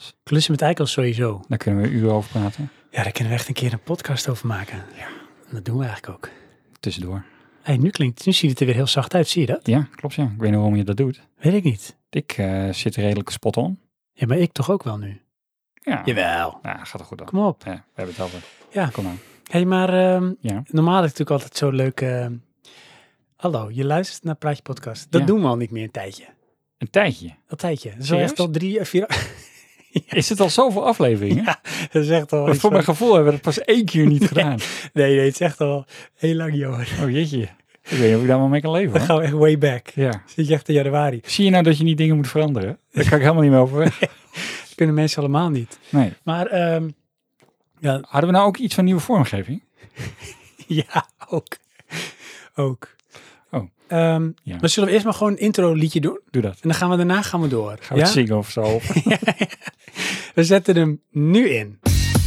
eikels. Klussen met eikels sowieso. Daar kunnen we uren over praten. Ja, daar kunnen we echt een keer een podcast over maken. Ja. Dat doen we eigenlijk ook. Tussendoor. Hey, nu ziet het er weer heel zacht uit, zie je dat? Ja, klopt ja. Ik weet niet waarom je dat doet. Weet ik niet. Ik zit redelijk spot on. Ja, maar ik toch ook wel nu? Ja. Jawel. Ja, gaat er goed dan. Kom op. Ja, we hebben het over. Ja. Kom aan. Hey, maar Ja. normaal is het natuurlijk altijd zo leuk... hallo, je luistert naar Praatje Podcast. Dat doen we al niet meer een tijdje. Een tijdje. Dat tijdje. Dat is al Serieus? echt al 3 of 4... Is het al zoveel afleveringen? Ja, dat is echt al... Want voor mijn gevoel hebben we het pas 1 keer niet gedaan. Nee, het is echt al heel lang, Johan. Oh jeetje. Ik weet niet of ik daar wel mee kan leven. Dan Hoor. gaan we echt way back. Ja. Zit je echt in januari. Zie je nou dat je niet dingen moet veranderen? Daar kan ik helemaal niet meer overweg. Dat kunnen mensen allemaal niet. Nee. Maar ja, Hadden we nou ook iets van nieuwe vormgeving? ja, ook. Oh. Ja. Ja. Maar zullen we eerst maar gewoon een intro liedje doen? Doe dat. En dan gaan we daarna door. Gaan we het zingen of zo? We zetten hem nu in.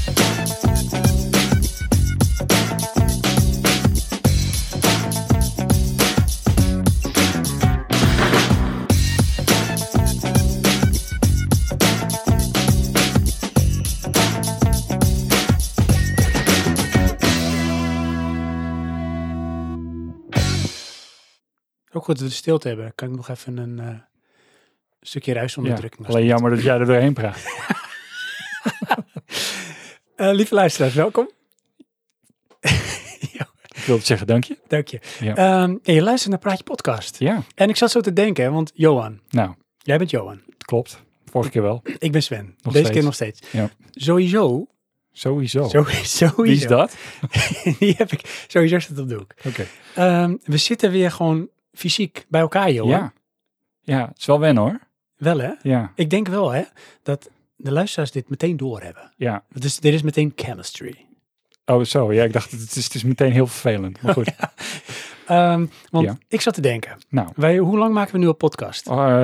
Ook goed dat we stilte hebben. Dan kan ik nog even een stukje ruisonderdrukking. Alleen jammer dat jij er doorheen praat. Lieve luisteraars, welkom. Ik wilde zeggen dank je. Dank je. Ja. En je luistert naar Praatje Podcast. Ja. En ik zat zo te denken, want Johan, Nou, jij bent Johan. het klopt. Vorige keer wel. Ik ben Sven. Nog Deze steeds. keer nog steeds. Ja. Sowieso. Sowieso. Sowieso. Wie is dat? Die heb ik sowieso zit op doek. Oké. We zitten weer gewoon fysiek bij elkaar, Johan. Ja. Ja, het is wel wennen hoor. Wel hè? Ja. Ik denk wel hè, dat de luisteraars dit meteen doorhebben. Ja. Dus dit is meteen chemistry. Oh zo, ja, ik dacht het is meteen heel vervelend. Maar goed. Want Ja. ik zat te denken, Nou, hoe lang maken we nu een podcast?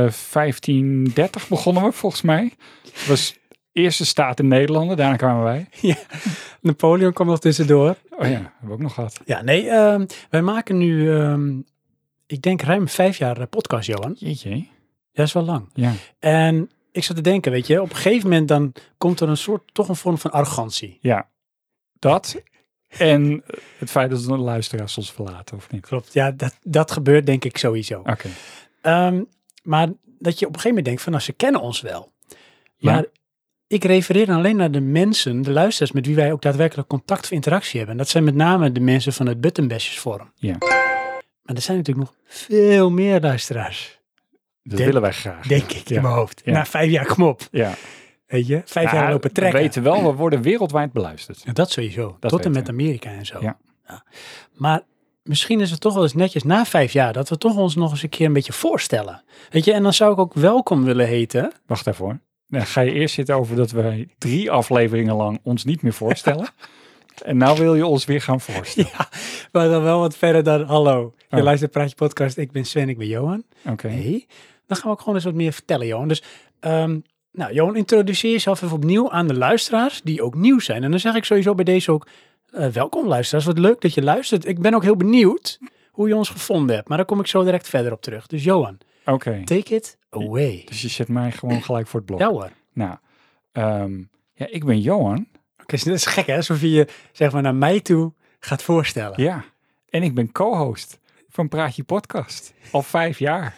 1530 begonnen we volgens mij. Het was eerste staat in Nederland, daarna kwamen wij. Ja, Napoleon kwam nog tussendoor. Oh ja, hebben we ook nog gehad. Ja, nee, wij maken nu, ik denk ruim 5 jaar podcast, Johan. Jeetje. Ja, dat is wel lang. Ja. En ik zat te denken, weet je, op een gegeven moment dan komt er toch een vorm van arrogantie. Ja, dat en het feit dat de luisteraars ons verlaten, of niet? Klopt, ja, dat gebeurt denk ik sowieso. Oké. Maar dat je op een gegeven moment denkt van, nou, ze kennen ons wel. Ja. Maar ik refereer dan alleen naar de mensen, de luisteraars met wie wij ook daadwerkelijk contact of interactie hebben. En dat zijn met name de mensen van het Buttonbashers Forum. Ja. Maar er zijn natuurlijk nog veel meer luisteraars. Dat willen wij graag. Denk ik in mijn hoofd. Ja. Na 5 jaar, kom op. Ja. Weet je, 5 jaar lopen trekken. We weten wel, we worden wereldwijd beluisterd. Ja, dat sowieso. Dat Tot en weten met we. Amerika en zo. Ja. Ja. Maar misschien is het toch wel eens netjes na 5 jaar dat we toch ons nog eens een keer een beetje voorstellen. Weet je, en dan zou ik ook welkom willen heten. Wacht even hoor. Dan ga je eerst zitten over dat wij 3 afleveringen lang ons niet meer voorstellen. En nou wil je ons weer gaan voorstellen. Ja, maar dan wel wat verder dan hallo. Je Oh. luistert Praatje Podcast, ik ben Sven, ik ben Johan. Oké. Nee, dan gaan we ook gewoon eens wat meer vertellen, Johan. Dus, nou, Johan, introduceer jezelf even opnieuw aan de luisteraars die ook nieuw zijn. En dan zeg ik sowieso bij deze ook, welkom luisteraars, wat leuk dat je luistert. Ik ben ook heel benieuwd hoe je ons gevonden hebt, maar daar kom ik zo direct verder op terug. Dus Johan, Oké. take it away. Dus je zet mij gewoon gelijk voor het blok. Ja hoor. Nou, ja, ik ben Johan. Oké, dat is gek hè, alsof je je zeg maar naar mij toe gaat voorstellen. Ja. En ik ben co-host van Praatje Podcast. Al 5 jaar.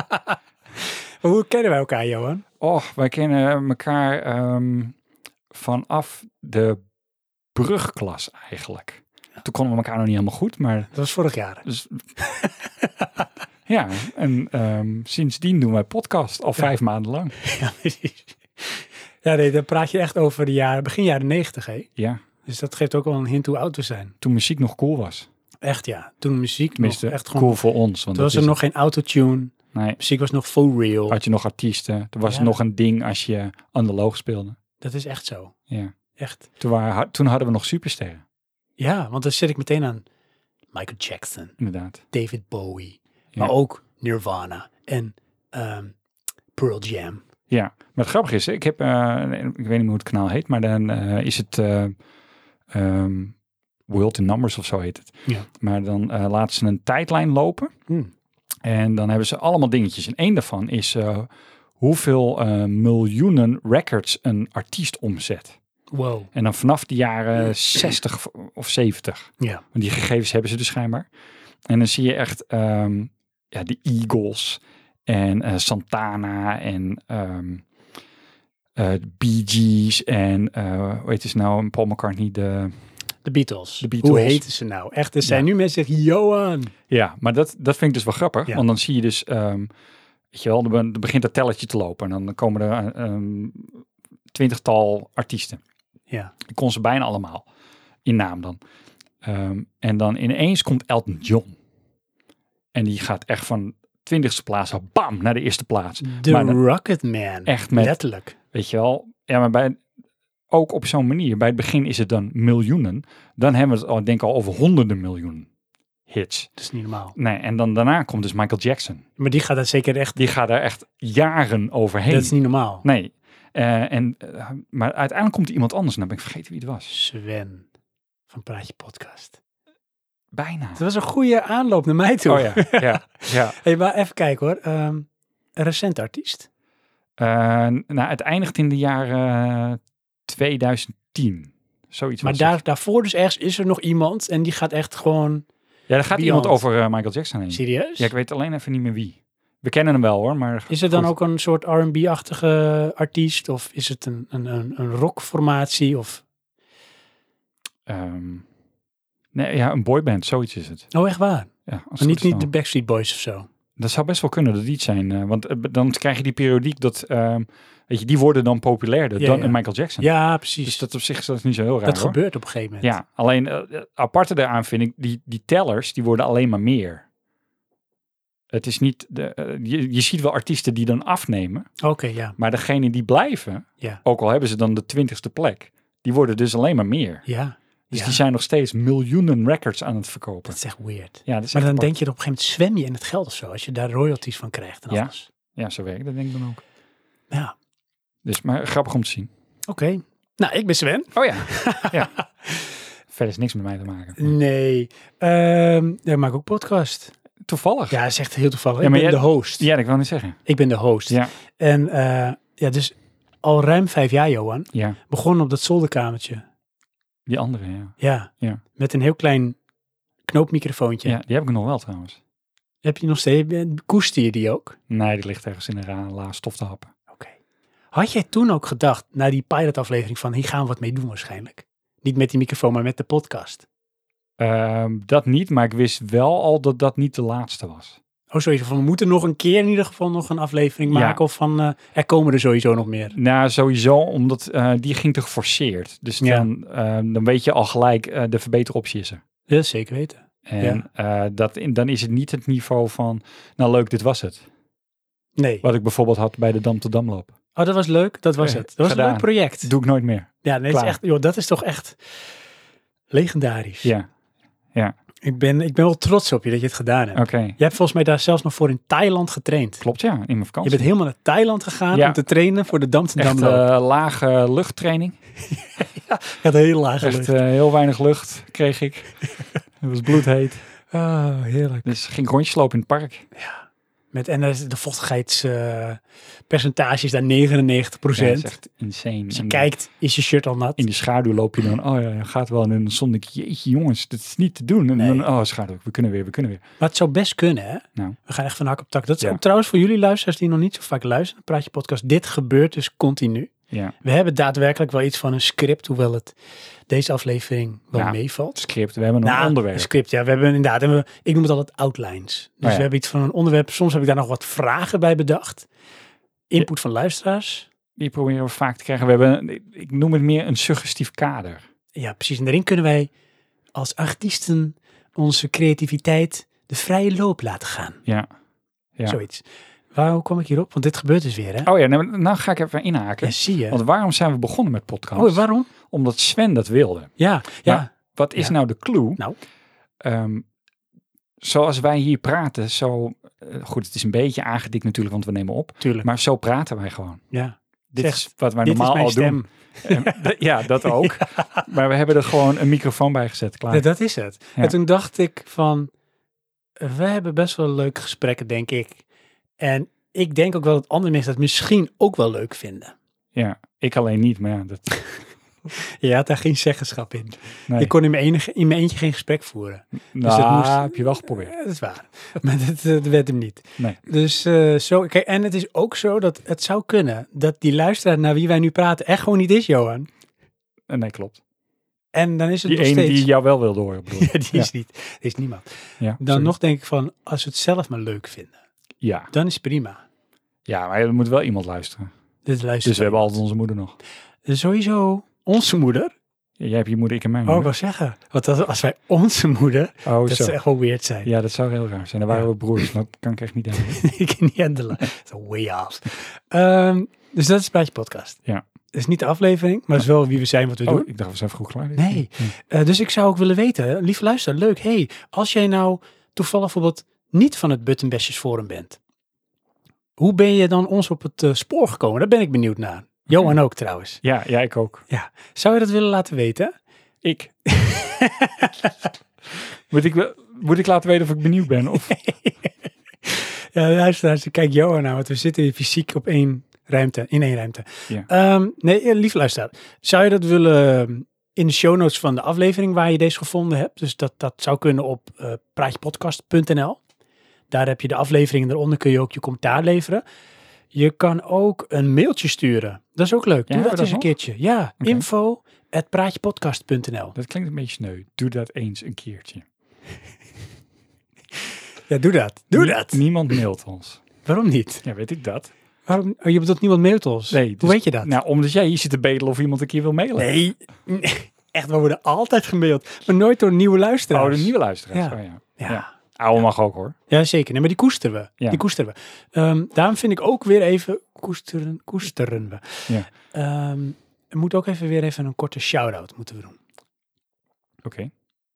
Maar hoe kennen wij elkaar, Johan? Oh, wij kennen elkaar vanaf de brugklas eigenlijk. Toen konden we elkaar nog niet helemaal goed, maar... Dat was vorig jaar. Dus, ja, en sindsdien doen wij podcast al 5 maanden lang. Ja, precies. Ja, nee, dan praat je echt over de begin jaren 90, hè? Ja, Dus dat geeft ook wel een hint hoe oud we zijn. toen muziek nog cool was. Echt ja, toen muziek Tenminste, nog echt gewoon... cool voor ons. Want Toen was er nog geen autotune, Nee, muziek was nog full real. had je nog artiesten. Er was Ja. nog een ding als je analoog speelde. Dat is echt zo, Ja. echt. Toen hadden we nog supersterren, Ja, want dan zit ik meteen aan Michael Jackson, inderdaad. David Bowie, Ja. maar ook Nirvana en Pearl Jam. Ja, maar het grappige is, ik heb, ik weet niet meer hoe het kanaal heet, maar dan is het World in Numbers of zo heet het. Ja. Maar dan laten ze een tijdlijn lopen en dan hebben ze allemaal dingetjes. En één daarvan is hoeveel miljoenen records een artiest omzet. Wow. En dan vanaf de jaren 60 of 70. Ja. Want die gegevens hebben ze dus schijnbaar. En dan zie je echt de Eagles en Santana en Bee Gees en hoe heet het nou, Paul McCartney, De Beatles. De Beatles. Hoe heten ze nou? Echt, er zijn nu mensen die zeggen, Johan. Ja, maar dat vind ik dus wel grappig. Ja. Want dan zie je dus, weet je wel, er begint dat telletje te lopen. En dan komen er 20-tal artiesten. Ja. Ik kon ze bijna allemaal. In naam dan. En dan ineens komt Elton John. En die gaat echt van 20ste plaats, bam, naar de eerste plaats. The Maar dan Rocket Man. echt met, Letterlijk. weet je wel. Ja, maar ook op zo'n manier. Bij het begin is het dan miljoenen. Dan hebben we het al, denk ik al over honderden miljoenen hits. Dat is niet normaal. Nee, en dan daarna komt dus Michael Jackson. Maar die gaat dat zeker echt... Die gaat daar echt jaren overheen. Dat is niet normaal. Nee. Maar uiteindelijk komt er iemand anders. En dan ben ik vergeten wie het was. Sven van Praatje Podcast. Bijna. Dat was een goede aanloop naar mij toe. Oh ja, ja. Hey, maar even kijken hoor. Een recent artiest. Het eindigt in de jaren 2010. Zoiets Maar was het. daarvoor dus ergens is er nog iemand en die gaat echt gewoon... Ja, daar gaat Beyond. iemand over Michael Jackson heen. Serieus? Ja, ik weet alleen even niet meer wie. We kennen hem wel hoor, maar... Is het dan goed. ook een soort R&B-achtige artiest? Of is het een rockformatie? Of... Nee, ja, een boyband, zoiets is het. Oh, echt waar? Ja, als Maar het goed niet is wel. de Backstreet Boys of zo? Dat zou best wel kunnen dat die het zijn. Want dan krijg je die periodiek dat... weet je, die worden dan populairder Ja, dan ja. een Michael Jackson. Ja, precies. Dus dat op zich is dat niet zo heel raar dat hoor. gebeurt op een gegeven moment. Ja, alleen aparte daaraan vind ik, die tellers, die worden alleen maar meer. Het is niet, je ziet wel artiesten die dan afnemen, Oké, ja. maar degene die blijven, Ja. ook al hebben ze dan de 20ste plek, die worden dus alleen maar meer. Ja. Dus ja. die zijn nog steeds miljoenen records aan het verkopen. Dat is echt weird. Ja, dat is Maar echt dan apart. denk je er op een gegeven moment zwem je in het geld of zo. Als je daar royalties van krijgt en Ja. alles. Ja, zo werkt dat denk ik dan ook. Ja. Dus, maar grappig om te zien. Oké. Nou, ik ben Sven. Oh ja, ja. Verder is niks met mij te maken. Nee. Ik maak ook podcast. Toevallig. Ja, dat is echt heel toevallig. Ja, Ik maar ben jij- de host. Ja, dat kan ik niet zeggen. Ik ben de host. Ja, En dus al ruim 5 jaar, Johan. ja. Begonnen op dat zolderkamertje. Die andere, ja. Ja. Ja. Met een heel klein knoopmicrofoontje. Ja, die heb ik nog wel trouwens. Heb je nog steeds? Koester je die ook? Nee, die ligt ergens in een la stof te happen. Oké. Had jij toen ook gedacht, na die pilotaflevering, van hier gaan we wat mee doen waarschijnlijk? Niet met die microfoon, maar met de podcast. Dat niet, maar ik wist wel al dat dat niet de laatste was. Oh, sowieso van, we moeten nog een keer in ieder geval nog een aflevering Ja. maken. Of van, er komen er sowieso nog meer. Nou, sowieso, omdat die ging te geforceerd. Dus Ja. dan weet je al gelijk, de verbeteroptie is er. Ja, zeker weten. En dan is het niet het niveau van, nou leuk, dit was het. Nee. Wat ik bijvoorbeeld had bij de Dam tot Damloop. Oh, dat was leuk. Dat was het. Dat was gedaan. een leuk project. Doe ik nooit meer. Ja, nee, het is Klaar. echt, joh, dat is toch echt legendarisch. Ja, Ik ben wel trots op je dat je het gedaan hebt. oké. Je hebt volgens mij daar zelfs nog voor in Thailand getraind. Klopt, ja, in mijn Je vakantie. bent helemaal naar Thailand gegaan Ja. om te trainen voor de Dam te Echt Damloop. lage luchttraining. Je had een heel lage Echt lucht. heel weinig lucht kreeg ik. Het was bloedheet. Oh, heerlijk. Dus ging rondjes lopen in het park. En de vochtigheidspercentage is daar 99%. Ja, dat is echt insane. Als je En kijkt, is je shirt al nat. in de schaduw loop je dan, oh ja, gaat wel. En dan stond ik, jeetje jongens, dit is niet te doen. En Nee. dan, oh schaduw, we kunnen weer. Maar het zou best kunnen, hè? Nou. We gaan echt van hak op tak. Dat is Ja. ook trouwens voor jullie luisteraars die nog niet zo vaak luisteren. Praat je podcast. Dit gebeurt dus continu. Ja, We hebben daadwerkelijk wel iets van een script, hoewel het deze aflevering wel Ja. meevalt. script, we hebben een onderwerp. Een script, ja. We hebben inderdaad, ik noem het altijd outlines. Dus ja. we hebben iets van een onderwerp. Soms heb ik daar nog wat vragen bij bedacht. Input van luisteraars. Die proberen we vaak te krijgen. We hebben, ik noem het meer een suggestief kader. Ja, precies. En daarin kunnen wij als artiesten onze creativiteit de vrije loop laten gaan. Ja. Ja. Zoiets. Hoe kwam ik hierop? Want dit gebeurt dus weer, hè? Oh ja, nou ga ik even inhaken. Ja, zie je. Want waarom zijn we begonnen met podcast? Oh, waarom? Omdat Sven dat wilde. Ja. Maar wat is Ja. nou de clue? Nou. Zoals wij hier praten, zo... goed, het is een beetje aangedikt natuurlijk, want we nemen op. Tuurlijk. Maar zo praten wij gewoon. Ja. Dit Zeg, is wat wij Dit is normaal mijn al stem. doen. Ja, dat ook. Maar we hebben er gewoon een microfoon bij gezet, klaar. Ja, dat is het. Ja. En toen dacht ik van, we hebben best wel leuke gesprekken, denk ik. En ik denk ook wel dat andere mensen dat misschien ook wel leuk vinden. Ja, ik alleen niet, maar ja, dat... Je had daar geen zeggenschap in. Nee. Ik kon in mijn eentje geen gesprek voeren. Nou, dat moest- heb je wel geprobeerd. Dat is waar. Maar dat werd hem niet. Nee. Dus zo, kijk, en het is ook zo dat het zou kunnen dat die luisteraar naar wie wij nu praten echt gewoon niet is, Johan. Nee, klopt. En dan is het Die nog ene steeds... die jou wel wilde horen, bedoel Ja, je? die is niet. Die is niemand. Ja, Dan sorry. nog denk ik van, als we het zelf maar leuk vinden, Ja. dan is het prima. Ja, maar er moet wel iemand luisteren. Dus luister. Dus we hebben altijd onze moeder nog. Sowieso onze moeder. Ja, jij hebt je moeder, ik en mijn Oh, ik moeder. wou zeggen. Want als wij onze moeder, Oh, dat zo. zou echt wel weird zijn. Ja, dat zou heel raar zijn. Dan waren Ja. we broers, maar dat kan ik echt niet hebben. Ik kan niet handelen. Zo way off. Dus dat is Praatje Podcast. Ja. Het is niet de aflevering, maar het is wel wie we zijn, wat we doen. Oh, ik dacht, we zijn vroeg klaar. Nee. Dus ik zou ook willen weten, lieve luisteraar, leuk. Hey, als jij nou toevallig bijvoorbeeld niet van het Buttonbashers Forum bent. Hoe ben je dan ons op het spoor gekomen? Daar ben ik benieuwd naar. Johan ook trouwens. Ja, ik ook. Ja. Zou je dat willen laten weten? Ik. Moet ik laten weten of ik benieuwd ben? Of... Ja, luisteraars, kijk Johan nou, want we zitten hier fysiek op in één ruimte. Ja. Nee, lief luisteraar, zou je dat willen in de show notes van de aflevering waar je deze gevonden hebt? Dus dat zou kunnen op praatjepodcast.nl. Daar heb je de aflevering en daaronder kun je ook je commentaar leveren. Je kan ook een mailtje sturen. Dat is ook leuk. Ja, Doe hebben dat we eens een dat keertje. Ja, Oké. info@praatjepodcast.nl. Dat klinkt een beetje sneu. Doe dat eens een keertje. Ja, doe dat. Doe dat. Niemand mailt ons. Waarom niet? Ja, weet ik dat? Waarom? Oh, je bedoelt niemand mailt ons. Nee, Hoe dus- weet je dat? Nou, omdat jij hier zit te bedelen of iemand een keer wil mailen. Nee, echt, we worden altijd gemaild. Maar nooit door nieuwe luisteraars. Oh, de nieuwe luisteraars. Ja. Oh, ja. Ja. Ja. Oude mag ook hoor. Ja, zeker. Nee, maar die koesteren we. Ja. Die koesteren we. Daarom vind ik ook weer even... Koesteren we. Ja. Er moet ook weer even een korte shout-out moeten we doen. Oké.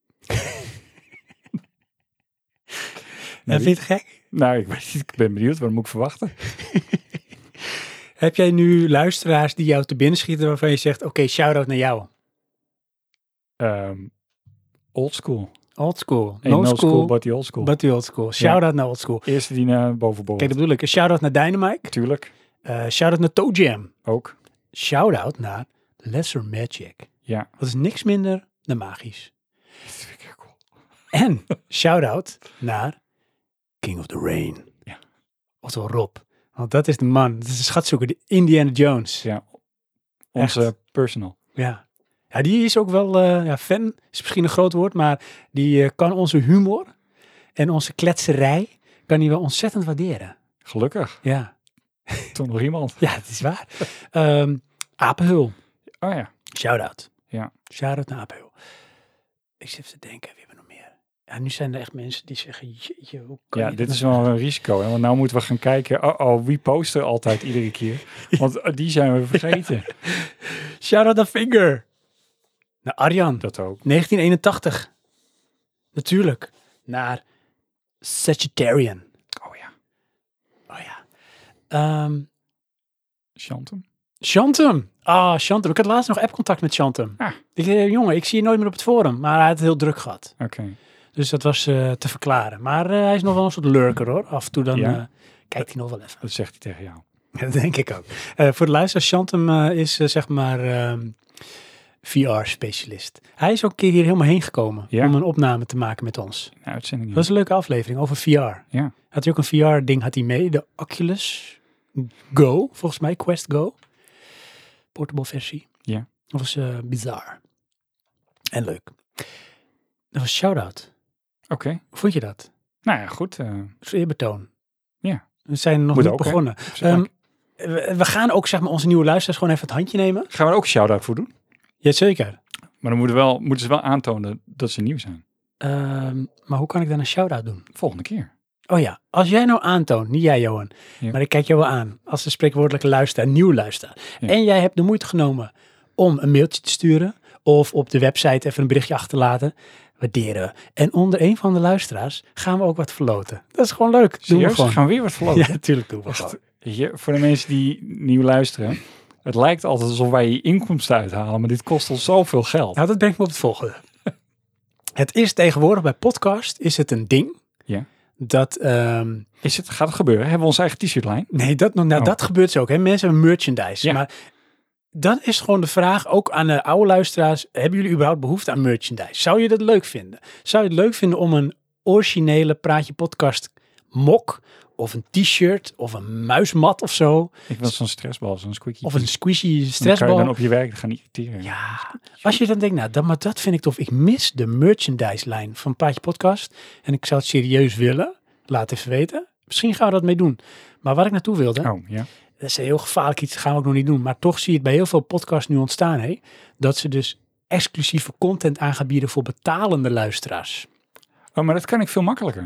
Ja, vind je het gek? Nou, ik weet niet. Ik ben benieuwd. Wat moet ik verwachten? Heb jij nu luisteraars die jou te binnen schieten waarvan je zegt... Oké, shout-out naar jou. Old school. Old school. Ain't No school, but the old school. but the old school. Shout-out naar old school. Eerste die naar boven boven. Kijk, dat bedoel ik. Een shout-out naar Dynamite. Tuurlijk. Shout-out naar Toe Jam. Ook. Shout-out naar Lesser Magic. Ja. Dat is niks minder dan magisch. Dat vind ik heel cool. En shout-out naar King of the Rain. Ja. Oftewel Rob. Want dat is de man. Dat is de schatzoeker. De Indiana Jones. Ja. Onze Echt. personal. Ja. Ja, die is ook wel fan. Is misschien een groot woord. Maar die kan onze humor en onze kletserij kan hij wel ontzettend waarderen. Gelukkig. Ja. Toen nog iemand. Ja, het is waar. Apenhul. Oh ja. Shout-out. Ja. Shout-out naar Apenhul. Ik zit even te denken, wie hebben we nog meer? Ja, nu zijn er echt mensen die zeggen, jeetje, hoe kan Ja, je dit dat is nou wel een risico. Hè? Want nou moeten we gaan kijken. Wie post er altijd iedere keer? Want die zijn we vergeten. Shout-out naar Finger. Naar Arjan. Dat ook. 1981. Natuurlijk. Naar Sagittarian. Oh ja. Oh ja. Chantem. Chantem. Ah, Chantem. Ik had laatst nog appcontact met Chantem. Ah. Ik zei, jongen, ik zie je nooit meer op het forum. Maar hij had het heel druk gehad. Oké. Dus dat was te verklaren. Maar hij is nog wel een soort lurker hoor. Af en toe dan Ja? kijkt hij nog wel even. Dat zegt hij tegen jou. Dat denk ik ook. Voor de luisteraars, Chantem is zeg maar VR-specialist. Hij is ook een keer hier helemaal heen gekomen Ja. om een opname te maken met ons. Een uitzending. Dat was een leuke aflevering over VR. Ja. Had hij ook een VR-ding had hij mee, de Oculus Go, volgens mij, Quest Go. Portable versie. Ja. Dat was bizar. En leuk. Dat was shout-out. Oké. Hoe vond je dat? Nou ja, goed. Dat is eerbetoon. Ja. We zijn nog Moet niet ook, hè? begonnen. Dank. We gaan ook zeg maar onze nieuwe luisteraars gewoon even het handje nemen. Gaan we er ook een shout-out voor doen? Jazeker. Maar dan moeten ze wel aantonen dat ze nieuw zijn. Maar hoe kan ik dan een shout-out doen? Volgende keer. Oh ja, als jij nou aantoont, niet jij Johan, Ja. maar ik kijk jou wel aan, als de spreekwoordelijke luisteraar, nieuw luisteraar. Ja. En jij hebt de moeite genomen om een mailtje te sturen of op de website even een berichtje achter te laten, waarderen we. En onder een van de luisteraars gaan we ook wat verloten. Dat is gewoon leuk. Doen we Serieus? gewoon. Gaan we weer wat verloten? Ja, natuurlijk doen we gewoon. Voor de mensen die nieuw luisteren. Het lijkt altijd alsof wij je inkomsten uithalen. Maar dit kost ons zoveel geld. Nou, dat brengt me op het volgende. Het is tegenwoordig bij podcast is het een ding Ja. dat... Gaat het gebeuren? Hebben we onze eigen t-shirtlijn? nee, dat gebeurt zo ook. Hè? Mensen hebben merchandise. Ja. Maar dan is gewoon de vraag, ook aan de oude luisteraars, hebben jullie überhaupt behoefte aan merchandise? Zou je dat leuk vinden? Zou je het leuk vinden om een originele Praatje Podcast mok of een t-shirt of een muismat of zo? Ik wil zo'n stressbal, zo'n squeaky. Of een squishy Dan kan je stressbal. dan op je werk gaan irriteren. Ja, als je dan denkt, maar dat vind ik tof. Ik mis de merchandise-lijn van Praatje Podcast. En ik zou het serieus willen. Laat even weten. Misschien gaan we dat mee doen. Maar waar ik naartoe wilde, Oh, ja. dat is heel gevaarlijk iets, dat gaan we ook nog niet doen. Maar toch zie je het bij heel veel podcasts nu ontstaan. Hè? Dat ze dus exclusieve content aan gaan bieden voor betalende luisteraars. Oh, maar dat kan ik veel makkelijker.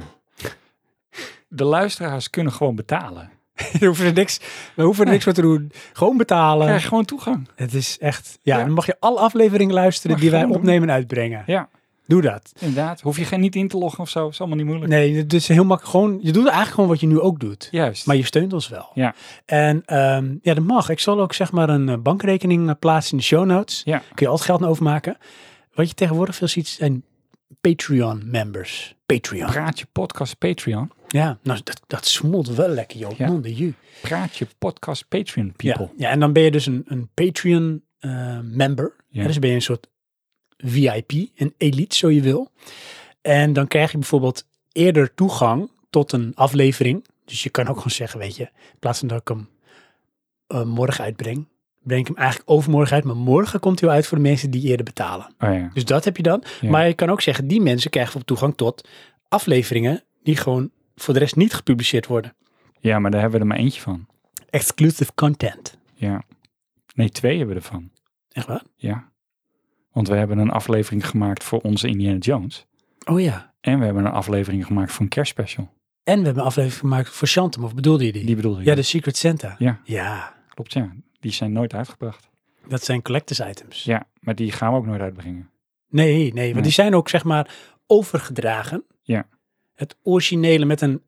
De luisteraars kunnen gewoon betalen. We hoeven er niks voor te doen. Gewoon betalen. Krijg je gewoon toegang. Het is echt... Ja, Ja. dan mag je alle afleveringen luisteren Mag die je wij gewoon opnemen en uitbrengen. Ja, Doe dat. inderdaad. Hoef je geen niet in te loggen of zo. Is allemaal niet moeilijk. Nee, het is heel makkelijk. Gewoon, je doet eigenlijk gewoon wat je nu ook doet. Juist. Maar je steunt ons wel. Ja. En ja, dat mag. Ik zal ook zeg maar een bankrekening plaatsen in de show notes. Ja. Kun je altijd geld aan overmaken. Wat je tegenwoordig veel ziet zijn Patreon-members. Patreon. Praatje Podcast Patreon. Ja, nou dat smolt wel lekker, joh. Ja. Non de jus. Praatje Podcast Patreon people. Ja, en dan ben je dus een Patreon-member. Ja. Dus ben je een soort VIP, een elite, zo je wil. En dan krijg je bijvoorbeeld eerder toegang tot een aflevering. Dus je kan ook gewoon zeggen, weet je, in plaats van dat ik hem morgen uitbreng, breng ik hem eigenlijk overmorgen uit. Maar morgen komt hij wel uit voor de mensen die eerder betalen. Oh ja. Dus dat heb je dan. Ja. Maar je kan ook zeggen, die mensen krijgen bijvoorbeeld toegang tot afleveringen die gewoon voor de rest niet gepubliceerd worden. Ja, maar daar hebben we er maar eentje van. Exclusive content. Ja. Nee, 2 hebben we ervan. Echt waar? Ja. Want we hebben een aflevering gemaakt voor onze Indiana Jones. Oh ja. En we hebben een aflevering gemaakt voor een kerstspecial. En we hebben een aflevering gemaakt voor Chantem, of bedoelde je die? Die bedoelde je? Ja, de Secret Santa. Ja. Ja, Klopt, ja. Die zijn nooit uitgebracht. dat zijn collectors items. Ja, maar die gaan we ook nooit uitbrengen. Nee, maar Nee. die zijn ook zeg maar overgedragen. Ja. Het originele met een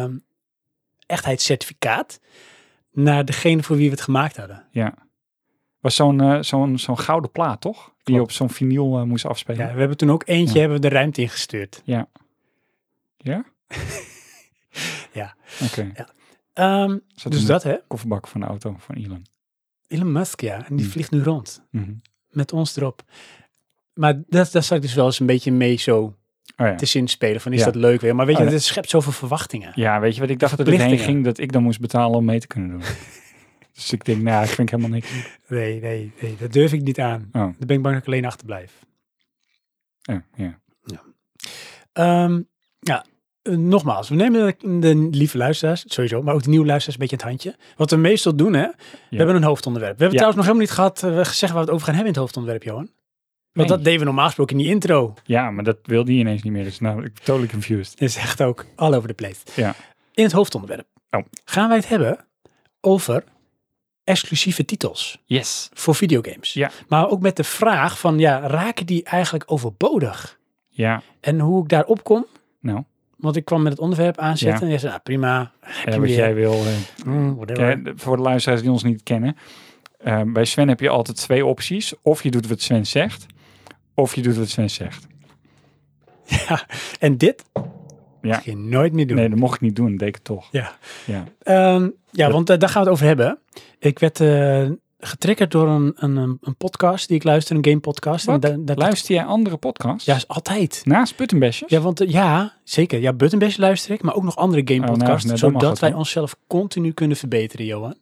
echtheidscertificaat naar degene voor wie we het gemaakt hadden. Ja. Was zo'n gouden plaat, toch? Die je Klopt. op zo'n vinyl moest afspelen. Ja, we hebben toen ook eentje Ja. hebben we de ruimte ingestuurd. Ja? Ja. Ja. Oké. Zat Dus in dat hè. de kofferbak van de auto van Elon. Elon Musk, ja. En die vliegt nu rond. Mhm. Met ons erop. Maar daar zat ik dus wel eens een beetje mee zo Oh ja. te zinspelen. Van is Ja. dat leuk weer? Maar weet je, Oh ja. het schept zoveel verwachtingen. Ja, weet je wat ik dacht dat ik heen Verplichtingen. ging? Dat ik dan moest betalen om mee te kunnen doen. Dus ik denk, nou, ik vind ik helemaal niks. Nee, dat durf ik niet aan. Oh, Dan ben ik bang dat ik alleen achterblijf. ja. Nogmaals, we nemen de lieve luisteraars, sowieso, maar ook de nieuwe luisteraars een beetje in het handje. Wat we meestal doen, hè. We hebben een hoofdonderwerp. We hebben Ja. trouwens nog helemaal niet gehad, gezegd waar we het over gaan hebben in het hoofdonderwerp, Johan. Want Nee. dat deden we normaal gesproken in die intro. Ja, maar dat wil die ineens niet meer. Dus nou, ik ben totally confused. Dat is echt ook all over the place. Ja. In het hoofdonderwerp Oh. gaan wij het hebben over exclusieve titels Yes. voor videogames. Ja. Maar ook met de vraag van, ja, raken die eigenlijk overbodig? Ja, En hoe ik daarop kom, nou. want ik kwam met het onderwerp aanzetten. Ja. En jij zei, nou, prima. Ja, wat jij wil. Whatever. Kijk, voor de luisteraars die ons niet kennen. Bij Sven heb je altijd 2 opties. Of je doet wat Sven zegt. Of je doet wat Sven zegt. Ja, en dit Ja. ga je nooit meer doen. Nee, dat mocht ik niet doen. Dat deed ik het toch. Ja, Ja. want daar gaan we het over hebben. Ik werd getriggerd door een podcast die ik luister, een game podcast. Wat? En Luister jij andere podcasts? Ja, is altijd. Naast Puttenbesjes? Ja, want ja, zeker. Ja, Buttonbash luister ik, maar ook nog andere game nou, podcasts. nee, dat mag zodat het, wij hoor. onszelf continu kunnen verbeteren, Johan.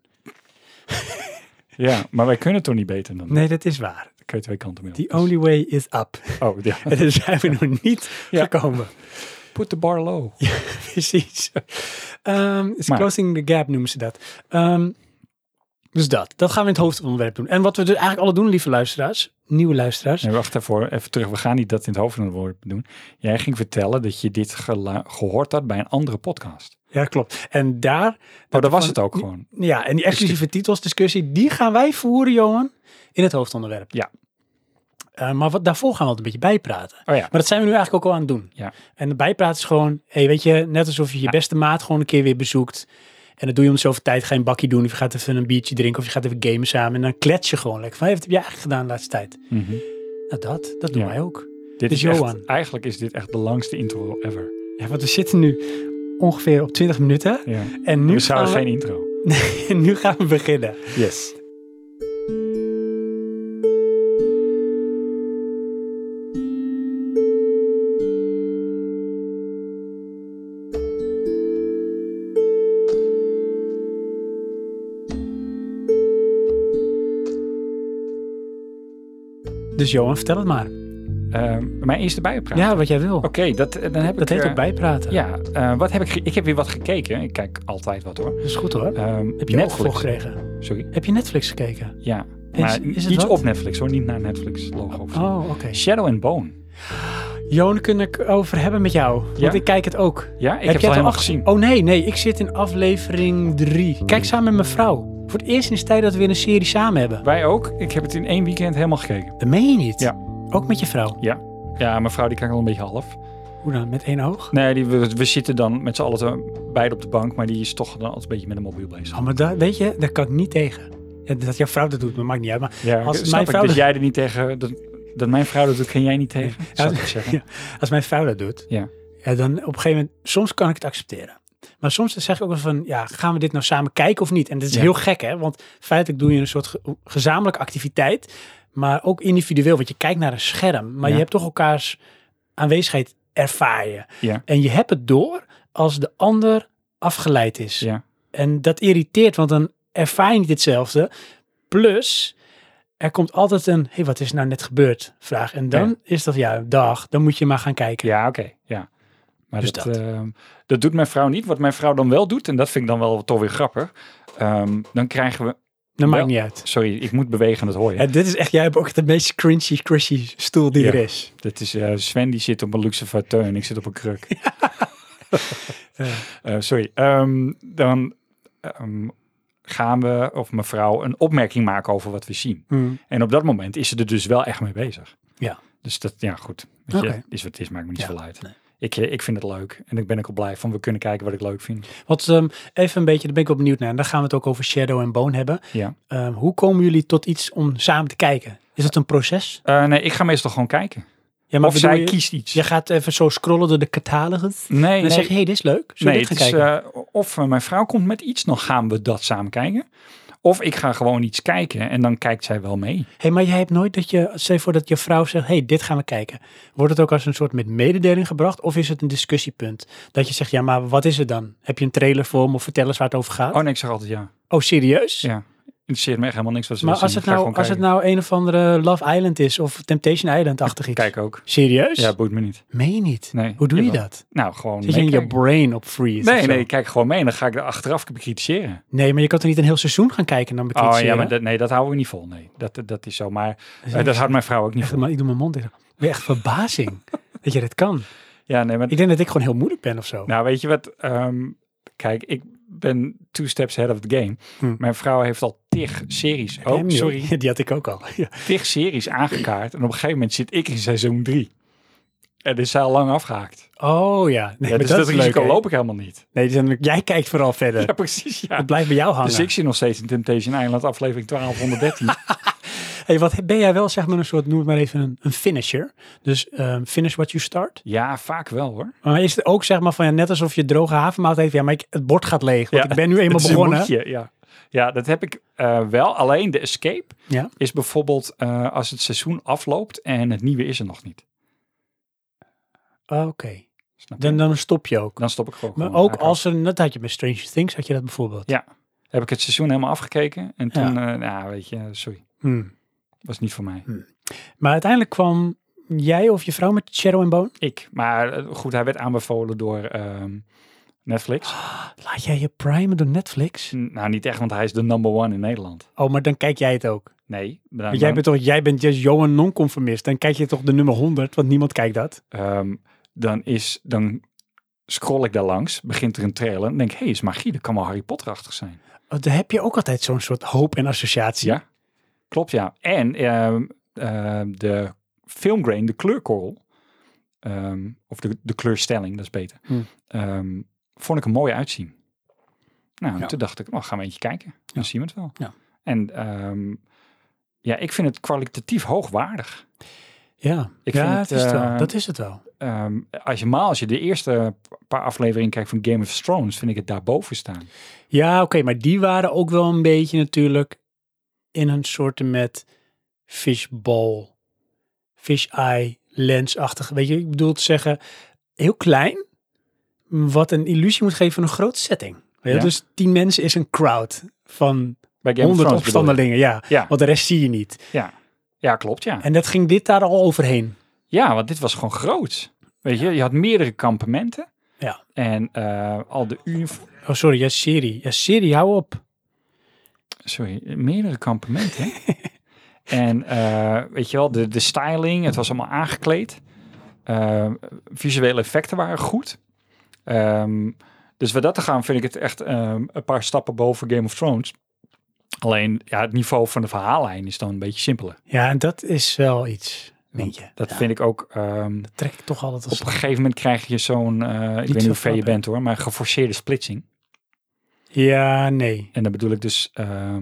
Ja, maar wij kunnen het toch niet beter dan dat? Nee, dat is waar. Dan kun je 2 kanten mee op. The only way is up. Oh, ja. En daar zijn we nog niet Ja. gekomen. Put the bar low. Precies. It's Maar- closing the gap noemen ze dat. Dus dat gaan we in het hoofdonderwerp doen. En wat we dus eigenlijk alle doen, lieve luisteraars, nieuwe luisteraars. Nee, wacht even terug. We gaan niet dat in het hoofdonderwerp doen. Jij ging vertellen dat je dit gehoord had bij een andere podcast. Ja, klopt. En daar... Oh, dat was het ook gewoon. Ja, en die exclusieve titelsdiscussie, die gaan wij voeren, Johan, in het hoofdonderwerp. Ja. Maar daarvoor gaan we altijd een beetje bijpraten. Oh ja. Maar dat zijn we nu eigenlijk ook al aan het doen. Ja. En de bijpraten is gewoon, hey, weet je, net alsof je je beste maat gewoon een keer weer bezoekt. En dat doe je om zoveel tijd, ga je een bakje doen. Of je gaat even een biertje drinken. Of je gaat even gamen samen. En dan klets je gewoon lekker van, hey, wat heb jij eigenlijk gedaan de laatste tijd? Mhm. Nou, dat doen Ja. wij ook. Dit Dus is echt, Johan. eigenlijk is dit echt de langste intro ever. Ja, want we zitten nu ongeveer op 20 minuten. Ja. En nu We zouden gaan geen intro. nu gaan we beginnen. Yes. Dus Johan, vertel het maar. Mijn eerste bijpraten. Ja, wat jij wil. Oké, dan heb ik... Dat heet ook bijpraten. Ja, wat heb ik heb weer wat gekeken. Ik kijk altijd wat hoor. Dat is goed hoor. Heb je Netflix. ook voor gekregen? Sorry. Heb je Netflix gekeken? Ja, Is maar het iets wat? op Netflix hoor. Niet naar Netflix logo of zo. Oh, oké. Shadow and Bone. Johan, daar kun ik over hebben met jou. Want Ja? ik kijk het ook. Ja, ik heb jij het al helemaal af- gezien. Oh nee, ik zit in aflevering 3. Kijk samen met mijn vrouw. Voor het eerst in de tijd dat we weer een serie samen hebben. Wij ook. Ik heb het in 1 weekend helemaal gekeken. Dat meen je niet? Ja. Ook met je vrouw? Ja, mijn vrouw die kijkt al een beetje half. Hoe dan? Met één oog? Nee, we zitten dan met z'n allen beide op de bank. Maar die is toch dan altijd een beetje met een mobiel bezig. Oh, maar weet je, daar kan ik niet tegen. Ja, dat jouw vrouw dat doet, dat maakt niet uit. Maar Ja, als snap mijn ik vrouw dat dat- jij er niet tegen... Dat mijn vrouw dat doet, kan jij niet tegen? Zou ik zeggen. Ja, als mijn vrouw dat doet, Ja. dan op een gegeven moment, soms kan ik het accepteren. Maar soms zeg ik ook wel van, ja, gaan we dit nou samen kijken of niet? En dat is Ja. heel gek, hè? Want feitelijk doe je een soort gezamenlijke activiteit, maar ook individueel, want je kijkt naar een scherm, maar Ja. je hebt toch elkaars aanwezigheid ervaren. Ja. En je hebt het door als de ander afgeleid is. Ja. En dat irriteert, want dan ervaar je niet hetzelfde. Plus, er komt altijd een, hey, wat is nou net gebeurd? Vraag. En dan is dat, ja, dag, dan moet je maar gaan kijken. Ja, oké. Ja. Maar Dus dat doet mijn vrouw niet. Wat mijn vrouw dan wel doet, en dat vind ik dan wel toch weer grappig. Dan krijgen we... Dat maakt wel- niet uit. Sorry, ik moet bewegen, dat hoor je. Ja, dit is echt, jij hebt ook de meest cringy stoel die Ja. er is. Dat is Sven die zit op een luxe fauteuil en ik zit op een kruk. Sorry. Dan gaan we, of mevrouw, een opmerking maken over wat we zien. En op dat moment is ze er dus wel echt mee bezig. Ja. Dus dat, ja goed. Weet je, Oké. is wat het is, maakt me niet Ja, zoveel uit. nee. Ik vind het leuk. En ik ben ook al blij van, we kunnen kijken wat ik leuk vind. Want even een beetje, daar ben ik wel benieuwd naar. En dan gaan we het ook over Shadow and Bone hebben. Ja. Hoe komen jullie tot iets om samen te kijken? Is het een proces? Nee, ik ga meestal gewoon kijken. Ja, Of bedoel zij je, kiest iets. je gaat even zo scrollen door de catalogus. Nee, En dan zeg je, hey, dit is leuk. Zullen we nee, dit het gaan is, kijken? of mijn vrouw komt met iets, dan gaan we dat samen kijken. Of ik ga gewoon iets kijken en dan kijkt zij wel mee. Hey, maar jij hebt nooit dat je, stel je voor dat je vrouw zegt, hey, dit gaan we kijken. Wordt het ook als een soort met mededeling gebracht? Of is het een discussiepunt? Dat je zegt, ja, maar wat is het dan? Heb je een trailer voor me of vertel eens waar het over gaat? Oh nee, ik zeg altijd ja. Oh, serieus? Ja, interesseert me echt helemaal niks wat ze Maar wil als zien. het, Ik ga nou, gewoon als het kijken. nou een of andere Love Island is of Temptation Island-achtig iets. Kijk ook. Serieus? Ja, boeit me niet. Meen je niet? Nee. Hoe doe je Jawel. dat? Nou, gewoon Zit je in je meekijken. brain op freeze? Nee, of zo? nee, ik kijk gewoon mee en dan ga ik er achteraf bekritiseren. Nee, maar je kan toch niet een heel seizoen gaan kijken en dan Oh bekritiseren? ja, maar dat houden we niet vol. Nee, dat is zo. Maar dat houdt mijn vrouw ook niet Echt, vol. maar ik doe mijn mond dicht. Weer echt verbazing dat je dat kan. Ja, nee, maar Ik denk dat ik gewoon heel moeilijk ben of zo. nou, weet je wat? Kijk, ik ben 2 steps ahead of the game. Mijn vrouw heeft al 10 series. Oh, Hem, sorry. joh. Die had ik ook al. Ja. 10 series aangekaart. En op een gegeven moment zit ik in seizoen 3. En is zij al lang afgehaakt. Oh ja. Nee, Ja, maar dus dat is risico leuk, hè? loop ik helemaal niet. Nee, dus dan- jij kijkt vooral verder. Ja, precies. Ja. Het blijft bij jou hangen. Dus ik zit nog steeds in Temptation Island, aflevering 1213. Hey, wat ben jij wel, zeg maar, een soort, noem het maar even een finisher. Dus finish what you start. Ja, vaak wel hoor. Maar is het ook, zeg maar, van ja, net alsof je droge havermout heeft. Ja, maar het bord gaat leeg. Want Ja, ik ben nu eenmaal het is een begonnen. moedje, ja. Ja, dat heb ik wel. Alleen de escape Ja. is bijvoorbeeld als het seizoen afloopt en het nieuwe is er nog niet. Oké. Snap je? Dan stop je ook. Dan stop ik gewoon. Maar gewoon ook haken als er, dat had je bij Stranger Things, had je dat bijvoorbeeld. Ja. Heb ik het seizoen helemaal afgekeken. En toen, nou weet je, sorry. Was niet voor mij. Maar uiteindelijk kwam jij of je vrouw met Shadow and Bone? Ik. Maar goed, hij werd aanbevolen door Netflix. Laat jij je primen door Netflix? Nou, niet echt, want hij is de number 1 in Nederland. Oh, maar dan kijk jij het ook. Nee. Want jij bent just Johan non-conformist. Dan kijk je toch de nummer 100, want niemand kijkt dat. Dan scroll ik daar langs, begint er een trailer en denk, hé, is magie, dat kan wel Harry Potter-achtig zijn. Oh, daar heb je ook altijd zo'n soort hoop en associatie. Ja, klopt ja. En de filmgrain, de kleurkorrel, of de kleurstelling, dat is beter, vond ik er mooi uitzien. Nou, toen dacht ik, gaan we eentje kijken. Dan zien we het wel. Ja. En ik vind het kwalitatief hoogwaardig. Ja, Ik ja, vind het is het wel. het, Dat is het wel. als je de eerste paar afleveringen kijkt van Game of Thrones, vind ik het daarboven staan. Ja, oké, maar die waren ook wel een beetje natuurlijk in een soort met fishbowl, fish-eye, lensachtig. Weet je, ik bedoel te zeggen, heel klein, wat een illusie moet geven van een grote setting. Weet je? Ja. Dus 10 mensen is een crowd van Bij Game of 100 Thrones bedoel je? opstandelingen, ja. Ja. Want de rest zie je niet. Ja, klopt, ja. En dat ging dit daar al overheen. Ja, want dit was gewoon groot. Weet je had meerdere kampementen. Ja. En al de Oh, sorry, ja, serie. Ja, serie, hou op. Sorry, meerdere kampementen. Hè? En weet je wel, de styling, het was allemaal aangekleed. Visuele effecten waren goed. Dus wat dat te gaan vind ik het echt een paar stappen boven Game of Thrones. Alleen, ja, het niveau van de verhaallijn is dan een beetje simpeler. Ja, en dat is wel iets, Want weet je. dat Ja, vind ik ook... dat trek ik toch altijd als... op een gegeven moment krijg je zo'n... ik weet zo niet hoe ver je flap, bent hoor, maar geforceerde splitsing. Ja, nee. En dan bedoel ik dus...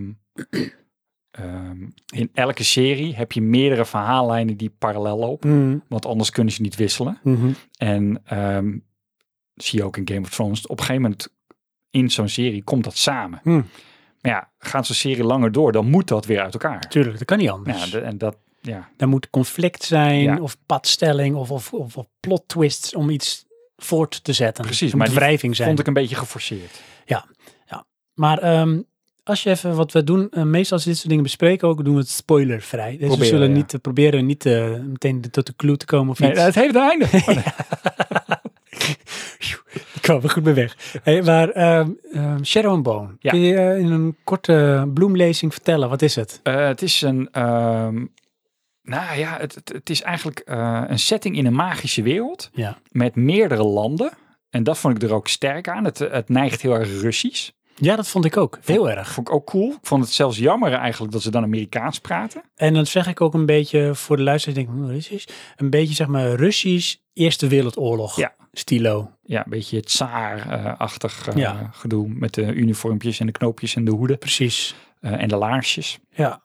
in elke serie heb je meerdere verhaallijnen die parallel lopen. Want anders kunnen ze niet wisselen. Mhm. En zie je ook in Game of Thrones. Op een gegeven moment in zo'n serie komt dat samen. Hmm. Maar ja, gaat zo'n serie langer door, dan moet dat weer uit elkaar. Tuurlijk, dat kan niet anders. Ja, en dat, ja. Er moet conflict zijn, Ja. of padstelling, of plot twists om iets voort te zetten. Precies, Er maar moet die wrijving zijn. vond ik een beetje geforceerd. Maar als je even wat we doen, meestal als we dit soort dingen bespreken ook, doen we het spoilervrij. Dus we zullen niet proberen niet meteen tot de clue te komen of Nee, iets. het heeft een einde. Oh, nee. Ik kwam er goed bij weg. Hey, maar Shadow and Bone, Ja. kun je in een korte bloemlezing vertellen, wat is het? Het is een... nou ja, het is eigenlijk een setting in een magische wereld. Ja. Met meerdere landen. En dat vond ik er ook sterk aan. Het neigt heel erg Russisch. Ja, dat vond ik ook. Heel erg. Vond ik ook cool. Ik vond het zelfs jammer eigenlijk dat ze dan Amerikaans praten. En dan zeg ik ook een beetje voor de luisteraars, denk ik, Russisch. Een beetje zeg maar Russisch Eerste Wereldoorlog Ja. stilo. Ja, een beetje tsaar-achtig Ja. gedoe. Met de uniformpjes en de knoopjes en de hoeden. Precies. En de laarsjes. Ja.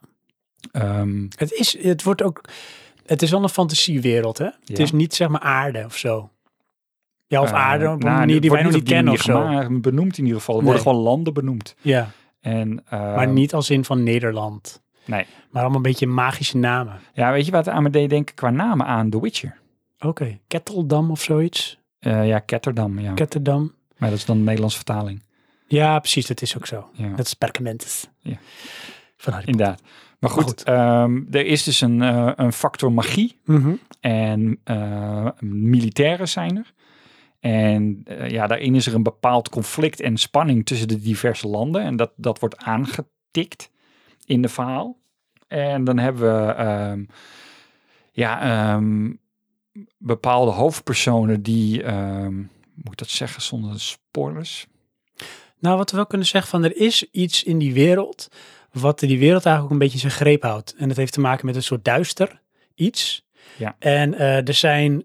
Het is wel een fantasiewereld, hè? Het is niet zeg maar aarde of zo. Ja, of aarde op een manier die wij nog niet kennen of zo. Benoemd in ieder geval. Er Nee. worden gewoon landen benoemd. Ja, En, maar niet als in van Nederland. Nee. Maar allemaal een beetje magische namen. Ja, weet je wat aan me deed denken qua namen aan The Witcher? Oké, Ketteldam of zoiets. Ja, Ketterdam. Ja. Ketterdam. Maar dat is dan de Nederlandse vertaling. Ja, precies, dat is ook zo. Ja. Dat is Perkamentus. Ja. Van Harry Potter. Inderdaad. Maar goed, er is dus een factor magie. Mhm. En militairen zijn er. En daarin is er een bepaald conflict en spanning tussen de diverse landen. En dat wordt aangetikt in de verhaal. En dan hebben we bepaalde hoofdpersonen die, moet ik dat zeggen zonder spoilers? Nou, wat we wel kunnen zeggen van er is iets in die wereld wat die wereld eigenlijk ook een beetje in zijn greep houdt. En dat heeft te maken met een soort duister iets. Ja. En er zijn,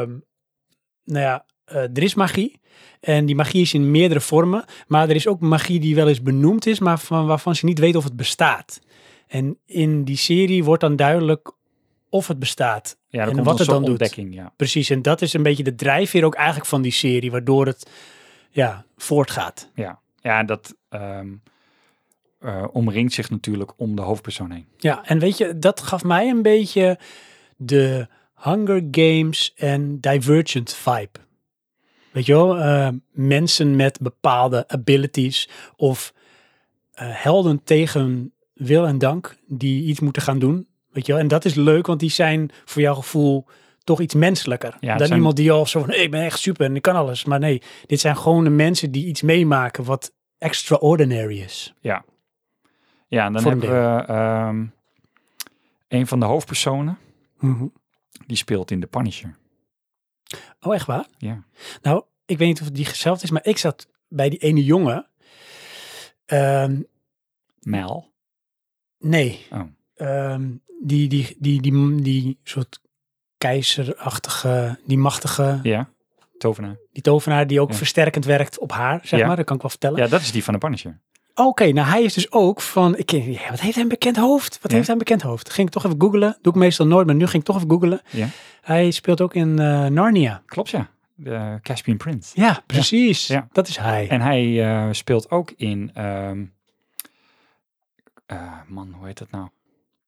er is magie. En die magie is in meerdere vormen. Maar er is ook magie die wel eens benoemd is, maar waarvan ze niet weten of het bestaat. En in die serie wordt dan duidelijk of het bestaat. Ja, dat en komt wat het dan doet. ontdekking, ja. Precies, en dat is een beetje de drijfveer ook eigenlijk van die serie, waardoor het voortgaat. Ja, dat omringt zich natuurlijk om de hoofdpersoon heen. Ja, en weet je, dat gaf mij een beetje de Hunger Games en Divergent vibe. Weet je wel, mensen met bepaalde abilities of helden tegen wil en dank die iets moeten gaan doen. Weet je wel, en dat is leuk, want die zijn voor jouw gevoel toch iets menselijker dan iemand die al zo van, ik ben echt super en ik kan alles. Maar nee, dit zijn gewoon de mensen die iets meemaken wat extraordinary is. Ja, en dan hebben we een van de hoofdpersonen, die speelt in The Punisher. Oh, echt waar? Ja. Nou, ik weet niet of het die hetzelfde is, maar ik zat bij die ene jongen. Mel? Nee. Oh. Die soort keizerachtige, die machtige... Ja, tovenaar. Die tovenaar die ook versterkend werkt op haar, zeg maar. Dat kan ik wel vertellen. Ja, dat is die van de Punisher. Oké, nou hij is dus ook van... wat heeft hij een bekend hoofd? Wat heeft hij een bekend hoofd? Ging ik toch even googlen. Doe ik meestal nooit, maar nu ging ik toch even googlen. Ja. Hij speelt ook in Narnia. Klopt, ja. De Caspian Prince. Ja, precies. Ja. Dat is hij. En hij speelt ook in... hoe heet dat nou?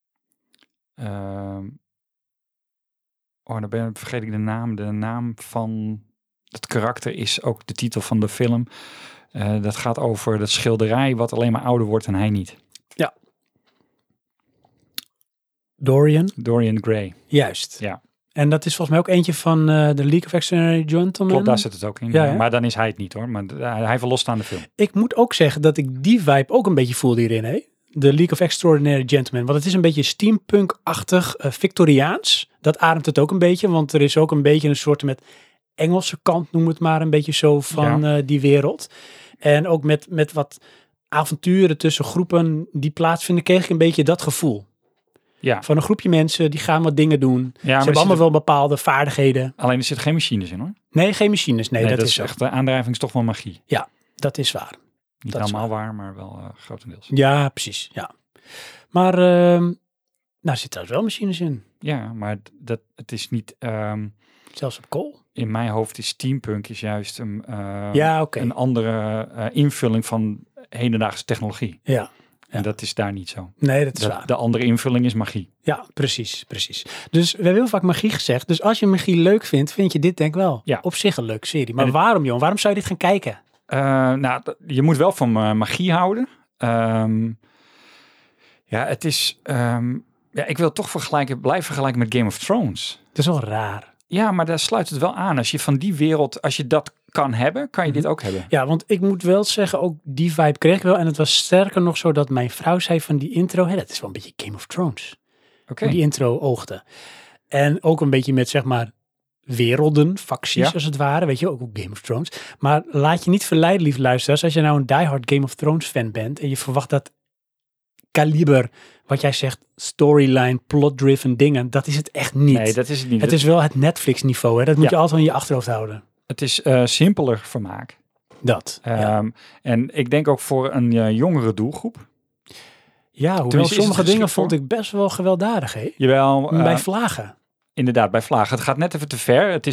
Dan vergeet ik de naam. De naam van het karakter is ook de titel van de film. Dat gaat over dat schilderij wat alleen maar ouder wordt en hij niet. Ja. Dorian Gray. Juist. Ja. En dat is volgens mij ook eentje van The League of Extraordinary Gentlemen. Klopt, daar zit het ook in. Ja, maar dan is hij het niet hoor. Maar hij heeft een losstaande film. Ik moet ook zeggen dat ik die vibe ook een beetje voelde hierin. Hè? The League of Extraordinary Gentlemen. Want het is een beetje steampunk-achtig, Victoriaans. Dat ademt het ook een beetje. Want er is ook een beetje een soort met Engelse kant, noem het maar, een beetje zo van die wereld. En ook met wat avonturen tussen groepen die plaatsvinden, kreeg ik een beetje dat gevoel. Ja. Van een groepje mensen, die gaan wat dingen doen. Ze hebben allemaal wel bepaalde vaardigheden. Alleen er zitten geen machines in hoor. Nee, geen machines. Nee, dat is echt, de aandrijving is toch wel magie. Ja, dat is waar. Niet allemaal waar, maar wel grotendeels. Ja, precies. Ja. Maar, er zitten trouwens wel machines in. Ja, maar het is niet... Zelfs op kool. In mijn hoofd is steampunk juist een andere invulling van hedendaagse technologie. Ja. En dat is daar niet zo. Nee, dat is waar. De andere invulling is magie. Ja, precies. Dus we hebben heel vaak magie gezegd. Dus als je magie leuk vindt, vind je dit denk ik wel op zich een leuke serie. Maar waarom, Johan? Waarom zou je dit gaan kijken? Je moet wel van magie houden. Het is... ik wil toch blijven vergelijken met Game of Thrones. Dat is wel raar. Ja, maar daar sluit het wel aan. Als je van die wereld, als je dat kan hebben, kan je dit ook hebben. Ja, want ik moet wel zeggen, ook die vibe kreeg ik wel. En het was sterker nog zo dat mijn vrouw zei van die intro, dat is wel een beetje Game of Thrones. Oké. Die intro oogde. En ook een beetje met zeg maar werelden, facties als het ware. Weet je, ook Game of Thrones. Maar laat je niet verleiden, lief luisteraars. Als je nou een diehard Game of Thrones fan bent en je verwacht dat kaliber, wat jij zegt, storyline, plot-driven dingen, dat is het echt niet. Nee, dat is het niet. Het is wel het Netflix niveau, hè? Dat moet je altijd in je achterhoofd houden. Het is simpeler vermaak. Dat. En ik denk ook voor een jongere doelgroep. Ja, hoewel sommige dingen vond ik best wel gewelddadig, hè? Jawel. Bij vlagen. Inderdaad, bij vlagen. Het gaat net even te ver. Het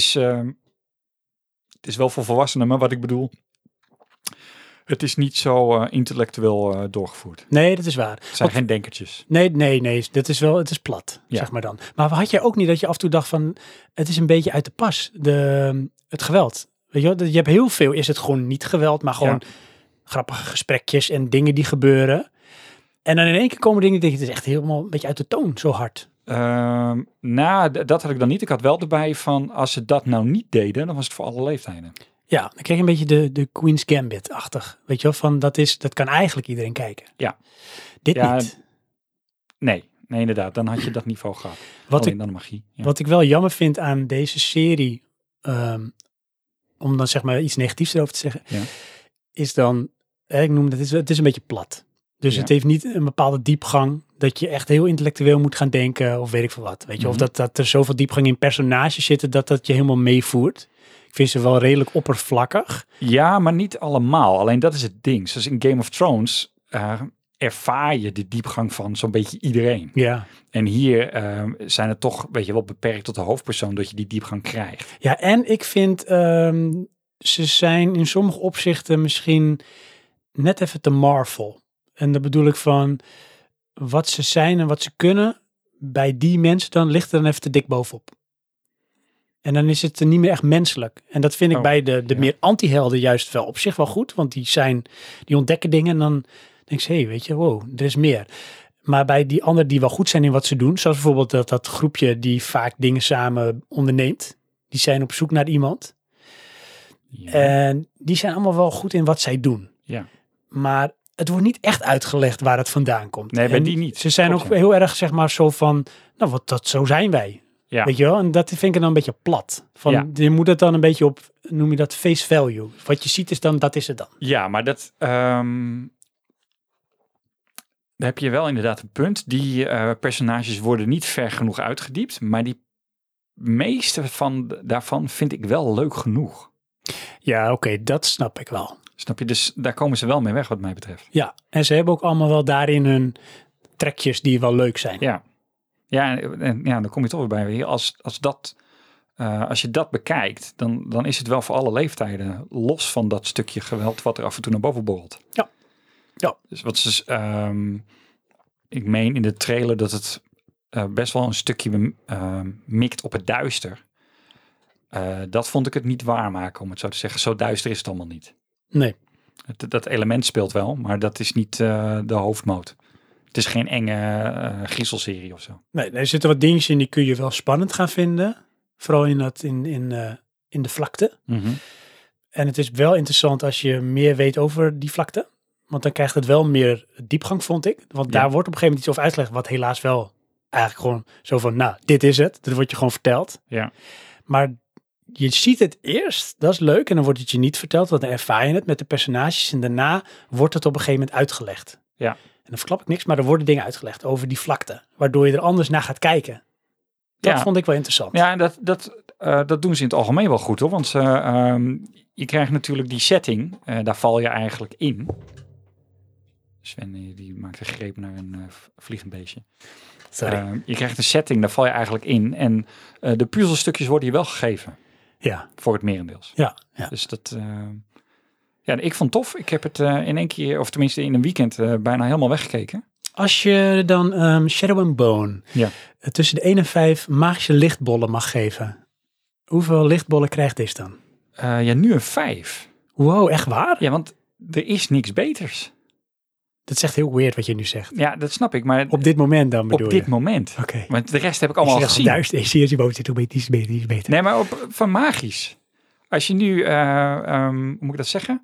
is wel voor volwassenen, maar wat ik bedoel, het is niet zo intellectueel doorgevoerd. Nee, dat is waar. Het zijn geen denkertjes. Nee. Dat is wel, het is plat, zeg maar dan. Maar had jij ook niet dat je af en toe dacht van, het is een beetje uit de pas, het geweld. Weet je wel, je hebt heel veel, is het gewoon niet geweld, maar gewoon grappige gesprekjes en dingen die gebeuren. En dan in één keer komen dingen, denk je, het is echt helemaal een beetje uit de toon, zo hard. Dat had ik dan niet. Ik had wel erbij van, als ze dat nou niet deden, dan was het voor alle leeftijden. Ja, dan kreeg je een beetje de Queen's Gambit-achtig. Weet je wel, van dat kan eigenlijk iedereen kijken. Ja. Dit niet. Nee, inderdaad. Dan had je dat niveau gehad. Alleen dan magie. Ja. Wat ik wel jammer vind aan deze serie, om dan zeg maar iets negatiefs erover te zeggen, is dan, ik noem het is een beetje plat. Dus het heeft niet een bepaalde diepgang, dat je echt heel intellectueel moet gaan denken, of weet ik veel wat. Weet je, of dat er zoveel diepgang in personages zitten, dat je helemaal meevoert. Ik vind ze wel redelijk oppervlakkig. Ja, maar niet allemaal. Alleen dat is het ding. Zoals in Game of Thrones ervaar je de diepgang van zo'n beetje iedereen. Ja. En hier zijn het toch, weet je wel, beperkt tot de hoofdpersoon dat je die diepgang krijgt. Ja, en ik vind ze zijn in sommige opzichten misschien net even te Marvel. En dat bedoel ik van wat ze zijn en wat ze kunnen bij die mensen, dan ligt er dan even te dik bovenop. En dan is het niet meer echt menselijk. En dat vind ik bij de meer anti-helden juist wel op zich wel goed. Want die ontdekken dingen en dan denk je, hey, weet je, wow, er is meer. Maar bij die anderen die wel goed zijn in wat ze doen, zoals bijvoorbeeld dat groepje die vaak dingen samen onderneemt, die zijn op zoek naar iemand. Ja. En die zijn allemaal wel goed in wat zij doen. Ja. Maar het wordt niet echt uitgelegd waar het vandaan komt. Nee, bij die niet. Ze zijn ook heel erg, zeg maar, zo van, nou, zo zijn wij. Ja. Weet je wel? En dat vind ik dan een beetje plat. Je moet het dan een beetje op, noem je dat, face value. Wat je ziet is dan, dat is het dan. Ja, maar dat, daar heb je wel inderdaad een punt. Die personages worden niet ver genoeg uitgediept, maar die meeste daarvan vind ik wel leuk genoeg. Ja, oké, dat snap ik wel. Snap je? Dus daar komen ze wel mee weg wat mij betreft. Ja, en ze hebben ook allemaal wel daarin hun trekjes die wel leuk zijn. Ja, en dan kom je toch weer bij. Als je dat bekijkt, dan is het wel voor alle leeftijden. Los van dat stukje geweld wat er af en toe naar boven borrelt. Ja. Dus ik meen in de trailer dat het best wel een stukje mikt op het duister. Dat vond ik het niet waarmaken, om het zo te zeggen. Zo duister is het allemaal niet. Nee. Dat element speelt wel, maar dat is niet de hoofdmoot. Het is geen enge griezelserie of zo. Nee, er zitten wat dingetjes in die kun je wel spannend gaan vinden. Vooral in de vlakte. Mm-hmm. En het is wel interessant als je meer weet over die vlakte. Want dan krijgt het wel meer diepgang, vond ik. Want daar wordt op een gegeven moment iets over uitgelegd. Wat helaas wel eigenlijk gewoon zo van, dit is het. Dat wordt je gewoon verteld. Ja. Maar je ziet het eerst, dat is leuk. En dan wordt het je niet verteld. Want dan ervaar je het met de personages. En daarna wordt het op een gegeven moment uitgelegd. Ja. En dan verklap ik niks, maar er worden dingen uitgelegd over die vlakte. Waardoor je er anders naar gaat kijken. Dat vond ik wel interessant. Ja, en dat doen ze in het algemeen wel goed, hoor. Want je krijgt natuurlijk die setting. Daar val je eigenlijk in. Sven, die maakt een greep naar een vliegend beestje. Sorry. Je krijgt een setting, daar val je eigenlijk in. En de puzzelstukjes worden je wel gegeven. Ja. Voor het merendeels. Ja. Dus dat... ik vond het tof. Ik heb het in één keer, of tenminste in een weekend, bijna helemaal weggekeken. Als je dan Shadow and Bone tussen de 1 en 5 magische lichtbollen mag geven. Hoeveel lichtbollen krijgt deze dan? Nu een 5. Wow, echt waar? Ja, want er is niks beters. Dat is echt heel weird wat je nu zegt. Ja, dat snap ik. Maar op dit moment dan bedoel je? Op dit moment. Oké. Want de rest heb ik allemaal gezien. Duist, zie je boven zit, iets beter. Nee, maar van magisch. Als je nu, hoe moet ik dat zeggen?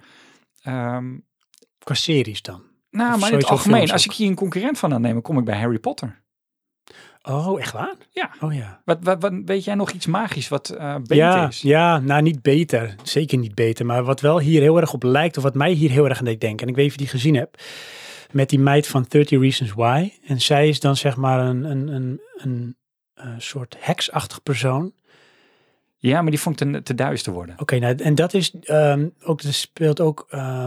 Qua series dan? Nou, maar in het algemeen. Als ik hier een concurrent van aanneem, kom ik bij Harry Potter. Oh, echt waar? Ja. Oh ja. Wat weet jij nog iets magisch wat beter is? Ja, nou niet beter. Zeker niet beter. Maar wat wel hier heel erg op lijkt, of wat mij hier heel erg aan deed denken. En ik weet niet of je die gezien hebt. Met die meid van 30 Reasons Why. En zij is dan zeg maar een soort heksachtig persoon. Ja, maar die vond ik te duister worden. Oké, nou, en dat is ook, er speelt ook,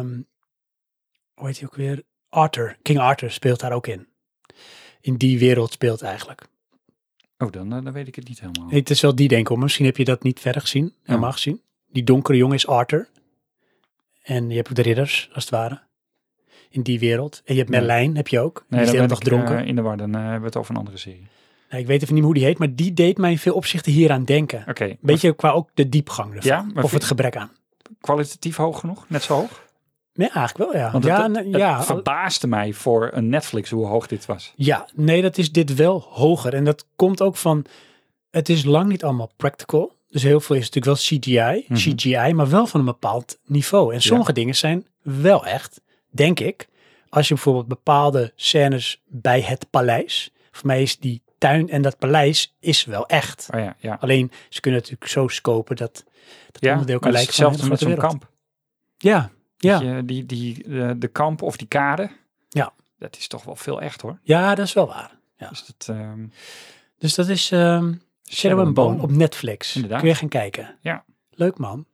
hoe heet hij ook weer? Arthur. King Arthur speelt daar ook in. In die wereld speelt eigenlijk. Oh, dan weet ik het niet helemaal. Nee, het is wel die denk ik, misschien heb je dat niet verder gezien, helemaal gezien. Die donkere jongen is Arthur. En je hebt ook de ridders, als het ware. In die wereld. En je hebt Merlijn, heb je ook. Nee, die dan is ben ik dronken. In de war, dan hebben we het over een andere serie. Nou, ik weet even niet meer hoe die heet, maar die deed mij in veel opzichten hier aan denken. Okay, beetje qua ook de diepgang ervan. Ja, of het gebrek aan. Kwalitatief hoog genoeg? Net zo hoog? Ja, eigenlijk wel, ja. Want het verbaasde mij voor een Netflix hoe hoog dit was. Ja, nee, dat is dit wel hoger. En dat komt ook van, het is lang niet allemaal practical. Dus heel veel is natuurlijk wel CGI, maar wel van een bepaald niveau. En sommige dingen zijn wel echt, denk ik, als je bijvoorbeeld bepaalde scènes bij het paleis, voor mij is die tuin en dat paleis is wel echt. Oh ja. Alleen, ze kunnen natuurlijk zo scopen dat onderdeel kan lijken van hetzelfde met zo'n kamp. Ja. De kamp of die kade. Ja. Dat is toch wel veel echt, hoor. Ja, dat is wel waar. Ja. Dus dat is Shadow and Bone op Netflix. Inderdaad. Kun je gaan kijken. Ja. Leuk, man.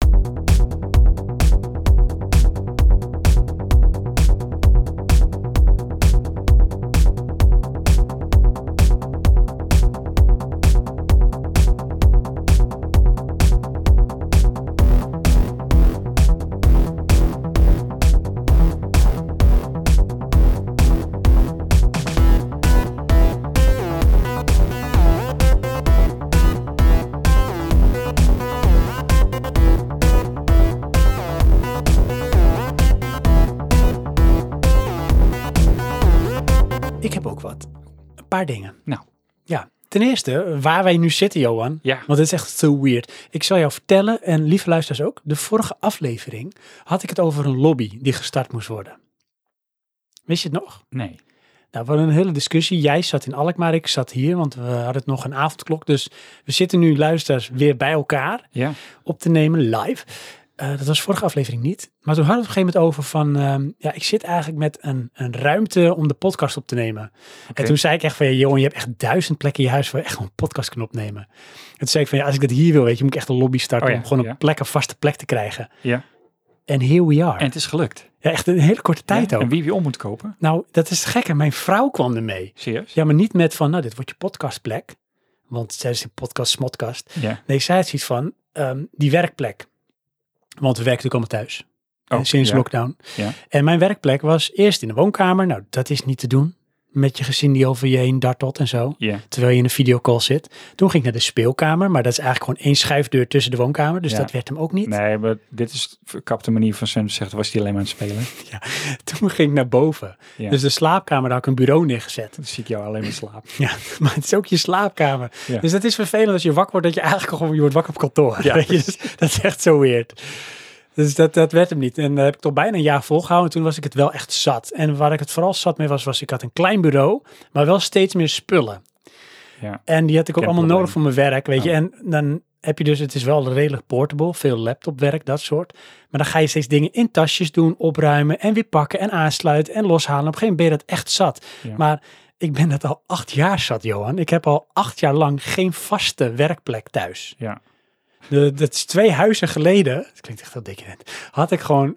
Ik heb ook wat. Een paar dingen. Nou. Ja, ten eerste, waar wij nu zitten, Johan. Ja. Want het is echt zo weird. Ik zal jou vertellen, en lieve luisteraars ook. De vorige aflevering had ik het over een lobby die gestart moest worden. Wist je het nog? Nee. Nou, we hadden een hele discussie. Jij zat in Alkmaar, ik zat hier, want we hadden het nog een avondklok. Dus we zitten nu, luisteraars, weer bij elkaar op te nemen, live. Dat was vorige aflevering niet. Maar toen hadden we het op een gegeven moment over van, ik zit eigenlijk met een ruimte om de podcast op te nemen. Okay. En toen zei ik echt van, jongen, je hebt echt 1000 plekken in je huis waar je echt een podcast kan opnemen. En toen zei ik van, als ik dat hier wil, weet je, moet ik echt een lobby starten om gewoon een vaste plek te krijgen. Ja. En here we are. En het is gelukt. Ja, echt een hele korte tijd ook. En wie heb je om moet kopen? Nou, dat is gek. En mijn vrouw kwam ermee. Serieus? Ja, maar niet met van, nou, dit wordt je podcastplek. Want zij is een podcast, smodcast. Ja. Nee, zij had zoiets van, die werkplek. Want we werken natuurlijk allemaal thuis. Sinds lockdown. Ja. En mijn werkplek was eerst in de woonkamer. Nou, dat is niet te doen. Met je gezin die over je heen dartelt en zo. Ja. Terwijl je in een videocall zit. Toen ging ik naar de speelkamer. Maar dat is eigenlijk gewoon één schuifdeur tussen de woonkamer. Dus dat werd hem ook niet. Nee, maar dit is de verkapte manier van Sam te zeggen. Was hij alleen maar aan het spelen? Ja. Toen ging ik naar boven. Ja. Dus de slaapkamer, daar had ik een bureau neergezet. Dan zie ik jou alleen maar slapen. Ja, maar het is ook je slaapkamer. Ja. Dus dat is vervelend als je wakker wordt. Dat je eigenlijk gewoon, je wordt wakker op kantoor. Ja, Weet je? Dus dat is echt zo weird. Dus dat werd hem niet. En dat heb ik toch bijna een jaar volgehouden. Toen was ik het wel echt zat. En waar ik het vooral zat mee was ik had een klein bureau, maar wel steeds meer spullen. Ja. En die had ik ook allemaal probleem. nodig voor mijn werk, weet je. En dan heb je dus, het is wel redelijk portable, veel laptopwerk, dat soort. Maar dan ga je steeds dingen in tasjes doen, opruimen en weer pakken en aansluiten en loshalen. Op een gegeven moment ben je dat echt zat. Ja. Maar ik ben dat al 8 jaar zat, Johan. Ik heb al 8 jaar lang geen vaste werkplek thuis. Ja. Dat is 2 huizen geleden, dat klinkt echt heel decadent, had ik gewoon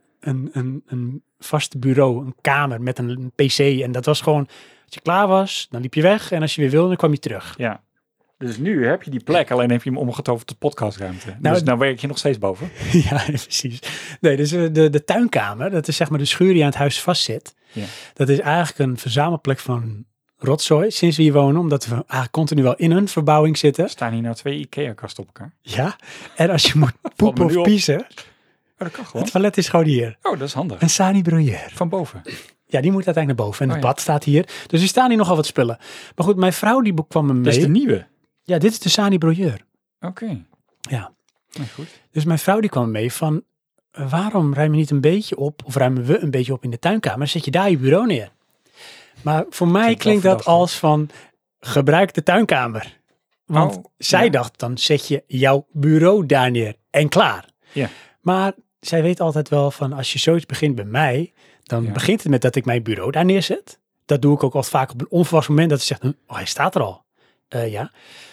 een vaste bureau, een kamer met een pc. En dat was gewoon, als je klaar was, dan liep je weg. En als je weer wilde, dan kwam je terug. Ja. Dus nu heb je die plek, alleen heb je hem omgetoverd tot podcastruimte. Nou, dus nou werk je nog steeds boven. Ja, precies. Nee, dus de tuinkamer, dat is zeg maar de schuur die aan het huis vastzit. Ja. Dat is eigenlijk een verzamelplek van rotzooi, sinds we hier wonen. Omdat we eigenlijk continu wel in een verbouwing zitten. Er staan hier nou 2 IKEA-kasten op elkaar. Ja, en als je moet poepen me nu of op. piezen, Oh, dat kan gewoon. het toilet is gewoon hier. Oh, dat is handig. Een Sani Bruyère. Van boven. Ja, die moet uiteindelijk naar boven. En Oh, het ja. bad staat hier. Dus er staan hier nogal wat spullen. Maar goed, mijn vrouw die kwam me mee. Dat is de nieuwe. Ja, dit is de Sani Bruyère. Oké. Ja. Nou, goed. Dus mijn vrouw die kwam mee van, waarom ruim je niet een beetje op, of ruimen we een beetje op in de tuinkamer, zet je daar je bureau neer. Maar voor mij klinkt dat wel als van, gebruik de tuinkamer. Want zij dacht, dan zet je jouw bureau daar neer en klaar. Ja. Maar zij weet altijd wel van, als je zoiets begint bij mij, dan begint het met dat ik mijn bureau daar neerzet. Dat doe ik ook al vaak op een onverwacht moment, dat ze zegt, oh, hij staat er al. Ja.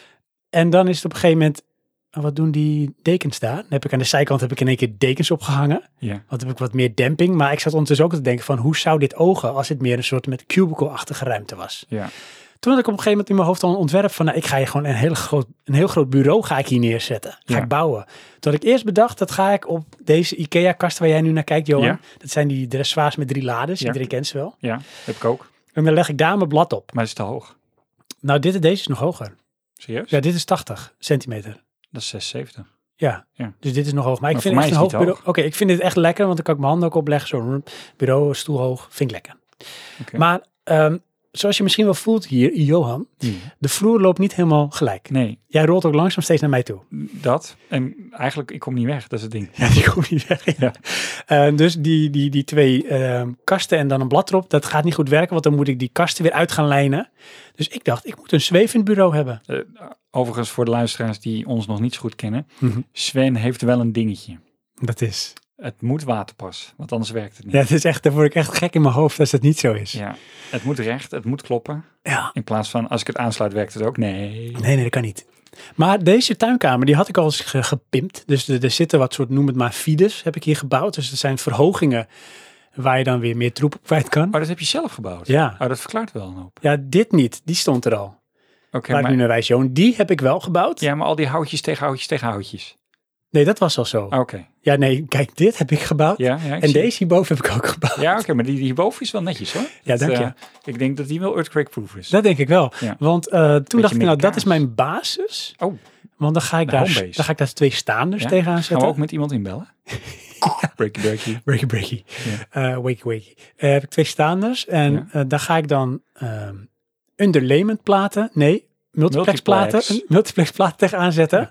En dan is het op een gegeven moment, wat doen die dekens daar? Dan heb ik aan de zijkant in één keer dekens opgehangen. Ja. Want dan heb ik wat meer demping. Maar ik zat ondertussen ook te denken van, hoe zou dit ogen als het meer een soort met cubicle-achtige ruimte was? Ja. Toen had ik op een gegeven moment in mijn hoofd al een ontwerp van, nou, ik ga hier gewoon een heel groot bureau ga ik hier neerzetten. Ga ik bouwen. Toen had ik eerst bedacht, dat ga ik op deze IKEA-kast waar jij nu naar kijkt, Johan. Ja. Dat zijn die dressoirs met 3 lades. Iedereen kent ze wel. Ja, heb ik ook. En dan leg ik daar mijn blad op. Maar het is te hoog. Nou, deze is nog hoger. Serieus? Ja, dit is 80 centimeter. Dat is 76. Ja, Ja. dus dit is nog hoog. Maar ik Maar vind voor echt mij een is hoog het bureau. Oké, ik vind dit echt lekker, want dan kan ik mijn handen ook opleggen. Zo bureau, stoel hoog, vind ik lekker. Oké. Maar zoals je misschien wel voelt hier, Johan, de vloer loopt niet helemaal gelijk. Nee, Jij rolt ook langzaam steeds naar mij toe. dat. En eigenlijk, ik kom niet weg. Dat is het ding. Ja, die komt niet weg. Ja. Dus die 2 kasten en dan een blad erop, dat gaat niet goed werken, want dan moet ik die kasten weer uit gaan lijnen. Dus ik dacht, ik moet een zwevend bureau hebben. Overigens, voor de luisteraars die ons nog niet zo goed kennen. Sven heeft wel een dingetje. Dat is. Het moet waterpas, want anders werkt het niet. Ja, het is echt, dan word ik echt gek in mijn hoofd als dat niet zo is. Ja, het moet recht, het moet kloppen. Ja. In plaats van, als ik het aansluit, werkt het ook. Nee. Nee, dat kan niet. Maar deze tuinkamer, die had ik al eens gepimpt. Dus er zitten wat soort, noem het maar, fides, heb ik hier gebouwd. Dus dat zijn verhogingen waar je dan weer meer troep op kwijt kan. Maar dat heb je zelf gebouwd? Ja. Oh, dat verklaart wel een hoop. Ja, dit niet. Die stond er al. Oké, Waar maar, ik nu naar wijs, Johan. Die heb ik wel gebouwd. ja, maar al die houtjes tegen houtjes tegen houtjes. Nee, dat was al zo. Oké. Ja, nee, kijk, dit heb ik gebouwd. Ja, ik En zie deze hierboven heb ik ook gebouwd. het. Ja, oké, maar die hierboven is wel netjes hoor. Ja, dank je. Ik denk dat die wel earthquake-proof is. Dat denk ik wel. Ja. Want toen dacht ik, meer nou, dat kaas. is mijn basis. Oh, Want dan ga ik, De daar, homebase. dan ga ik daar 2 staanders ja? tegenaan Gaan zetten. we ook met iemand inbellen? Breaky, breaky. Breaky. Wakey. Heb ik 2 staanders. En daar ga ik dan underlayment platen. Nee, multiplex platen tegenaan zetten.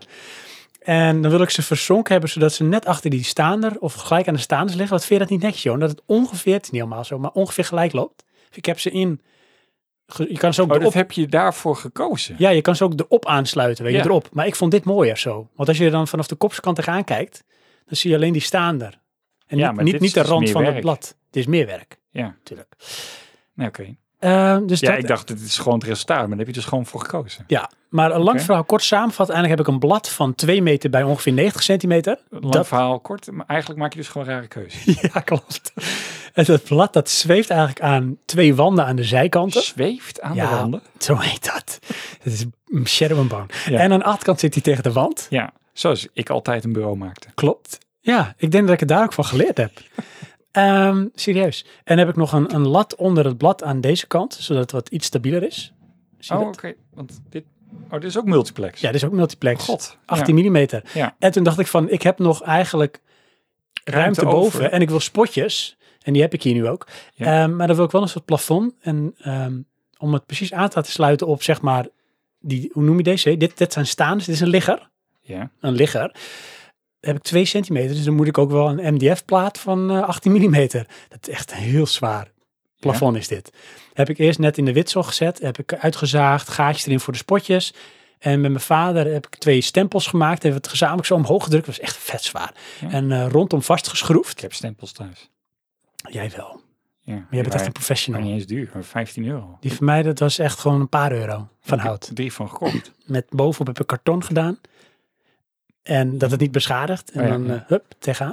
En dan wil ik ze verzonken hebben, zodat ze net achter die staander of gelijk aan de staanders liggen. Wat vind je dat niet netjes, Johan? Dat het ongeveer, het is niet helemaal zo, maar ongeveer gelijk loopt. Ik heb ze in. Je kan ze ook dat erop. heb je daarvoor gekozen? Ja, je kan ze ook erop aansluiten, weet je, Ja. erop. Maar ik vond dit mooier zo. Want als je er dan vanaf de kopskant tegenaan kijkt, dan zie je alleen die staander. En Ja, maar niet dit de is dus rand meer van het werk. blad. Het is meer werk, Ja. natuurlijk. Nee, oké. Dus Ja, dat, ik dacht, dit is gewoon het resultaat. Maar daar heb je dus gewoon voor gekozen. ja, maar een lang Oké. verhaal kort samenvat. Eigenlijk heb ik een blad van 2 meter bij ongeveer 90 centimeter. Lang verhaal kort. Maar eigenlijk maak je dus gewoon rare keuzes. Ja, klopt. En dat blad dat zweeft eigenlijk aan 2 wanden aan de zijkanten. Zweeft aan de Ja, wanden. zo heet dat. Dat is shadow and bone. Ja. En aan de achterkant zit hij tegen de wand. Ja, zoals ik altijd een bureau maakte. Klopt. Ja, ik denk dat ik het daar ook van geleerd heb. Serieus. En dan heb ik nog een lat onder het blad aan deze kant, zodat het wat iets stabieler is. Zie je Oh, dat? oké. Want dit is ook multiplex. Ja, dit is ook multiplex. God. 18 millimeter. Ja. En toen dacht ik van, ik heb nog eigenlijk ruimte boven. over. En ik wil spotjes. En die heb ik hier nu ook. Ja. Maar dan wil ik wel een soort plafond. En om het precies aan te laten sluiten op, zeg maar, hoe noem je deze? Dit zijn staanders. Dit is een ligger. Ja. Een ligger. Dan heb ik 2 centimeter. Dus dan moet ik ook wel een MDF-plaat van 18 millimeter. Dat is echt een heel zwaar plafond is dit. Heb ik eerst net in de witsel gezet. Heb ik uitgezaagd. Gaatjes erin voor de spotjes. En met mijn vader heb ik 2 stempels gemaakt. Hebben we het gezamenlijk zo omhoog gedrukt. Dat was echt vet zwaar. Ja. En rondom vastgeschroefd. Ik heb stempels thuis. Jij wel. Ja. Maar jij bent echt een professional. niet eens duur. Maar 15 euro. Die van mij, dat was echt gewoon een paar euro van hout. 3 van gekocht. Met bovenop heb ik karton gedaan. En dat het niet beschadigt. En Oh ja, dan, ja. hup, tegenaan.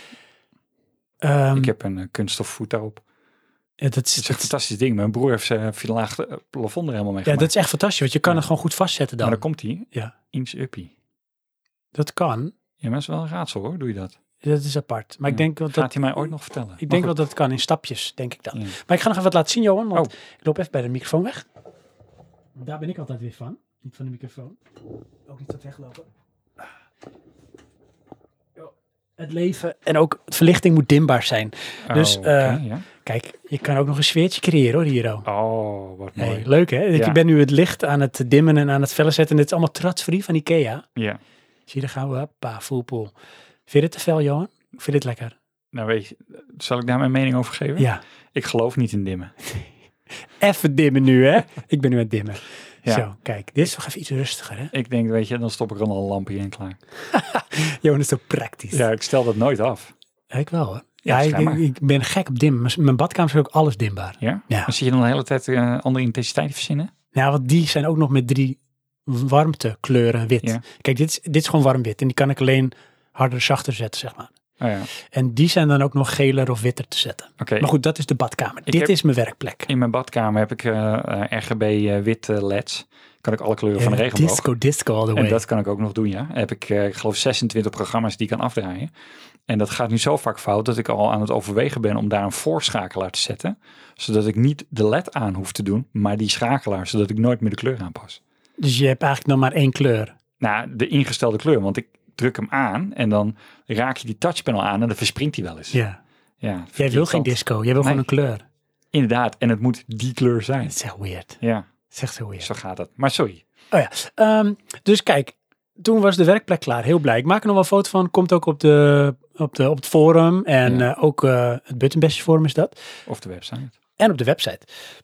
Ik heb een kunststof voet daarop. Dat Het is echt een fantastisch ding. Mijn broer heeft zijn laag plafond er helemaal mee ja, gemaakt. dat is echt fantastisch. Want je kan Ja. het gewoon goed vastzetten dan. Maar dan komt hij. Ja. Inch uppie. Dat kan. Ja, maar dat is wel een raadsel hoor. Doe je dat? Dat is apart. Maar ik Ja. denk wel Gaat dat... hij mij ooit nog vertellen? Ik denk wel dat het kan in stapjes, denk ik dan. Ja. Maar ik ga nog even wat laten zien, Johan. Want Oh. ik loop even bij de microfoon weg. Daar ben ik altijd weer van. Niet van de microfoon. Ook niet dat weglopen. Het leven en ook het verlichting moet dimbaar zijn. Dus, oké, ja. Kijk, je kan ook nog een sfeertje creëren hoor, hier. Oh, wat mooi. Hey, leuk hè? Ja. Ik ben nu het licht aan het dimmen en aan het fellen zetten. En dit is allemaal tradsfree van Ikea. Ja. Zie je, daar gaan we. Hoppa, full pool. Vind je dit te fel, Johan? Vind je dit lekker? Nou weet je, zal ik daar mijn mening over geven? Ja. Ik geloof niet in dimmen. Even dimmen nu, hè? Ik ben nu aan het dimmen. Ja. Zo, kijk. Dit is toch even iets rustiger, hè? Ik denk, weet je, dan stop ik er al een lampje in klaar. Johan is zo praktisch. Ja, ik stel dat nooit af. Ja, ik wel, hoor. Ja, Ja, schijnbaar. ik ben gek op dimmen. Mijn badkamer is ook alles dimbaar. Ja? Ja. Maar zie je dan de hele tijd andere intensiteiten verzinnen? Nou, want die zijn ook nog met 3 warmtekleuren wit. Ja. Kijk, dit is gewoon warm wit. En die kan ik alleen harder, zachter zetten, zeg maar. Oh ja. En die zijn dan ook nog geler of witter te zetten. Oké. Maar goed, dat is de badkamer. Dit heb- is mijn werkplek. In mijn badkamer heb ik RGB witte LED's. Kan ik alle kleuren van de regenboog. Disco all the way. En dat kan ik ook nog doen, ja. Heb ik geloof 26 programma's die ik kan afdraaien. En dat gaat nu zo vaak fout dat ik al aan het overwegen ben om daar een voorschakelaar te zetten. Zodat ik niet de LED aan hoef te doen, maar die schakelaar, zodat ik nooit meer de kleur aanpas. Dus je hebt eigenlijk nog maar 1 kleur. Nou, de ingestelde kleur, want ik druk hem aan en dan raak je die touchpanel aan en dan verspringt hij wel eens. Ja. Ja, Jij wil geen disco. Jij wil gewoon een kleur. Inderdaad, en het moet die kleur zijn. Dat is echt weird. Ja, Dat is echt zo weird. zo gaat dat. Maar sorry. Oh ja. Dus kijk, toen was de werkplek klaar. Heel blij. Ik maak er nog wel een foto van. Komt ook op het forum. En Ja. ook het Buttonbestjes forum is dat. Of de website. En op de website.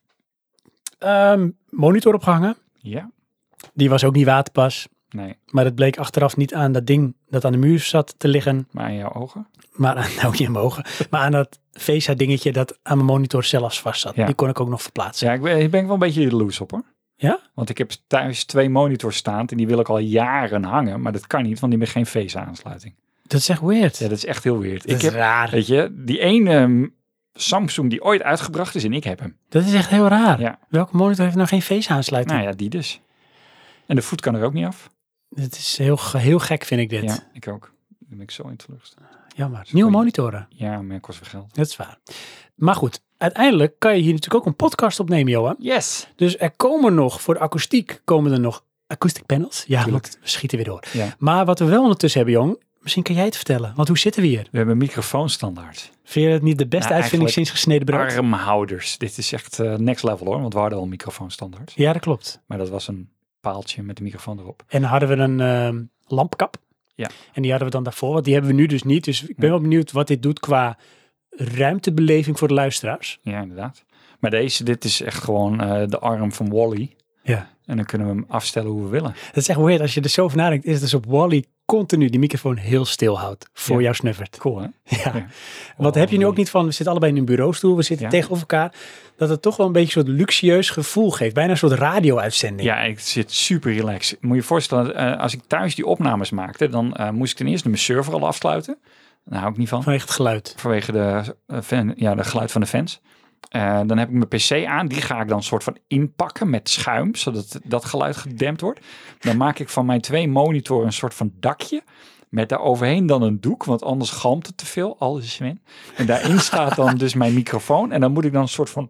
Monitor opgehangen. Ja, Die was ook niet waterpas. nee. Maar het bleek achteraf niet aan dat ding dat aan de muur zat te liggen. Maar aan jouw ogen? Maar aan, nou niet aan mijn ogen. Maar aan dat VESA dingetje dat aan mijn monitor zelfs vast zat. Ja. Die kon ik ook nog verplaatsen. Ja, ik ben wel een beetje jaloers op hoor. Ja? Want ik heb thuis 2 monitors staan en die wil ik al jaren hangen. Maar dat kan niet, want die hebben geen VESA-aansluiting. Dat is echt weird. Ja, dat is echt heel weird. Dat Ik is heb, raar. weet je, die ene Samsung die ooit uitgebracht is en ik heb hem. Dat is echt heel raar. Ja. Welke monitor heeft nou geen VESA-aansluiting? Nou ja, die dus. En de voet kan er ook niet af. Het is heel gek, vind ik dit. Ja, ik ook. Daar ben ik zo in teleurgesteld. Jammer. Nieuwe monitoren. Ja, maar het kost weer geld. Dat is waar. Maar goed, uiteindelijk kan je hier natuurlijk ook een podcast opnemen, Johan. Yes! Dus er komen nog, voor de akoestiek, komen er nog acoustic panels. Ja, Tuurlijk. want we schieten weer door. Ja. Maar wat we wel ondertussen hebben, Jong, misschien kan jij het vertellen. Want hoe zitten we hier? We hebben een microfoonstandaard. Vind je het niet de beste Nou, uitvinding eigenlijk sinds gesneden brood? Armhouders. Dit is echt next level hoor, want we hadden al een microfoonstandaard. Ja, dat klopt. Maar dat was een paaltje met de microfoon erop. En dan hadden we een lampkap. Ja. En die hadden we dan daarvoor, want die hebben we nu dus niet. Dus ik ben wel benieuwd wat dit doet qua ruimtebeleving voor de luisteraars. Ja, inderdaad. Maar dit is echt gewoon de arm van Wall-E. Ja. En dan kunnen we hem afstellen hoe we willen. Dat is echt weird. Als je er zo over nadenkt, is het dus op Wall-E continu die microfoon heel stil houdt voor jouw snuffert. Cool, hè? Ja. Ja. Wat heb je nu ook niet van, we zitten allebei in een bureaustoel, we zitten Ja. tegenover elkaar, dat het toch wel een beetje een soort luxueus gevoel geeft. Bijna een soort radio-uitzending. Ja, ik zit super relaxed. Moet je je voorstellen, als ik thuis die opnames maakte, dan moest ik ten eerste mijn server al afsluiten. Daar hou ik niet van. Vanwege het geluid. Vanwege de geluid van de fans. Dan heb ik mijn PC aan. Die ga ik dan soort van inpakken met schuim, zodat dat geluid gedempt wordt. Dan maak ik van mijn 2 monitoren een soort van dakje. Met daar overheen dan een doek, want anders galmt het te veel. Alles is win. En daarin staat dan dus mijn microfoon. En dan moet ik dan een soort van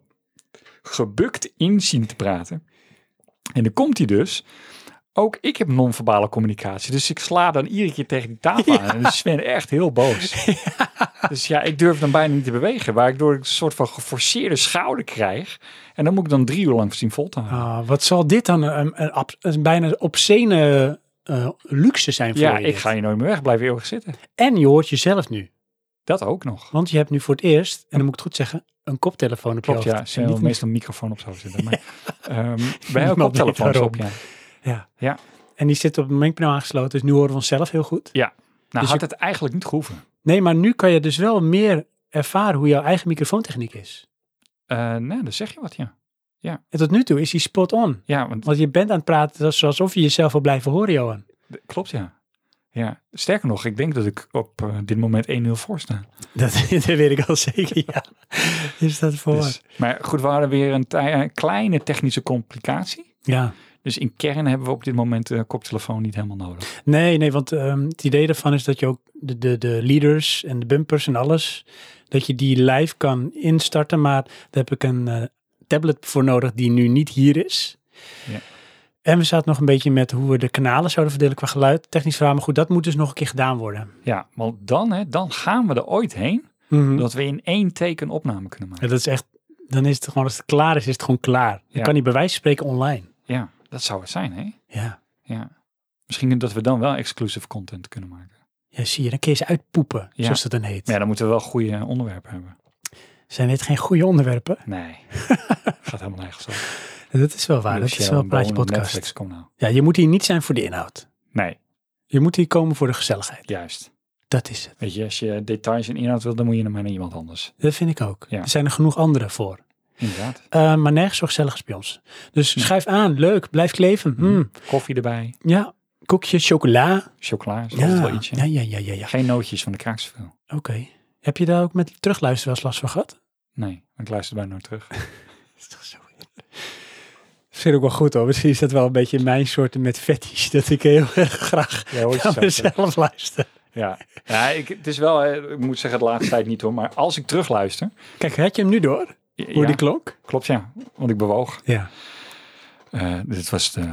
gebukt in zien te praten. En dan komt hij dus. Ook ik heb non-verbale communicatie. Dus ik sla dan iedere keer tegen die tafel aan. En dan is Sven echt heel boos. Dus ja, ik durf dan bijna niet te bewegen. Waardoor ik een soort van geforceerde schouder krijg. En dan moet ik dan 3 uur lang zien vol te houden. Wat zal dit dan een bijna obscene luxe zijn voor Ja, je? ik ga hier nooit meer weg. Blijf eeuwig zitten. En je hoort jezelf nu. Dat ook nog. Want je hebt nu voor het eerst, en dan moet ik het goed zeggen, een koptelefoon op je Klopt, hoofd. ja. Ze hebben meestal een microfoon op zo zitten. Maar wij hebben Niemand koptelefoons weet op, ja. Ja. Ja. En die zit op een mengpaneel aangesloten, dus nu horen we onszelf heel goed. Ja. Nou, Dus had het eigenlijk niet gehoeven. Nee, maar nu kan je dus wel meer ervaren hoe jouw eigen microfoontechniek is. Nee, dan zeg je wat, ja. En tot nu toe is die spot on. Ja, want Want je bent aan het praten alsof je jezelf wil blijven horen, Johan. klopt, ja. Ja, sterker nog, ik denk dat ik op dit moment 1-0 voor sta. Dat weet ik al zeker, ja. Is dat voor? Dus, maar goed, we hadden weer een kleine technische complicatie. Ja. Dus in kern hebben we op dit moment de koptelefoon niet helemaal nodig. Nee, want het idee daarvan is dat je ook de leaders en de bumpers en alles, dat je die live kan instarten. Maar daar heb ik een tablet voor nodig die nu niet hier is. Ja. En we zaten nog een beetje met hoe we de kanalen zouden verdelen qua geluid, technisch verhaal. Maar goed, dat moet dus nog een keer gedaan worden. Ja, want dan gaan we er ooit heen, dat we in 1 take een opname kunnen maken. Ja, dat is echt, dan is het gewoon, als het klaar is het gewoon klaar. Dan kan die bij wijze van spreken online. Ja, dat zou het zijn, hè? Ja. Ja. Misschien dat we dan wel exclusive content kunnen maken. Ja, zie je, dan kun je ze uitpoepen, zoals dat dan heet. Maar ja, dan moeten we wel goede onderwerpen hebben. Zijn dit geen goede onderwerpen? Nee, gaat helemaal nergens over. Dat is wel waar, dat is wel een praatje podcast. Netflix, kom nou. Ja, je moet hier niet zijn voor de inhoud. Nee, Je moet hier komen voor de gezelligheid. juist. Dat is het. Weet je, als je details en inhoud wil, dan moet je naar iemand anders. Dat vind ik ook. Ja. Er zijn er genoeg anderen voor. Inderdaad. Maar nergens zo gezellig als bij ons. Dus schuif aan, leuk, blijf kleven. Koffie erbij, Ja, koekje, chocola. chocola, is altijd wel ietsje. Ja. Geen nootjes van de Kraaksveel. Oké. Heb je daar ook met terugluisteren wel eens last van gehad? Nee, ik luister bijna nooit terug. Dat is toch zo vind ik ook wel goed hoor. Misschien is dat wel een beetje mijn soort met fetish. Dat ik heel erg graag naar mezelf luister. Ja, het is wel, ik moet zeggen de laatste tijd niet hoor, maar als ik terugluister. Kijk, had je hem nu door? Hoe die klonk? Klopt, ja, want ik bewoog. Ja. Dit was de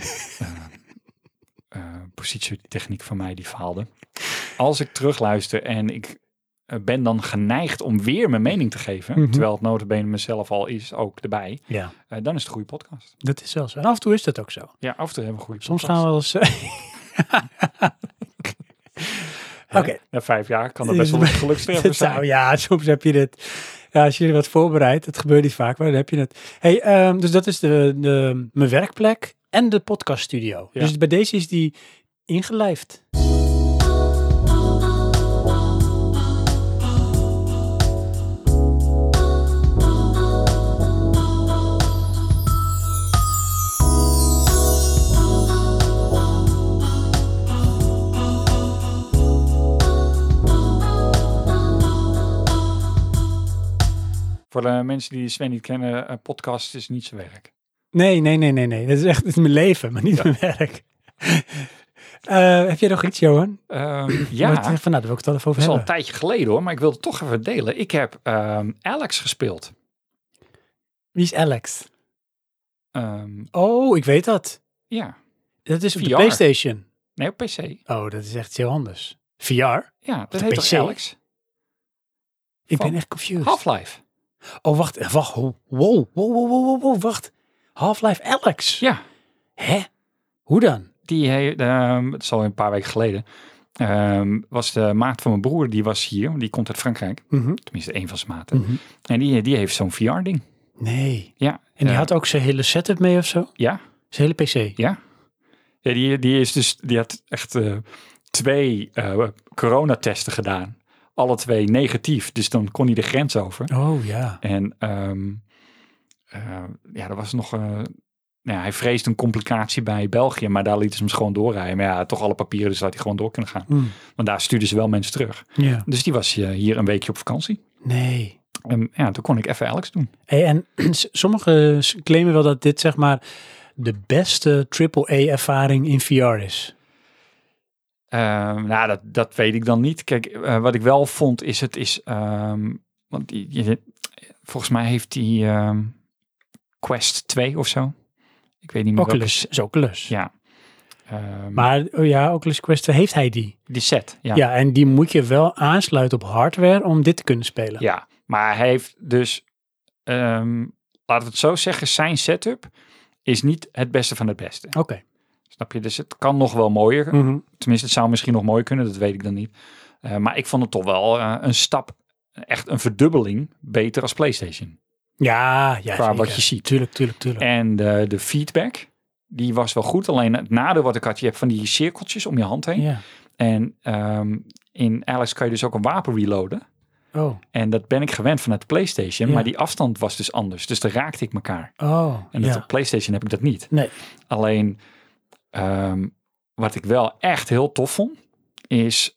positietechniek van mij die faalde. Als ik terugluister en ik ben dan geneigd om weer mijn mening te geven, terwijl het nota bene mezelf al is ook erbij, Ja. Dan is het een goede podcast. Dat is wel zo. En af en toe is dat ook zo. Ja, af en toe hebben we een goede Soms podcast. gaan we wel eens... Oké. Na 5 jaar kan er best wel een gelukstreffer zijn. Nou ja, soms heb je dit. Ja, als je er wat voorbereidt, het gebeurt niet vaak, maar dan heb je het. Hey, dus dat is mijn werkplek en de podcaststudio. Ja. Dus bij deze is die ingelijfd. Voor de mensen die Sven niet kennen, een podcast is niet zijn werk. Nee. Dat is echt mijn leven, maar niet mijn werk. Heb jij nog iets, Johan? Ja, Van, nou, daar wil ik het wel even over dat is al een hebben. tijdje geleden hoor, maar ik wil het toch even delen. Ik heb Alex gespeeld. Wie is Alex? Ehm, Oh, ik weet dat. ja, Dat is op de VR. PlayStation. nee op PC. Oh, dat is echt iets heel anders. VR? Ja, dat de heet toch PC? Alex? Ik Van ben echt confused. Half-Life. Oh, wacht. Wow, wacht. Half-Life Alex? Ja, Hè? Hoe dan? het is al een paar weken geleden. Was de maat van mijn broer, die was hier. Die komt uit Frankrijk. Tenminste, een van zijn maten. En die heeft zo'n VR-ding. Nee. Ja. En die had ook zijn hele setup mee of zo? Ja, Zijn hele PC? ja. Ja, die had echt 2 coronatesten gedaan. Alle 2 negatief. Dus dan kon hij de grens over. Oh ja. En er was nog... hij vreesde een complicatie bij België, maar daar lieten ze hem gewoon doorrijden. Maar ja, toch alle papieren, dus had hij gewoon door kunnen gaan. Want daar stuurden ze wel mensen terug. Ja. Dus die was hier een weekje op vakantie. Nee. En toen kon ik even Alex doen. Hey, en sommigen claimen wel dat dit zeg maar de beste AAA-ervaring in VR is. Dat weet ik dan niet. Kijk, wat ik wel vond is, want volgens mij heeft hij Quest 2 of zo. Ik weet niet meer Oculus, is Oculus. Ja. Maar Oculus Quest 2 heeft hij die. Die set, ja. Ja, en die moet je wel aansluiten op hardware om dit te kunnen spelen. Ja, maar hij heeft dus, laten we het zo zeggen, zijn setup is niet het beste van het beste. Oké. Snap je? Dus het kan nog wel mooier. Mm-hmm. Tenminste, het zou misschien nog mooier kunnen, dat weet ik dan niet. Maar ik vond het toch wel een stap, echt een verdubbeling, beter als PlayStation. Ja, qua wat je ziet. Tuurlijk. En de feedback, die was wel goed. Alleen het nadeel wat ik had, je hebt van die cirkeltjes om je hand heen. Ja. En in Alex kan je dus ook een wapen reloaden. Oh. En dat ben ik gewend vanuit de PlayStation. Ja. Maar die afstand was dus anders. Dus daar raakte ik elkaar. Oh, En op PlayStation heb ik dat niet. Nee. Alleen, wat ik wel echt heel tof vond, is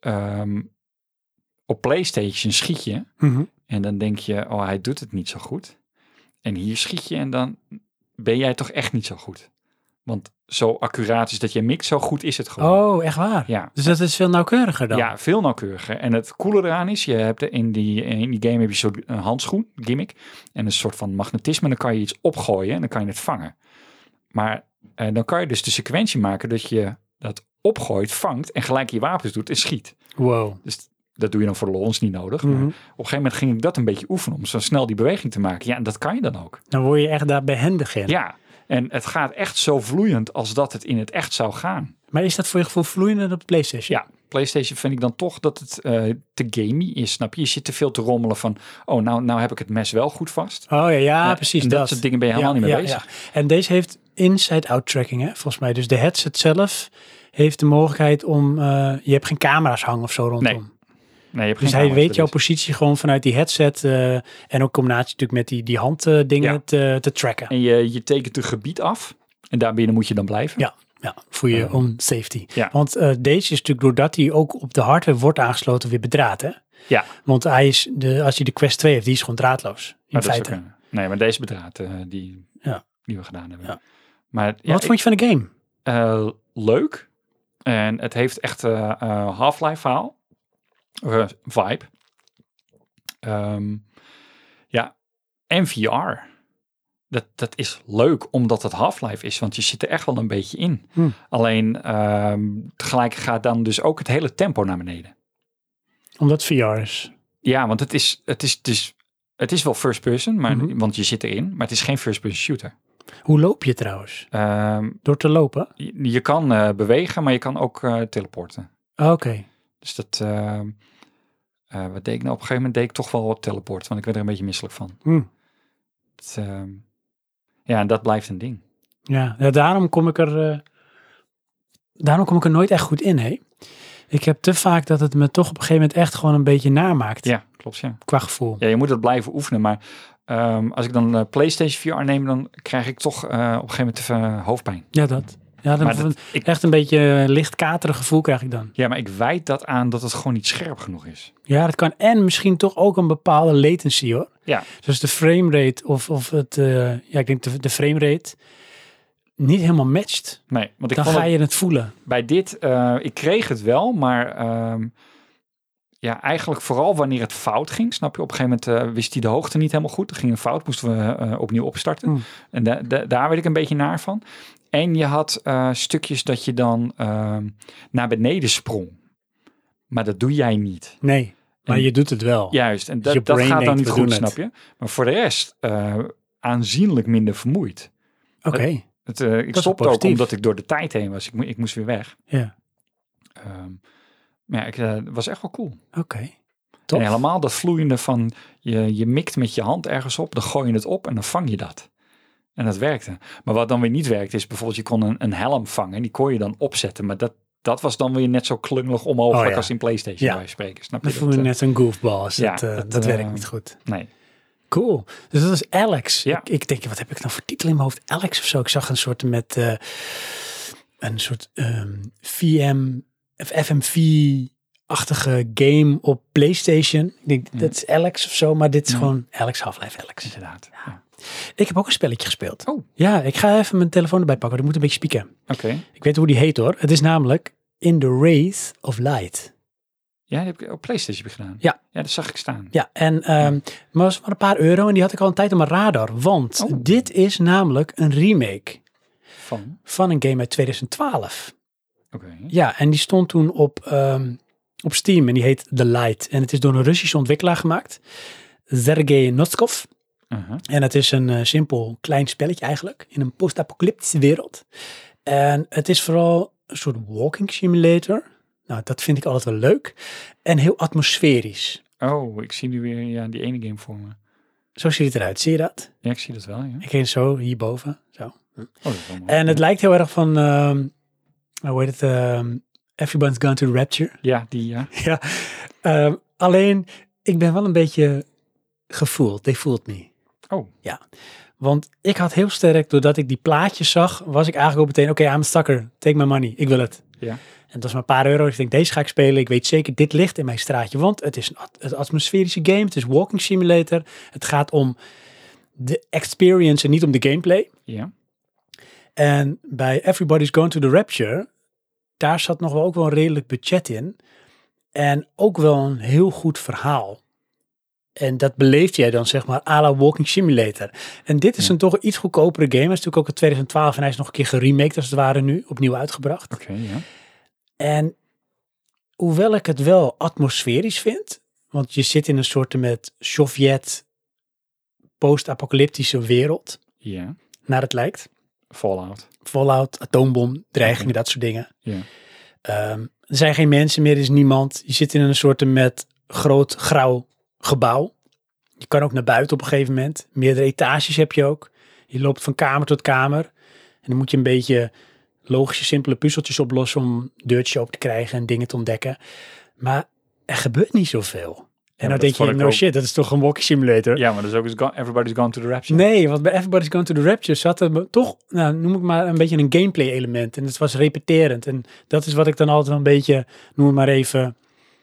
op PlayStation schiet je. Mm-hmm. En dan denk je, oh, hij doet het niet zo goed. En hier schiet je en dan ben jij toch echt niet zo goed. Want zo accuraat is dat je mikt, zo goed is het gewoon. Oh, echt waar? Ja. Dus dat is veel nauwkeuriger dan? Ja, veel nauwkeuriger. En het coole eraan is, je hebt in die game heb je zo'n handschoen, gimmick. En een soort van magnetisme. En dan kan je iets opgooien en dan kan je het vangen. Maar dan kan je dus de sequentie maken dat je dat opgooit, vangt en gelijk je wapens doet en schiet. Wow. Dus dat doe je dan voor de lol, is niet nodig. Mm-hmm. Maar op een gegeven moment ging ik dat een beetje oefenen om zo snel die beweging te maken. Ja, en dat kan je dan ook. Dan word je echt daar behendig in. Ja, en het gaat echt zo vloeiend als dat het in het echt zou gaan. Maar is dat voor je gevoel vloeiender op PlayStation? Ja, PlayStation vind ik dan toch dat het te gamey is, snap je? Je zit te veel te rommelen van, oh, nou heb ik het mes wel goed vast. Oh ja, precies. En dat soort dingen ben je helemaal niet mee bezig. Ja. En deze heeft inside-out tracking, hè, volgens mij. Dus de headset zelf heeft de mogelijkheid om, je hebt geen camera's hangen of zo rondom. Nee, je hebt dus geen hij weet camera's, jouw positie gewoon vanuit die headset en ook in combinatie natuurlijk met die handdingen te tracken. En je tekent het gebied af en daarbinnen moet je dan blijven. Ja, voor je own safety. Ja. Want deze is natuurlijk doordat hij ook op de hardware wordt aangesloten weer bedraad, hè? Ja. Want hij is als je de Quest 2 heeft, die is gewoon draadloos. In feite. Nee, maar deze bedraad die we gedaan hebben. Ja. Maar wat vond je van de game? Leuk. En het heeft echt Half-Life verhaal. Vibe. En VR. Dat is leuk omdat het Half-Life is, want je zit er echt wel een beetje in. Alleen tegelijk gaat dan dus ook het hele tempo naar beneden. Omdat VR is. Ja, want het is wel first person, maar, want je zit erin, maar het is geen first person shooter. Hoe loop je trouwens? Door te lopen? Je kan bewegen, maar je kan ook teleporten. Oké. Dus dat... wat deed ik nou? Op een gegeven moment deed ik toch wel teleport, want ik werd er een beetje misselijk van. En dat blijft een ding. Ja, daarom kom ik er nooit echt goed in, hè? Ik heb te vaak dat het me toch op een gegeven moment echt gewoon een beetje namaakt. Ja, klopt, ja. Qua gevoel. Ja, je moet het blijven oefenen, maar als ik dan PlayStation VR neem, dan krijg ik toch op een gegeven moment even hoofdpijn. Ja, dat. Ja, dan echt een beetje licht katerig gevoel krijg ik dan. Ja, maar ik wijd dat aan dat het gewoon niet scherp genoeg is. Ja, dat kan. En misschien toch ook een bepaalde latency, hoor. Ja. Dus de framerate of het, ik denk de framerate niet helemaal matcht. Nee, want dan ga je het voelen. Bij dit, ik kreeg het wel, maar eigenlijk vooral wanneer het fout ging, snap je? Op een gegeven moment wist hij de hoogte niet helemaal goed. Er ging een fout, moesten we opnieuw opstarten. En daar werd ik een beetje naar van. En je had stukjes dat je dan naar beneden sprong. Maar dat doe jij niet. Nee, maar je doet het wel. Juist, en dat gaat dan niet goed, snap je? Maar voor de rest aanzienlijk minder vermoeid. Oké. Ik stopte ook omdat ik door de tijd heen was. Ik moest weer weg. Ja. Maar het was echt wel cool. Oké. En helemaal dat vloeiende van je mikt met je hand ergens op, dan gooi je het op en dan vang je dat. En dat werkte. Maar wat dan weer niet werkt is bijvoorbeeld je kon een helm vangen. Die kon je dan opzetten. Maar dat was dan weer net zo klungelig onmogelijk Oh, ja. als in PlayStation, Ja. bij spreken. Snap je Dat voelde dat? net een goofball. ja, Dat werkt niet goed. Nee. Cool. Dus dat is Alex. Ja. Ik denk, wat heb ik nou voor titel in mijn hoofd? Alex of zo. Ik zag een soort met een soort VM of FMV-achtige game op PlayStation. Ik denk, dat is Alex of zo, maar dit is gewoon Alex, Half-Life Alex. Inderdaad. Ja. Ik heb ook een spelletje gespeeld. Oh. Ja, ik ga even mijn telefoon erbij pakken. Die moet een beetje spieken. Oké. Ik weet hoe die heet hoor. Het is namelijk In the Wraith of Light. Ja, die heb ik op PlayStation gedaan. Ja. Ja, dat zag ik staan. Ja, en maar was maar een paar euro en die had ik al een tijd op mijn radar. Want dit is namelijk een remake van een game uit 2012. Oké. Ja, en die stond toen op Steam en die heet The Light. En het is door een Russische ontwikkelaar gemaakt. Sergei Noskov. En het is een simpel klein spelletje eigenlijk in een post-apocalyptische wereld. En het is vooral een soort walking simulator. Nou, dat vind ik altijd wel leuk. En heel atmosferisch. Oh, ik zie nu weer die ene game voor me. Zo ziet het eruit. Zie je dat? Ja, ik zie dat wel, ja. Ik ging zo hierboven. Zo. Oh, dat is wel mooi. En het lijkt heel erg van, hoe heet het? Everyone's Gone to the Rapture. Ja, die, ja. Ja. Alleen, ik ben wel een beetje gevoeld. They fooled me. Oh. Ja. Want ik had heel sterk, doordat ik die plaatjes zag, was ik eigenlijk ook meteen, oké, I'm a sucker. Take my money. Ik wil het. Ja. En dat was maar een paar euro. Dus ik denk, deze ga ik spelen. Ik weet zeker, dit ligt in mijn straatje. Want het is een atmosferische game. Het is walking simulator. Het gaat om de experience en niet om de gameplay. Ja. En bij Everybody's Gone to the Rapture, daar zat nog wel ook wel een redelijk budget in. En ook wel een heel goed verhaal. En dat beleefd jij dan zeg maar à la Walking Simulator. En dit is een toch iets goedkopere game. Hij is natuurlijk ook in 2012 en hij is nog een keer geremaked als het ware nu. Opnieuw uitgebracht. Oké, ja. En hoewel ik het wel atmosferisch vind. Want je zit in een soort met Sovjet post-apocalyptische wereld. Ja. Naar het lijkt. Fallout, atoombom, dreigingen, dat soort dingen. Ja. Er zijn geen mensen meer, er is niemand. Je zit in een soort met groot grauw gebouw. Je kan ook naar buiten op een gegeven moment. Meerdere etages heb je ook. Je loopt van kamer tot kamer. En dan moet je een beetje logische, simpele puzzeltjes oplossen om deurtjes open te krijgen en dingen te ontdekken. Maar er gebeurt niet zoveel. En dan denk je, no shit, dat is toch een walking simulator? Ja, maar dat is ook Everybody's Gone to the Rapture. Nee, want bij Everybody's Gone to the Rapture zat er toch, nou, noem ik maar een beetje een gameplay element. En het was repeterend. En dat is wat ik dan altijd wel een beetje, noem het maar even,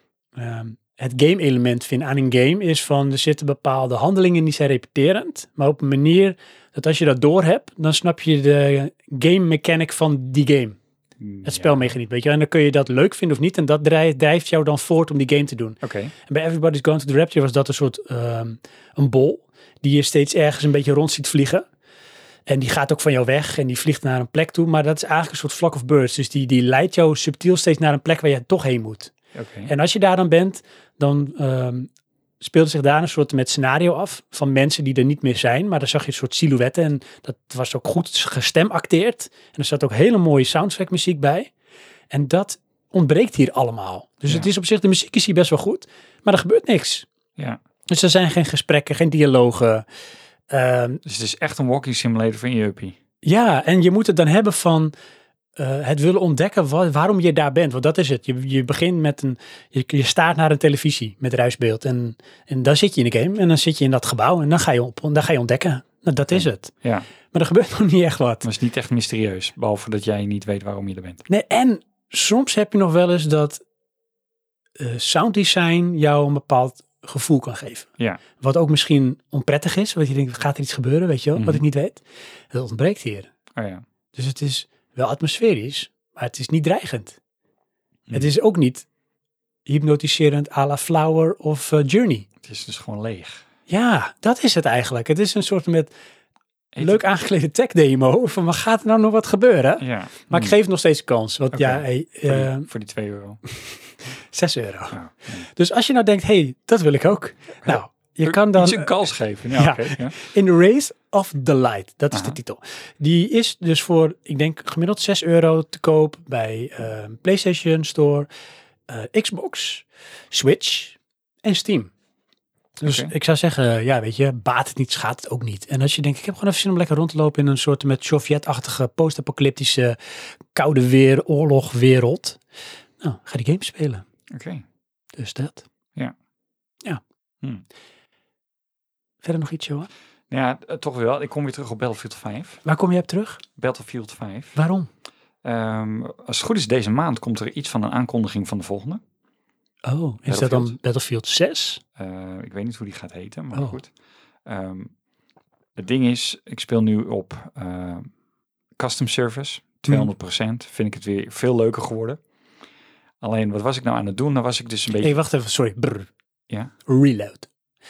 het game element vind aan een game. Is van, er zitten bepaalde handelingen die zijn repeterend. Maar op een manier dat als je dat door hebt, dan snap je de game mechanic van die game. Het spelmechaniek, weet je. En dan kun je dat leuk vinden of niet. En dat drijft jou dan voort om die game te doen. Oké. En bij Everybody's Gone to the Rapture was dat een soort een bol. Die je steeds ergens een beetje rond ziet vliegen. En die gaat ook van jou weg. En die vliegt naar een plek toe. Maar dat is eigenlijk een soort flock of birds. Dus die leidt jou subtiel steeds naar een plek waar je toch heen moet. Okay. En als je daar dan bent, dan speelde zich daar een soort met scenario af. Van mensen die er niet meer zijn. Maar dan zag je een soort silhouetten. En dat was ook goed gestemacteerd. En er zat ook hele mooie soundtrack muziek bij. En dat ontbreekt hier allemaal. Dus het is op zich, de muziek is hier best wel goed. Maar er gebeurt niks. Ja. Dus er zijn geen gesprekken, geen dialogen. Dus het is echt een walking simulator van je uppie. Ja, en je moet het dan hebben van het willen ontdekken waarom je daar bent. Want dat is het. Je begint met je staart naar een televisie met ruisbeeld. En dan zit je in de game en dan zit je in dat gebouw. En dan ga je ontdekken. Nou, dat is het. Ja. Maar er gebeurt nog niet echt wat. Maar het is niet echt mysterieus. Behalve dat jij niet weet waarom je er bent. Nee, en soms heb je nog wel eens dat sounddesign jou een bepaald gevoel kan geven. Ja. Wat ook misschien onprettig is. Want je denkt, gaat er iets gebeuren, weet je wel? Wat ik niet weet. Dat ontbreekt hier. Oh ja. Dus het is wel atmosferisch, maar het is niet dreigend. Het is ook niet hypnotiserend à la Flower of Journey. Het is dus gewoon leeg. Ja, dat is het eigenlijk. Het is een soort met leuk aangeklede tech demo. Van, wat gaat er nou nog wat gebeuren? Ja. Maar ik geef het nog steeds een kans. Want voor die 2 euro. 6 euro. Oh, ja. Dus als je nou denkt, hey, dat wil ik ook. Nou, je kan dan een kans geven. Ja, okay, ja. In the Race of the Light. Dat is de titel. Die is dus voor, ik denk, gemiddeld 6 euro te koop bij PlayStation Store, Xbox, Switch en Steam. Dus ik zou zeggen, ja, weet je, baat het niet, schaadt het ook niet. En als je denkt, ik heb gewoon even zin om lekker rond te lopen in een soort met Sovjet-achtige post-apocalyptische koude oorlogwereld. Nou, ga die game spelen. Oké. Dus dat. Ja. Ja. Verder nog iets, Johan? Ja, toch wel. Ik kom weer terug op Battlefield 5. Waar kom je op terug? Battlefield 5. Waarom? Als het goed is, deze maand komt er iets van een aankondiging van de volgende. Oh, is dat dan Battlefield 6? Ik weet niet hoe die gaat heten, maar Oh. goed. Het ding is, ik speel nu op custom service, 200%. Vind ik het weer veel leuker geworden. Alleen, wat was ik nou aan het doen? Dan was ik dus een beetje... Hey, wacht even, sorry. Brr. Ja? Reload.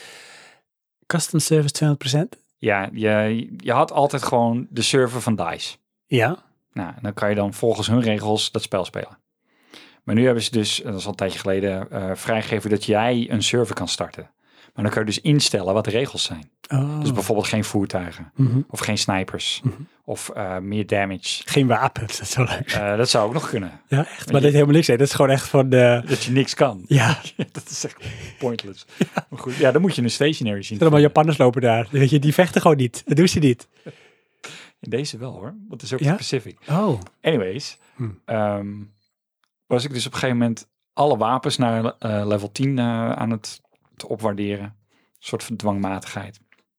Custom service 200%? Ja, je had altijd gewoon de server van DICE. Ja. Nou, dan kan je dan volgens hun regels dat spel spelen. Maar nu hebben ze dus, dat is al een tijdje geleden, vrijgegeven dat jij een server kan starten. Maar dan kan je dus instellen wat de regels zijn. Oh. Dus bijvoorbeeld geen voertuigen. Of geen snipers. Of meer damage. Geen wapens, dat is zo leuk. Dat zou ook nog kunnen. Ja, echt. Maar dat is helemaal niks. Hè. Dat is gewoon echt van de... Dat je niks kan. Ja. Dat is echt pointless. Maar goed, ja, dan moet je een stationary zien. Allemaal Japanners lopen daar. Weet je, die vechten gewoon niet. Dat doen ze niet. In deze wel hoor. Want het is ook Ja? specific. Oh. Anyways. Was ik dus op een gegeven moment alle wapens naar level 10 aan het te opwaarderen. Een soort van dwangmatigheid.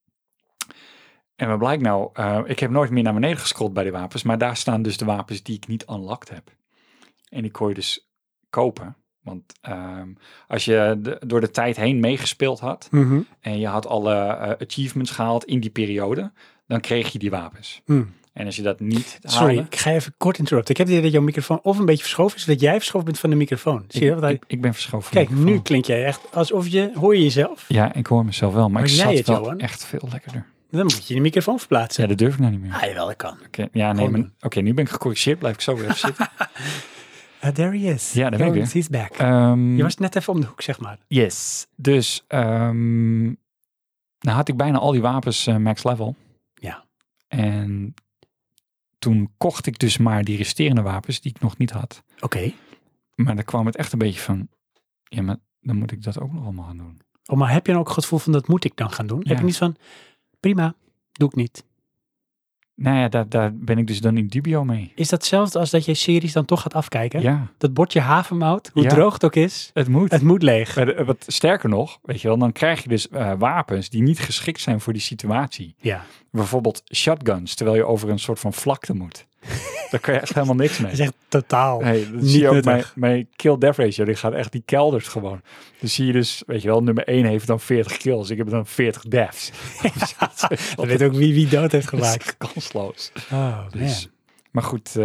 En wat blijkt nou? Ik heb nooit meer naar beneden gescrollt bij die wapens. Maar daar staan dus de wapens die ik niet unlocked heb. En die kon je dus kopen. Want als je door de tijd heen meegespeeld had. En je had alle achievements gehaald in die periode. Dan kreeg je die wapens. En als je dat niet Sorry, haalde, ik ga even kort interrupten. Ik heb het idee dat jouw microfoon of een beetje verschoven is, of dat jij verschoven bent van de microfoon. Zie je dat? ik ben verschoven. Kijk, nu klink jij echt alsof je... Hoor je jezelf? Ja, ik hoor mezelf wel. Maar Hoor ik jij zat het, wel Johan? echt veel lekkerder. Dan moet je de microfoon verplaatsen. Ja, dat durf ik nou niet meer. Ah, jawel, dat kan. Ja, nee, Gewoon Oké, nu ben ik gecorrigeerd. Blijf ik zo weer even zitten. There he is. Ja, daar ben ik weer. He's back. Ehm, Je was net even om de hoek, zeg maar. yes. Dus, nou had ik bijna al die wapens max level. Ja. En toen kocht ik dus maar die resterende wapens die ik nog niet had. Oké. Maar dan kwam het echt een beetje van, ja, maar dan moet ik dat ook nog allemaal gaan doen. Oh, maar heb je dan ook het gevoel van, dat moet ik dan gaan doen? Ja. Heb je niet van, prima, doe ik niet. Nou ja, daar ben ik dus dan in dubio mee. Is dat hetzelfde als dat je series dan toch gaat afkijken? Ja, Dat bordje havermout, hoe Ja. droog het ook is, het moet. het moet leeg. Wat sterker nog, weet je wel, dan krijg je dus wapens die niet geschikt zijn voor die situatie. Ja. Bijvoorbeeld shotguns, terwijl je over een soort van vlakte moet. Daar kan je echt helemaal niks mee. Dat is echt totaal Hey, dat niet zie je ook nuttig. mijn kill death ratio, die gaat echt, die keldert gewoon. Dus zie je dus, weet je wel, nummer 1 heeft dan 40 kills, ik heb dan 40 deaths. Dan weet ook wie dood heeft Dat is gemaakt. echt kansloos. Oh, Dus, man. maar goed,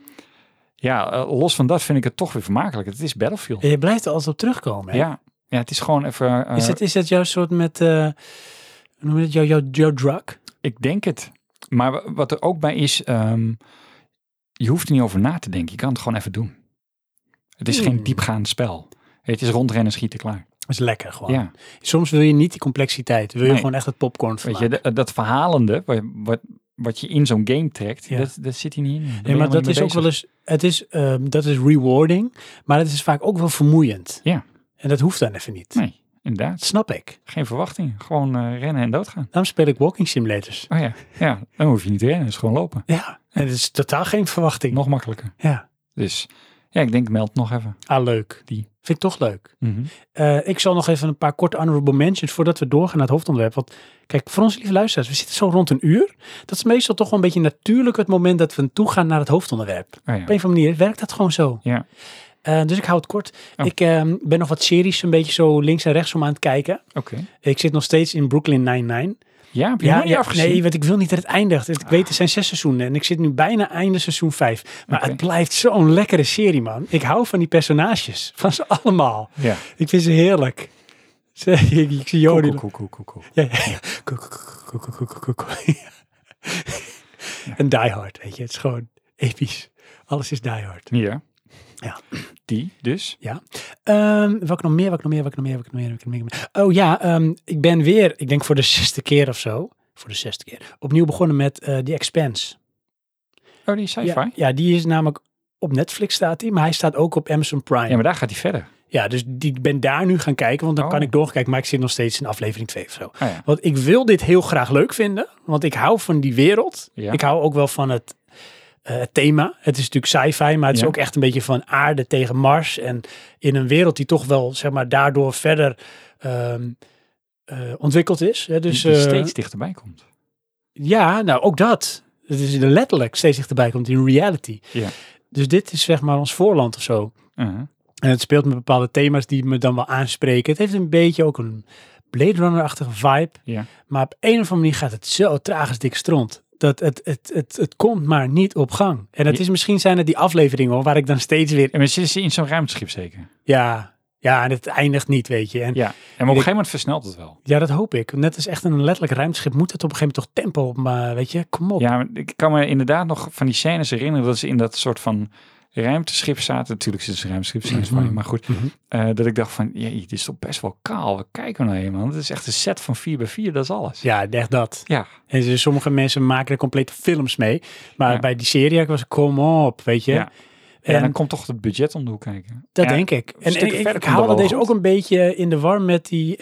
los van dat vind ik het toch weer vermakelijk. Het is Battlefield. En je blijft er altijd op terugkomen, hè? Ja, het is gewoon even... Is het jouw soort met, hoe noem je het, jouw drug? Ik denk het. Maar wat er ook bij is, je hoeft er niet over na te denken. Je kan het gewoon even doen. Het is geen diepgaand spel. Het is rondrennen, schieten, klaar. Dat is lekker gewoon. Ja, Soms wil je niet die complexiteit. Wil je Nee. gewoon echt het popcorn weet vermaak. je, dat verhalende, wat je in zo'n game trekt, Ja. dat zit hier niet in. Daar ben Nee, je maar helemaal dat niet is mee ook wel bezig. eens, dat is rewarding, maar het is vaak ook wel vermoeiend. Ja. En dat hoeft dan even niet. Nee, inderdaad. Dat snap ik. Geen verwachting. Gewoon rennen en doodgaan. Daarom speel ik walking simulators. Oh ja, dan hoef je niet te rennen. Het is gewoon lopen. Ja, en het is totaal geen verwachting. Nog makkelijker. Ja. Dus ja, ik denk meld nog even. Ah, leuk. Die. Vind ik toch leuk. Mhm. Ik zal nog even een paar korte honorable mentions voordat we doorgaan naar het hoofdonderwerp. Want kijk, voor onze lieve luisteraars, we zitten zo rond een uur. Dat is meestal toch wel een beetje natuurlijk het moment dat we toegaan naar het hoofdonderwerp. Oh ja. Op een of andere manier werkt dat gewoon zo. Ja. Dus ik hou het kort. Oh. Ik ben nog wat series een beetje zo links en rechts om aan het kijken. Oké. Ik zit nog steeds in Brooklyn Nine-Nine. Ja, heb je nog niet afgezien? nee, want ik wil niet dat het eindigt. Ik weet, er zijn 6 seizoenen en ik zit nu bijna einde seizoen 5. Maar Oké. het blijft zo'n lekkere serie, man. Ik hou van die personages, van ze allemaal. Ja. Ik vind ze heerlijk. Ik zie Jody. Cool. Ja. Koek. En Die Hard, weet je. Het is gewoon episch. Alles is Die Hard. Ja. Ja. Die dus. Ja. Welke nog meer? Oh ja, ik ben weer, ik denk voor de 6e keer of zo, opnieuw begonnen met The Expanse. Oh, die sci-fi? Ja, die is namelijk op Netflix staat die, maar hij staat ook op Amazon Prime. Ja, maar daar gaat hij verder. Ja, dus ik ben daar nu gaan kijken, want dan Oh. kan ik doorkijken, maar ik zit nog steeds in aflevering 2 of zo. Ah, ja. Want ik wil dit heel graag leuk vinden, want ik hou van die wereld. Ja. Ik hou ook wel van het het thema. Het is natuurlijk sci-fi, maar het is ook echt een beetje van aarde tegen Mars. En in een wereld die toch wel, zeg maar, daardoor verder ontwikkeld is. Hè? Dus, die steeds dichterbij komt. Ja, nou ook dat. Het is letterlijk steeds dichterbij komt in reality. Ja. Dus dit is zeg maar ons voorland of zo. Uh-huh. En het speelt met bepaalde thema's die me dan wel aanspreken. Het heeft een beetje ook een Blade Runner-achtige vibe. Ja. Maar op een of andere manier gaat het zo traag als dik stront. Dat het komt maar niet op gang. En het is misschien zijn het die afleveringen hoor, waar ik dan steeds weer... En maar zitten ze in zo'n ruimteschip zeker? Ja, en het eindigt niet, weet je. En Ja, en maar op een gegeven moment versnelt het wel. ja, dat hoop ik. Net als echt een letterlijk ruimteschip moet het op een gegeven moment toch tempo op, maar weet je, kom op. Ja, maar ik kan me inderdaad nog van die scènes herinneren dat ze in dat soort van ruimteschip zaten. Natuurlijk zit ze een ruimteschip, maar goed. Dat ik dacht van, dit is toch best wel kaal. Wat kijken we nou eenmaal? Het is echt een set van 4x4, dat is alles. Ja, echt dat. Ja. En dus sommige mensen maken er complete films mee. Maar bij die serie was ik, kom op, weet je. Ja. En En dan komt toch het budget om de hoek kijken. dat denk ik. En ik haalde deze ook een beetje in de war met die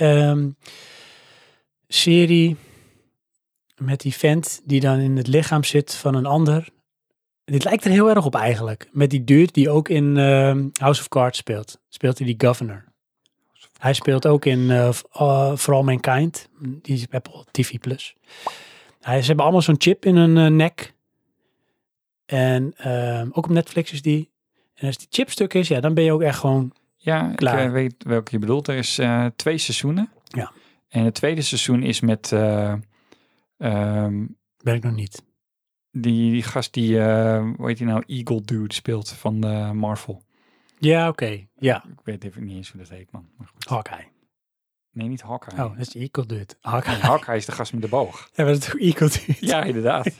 serie. Met die vent die dan in het lichaam zit van een ander. Dit lijkt er heel erg op eigenlijk. Met die dude die ook in House of Cards speelt. Speelt hij die governor. Hij speelt ook in For All Mankind. Die is Apple TV+. Ze hebben allemaal zo'n chip in hun nek. En ook op Netflix is die. En als die chipstuk is, dan ben je ook echt gewoon klaar. Ik weet welke je bedoelt. Er is 2 seizoenen. Ja. En het tweede seizoen is met... ben ik nog niet. Die gast die, hoe heet die nou, Eagle Dude speelt van Marvel. Ja, oké. Ja. Ik weet even niet eens hoe dat heet, man. Maar goed. Hawkeye. Nee, niet Hawkeye. Oh, dat is Eagle Dude. Hawkeye. Nee, Hawkeye is de gast met de boog. Ja, maar dat is toch Eagle Dude? Ja, inderdaad.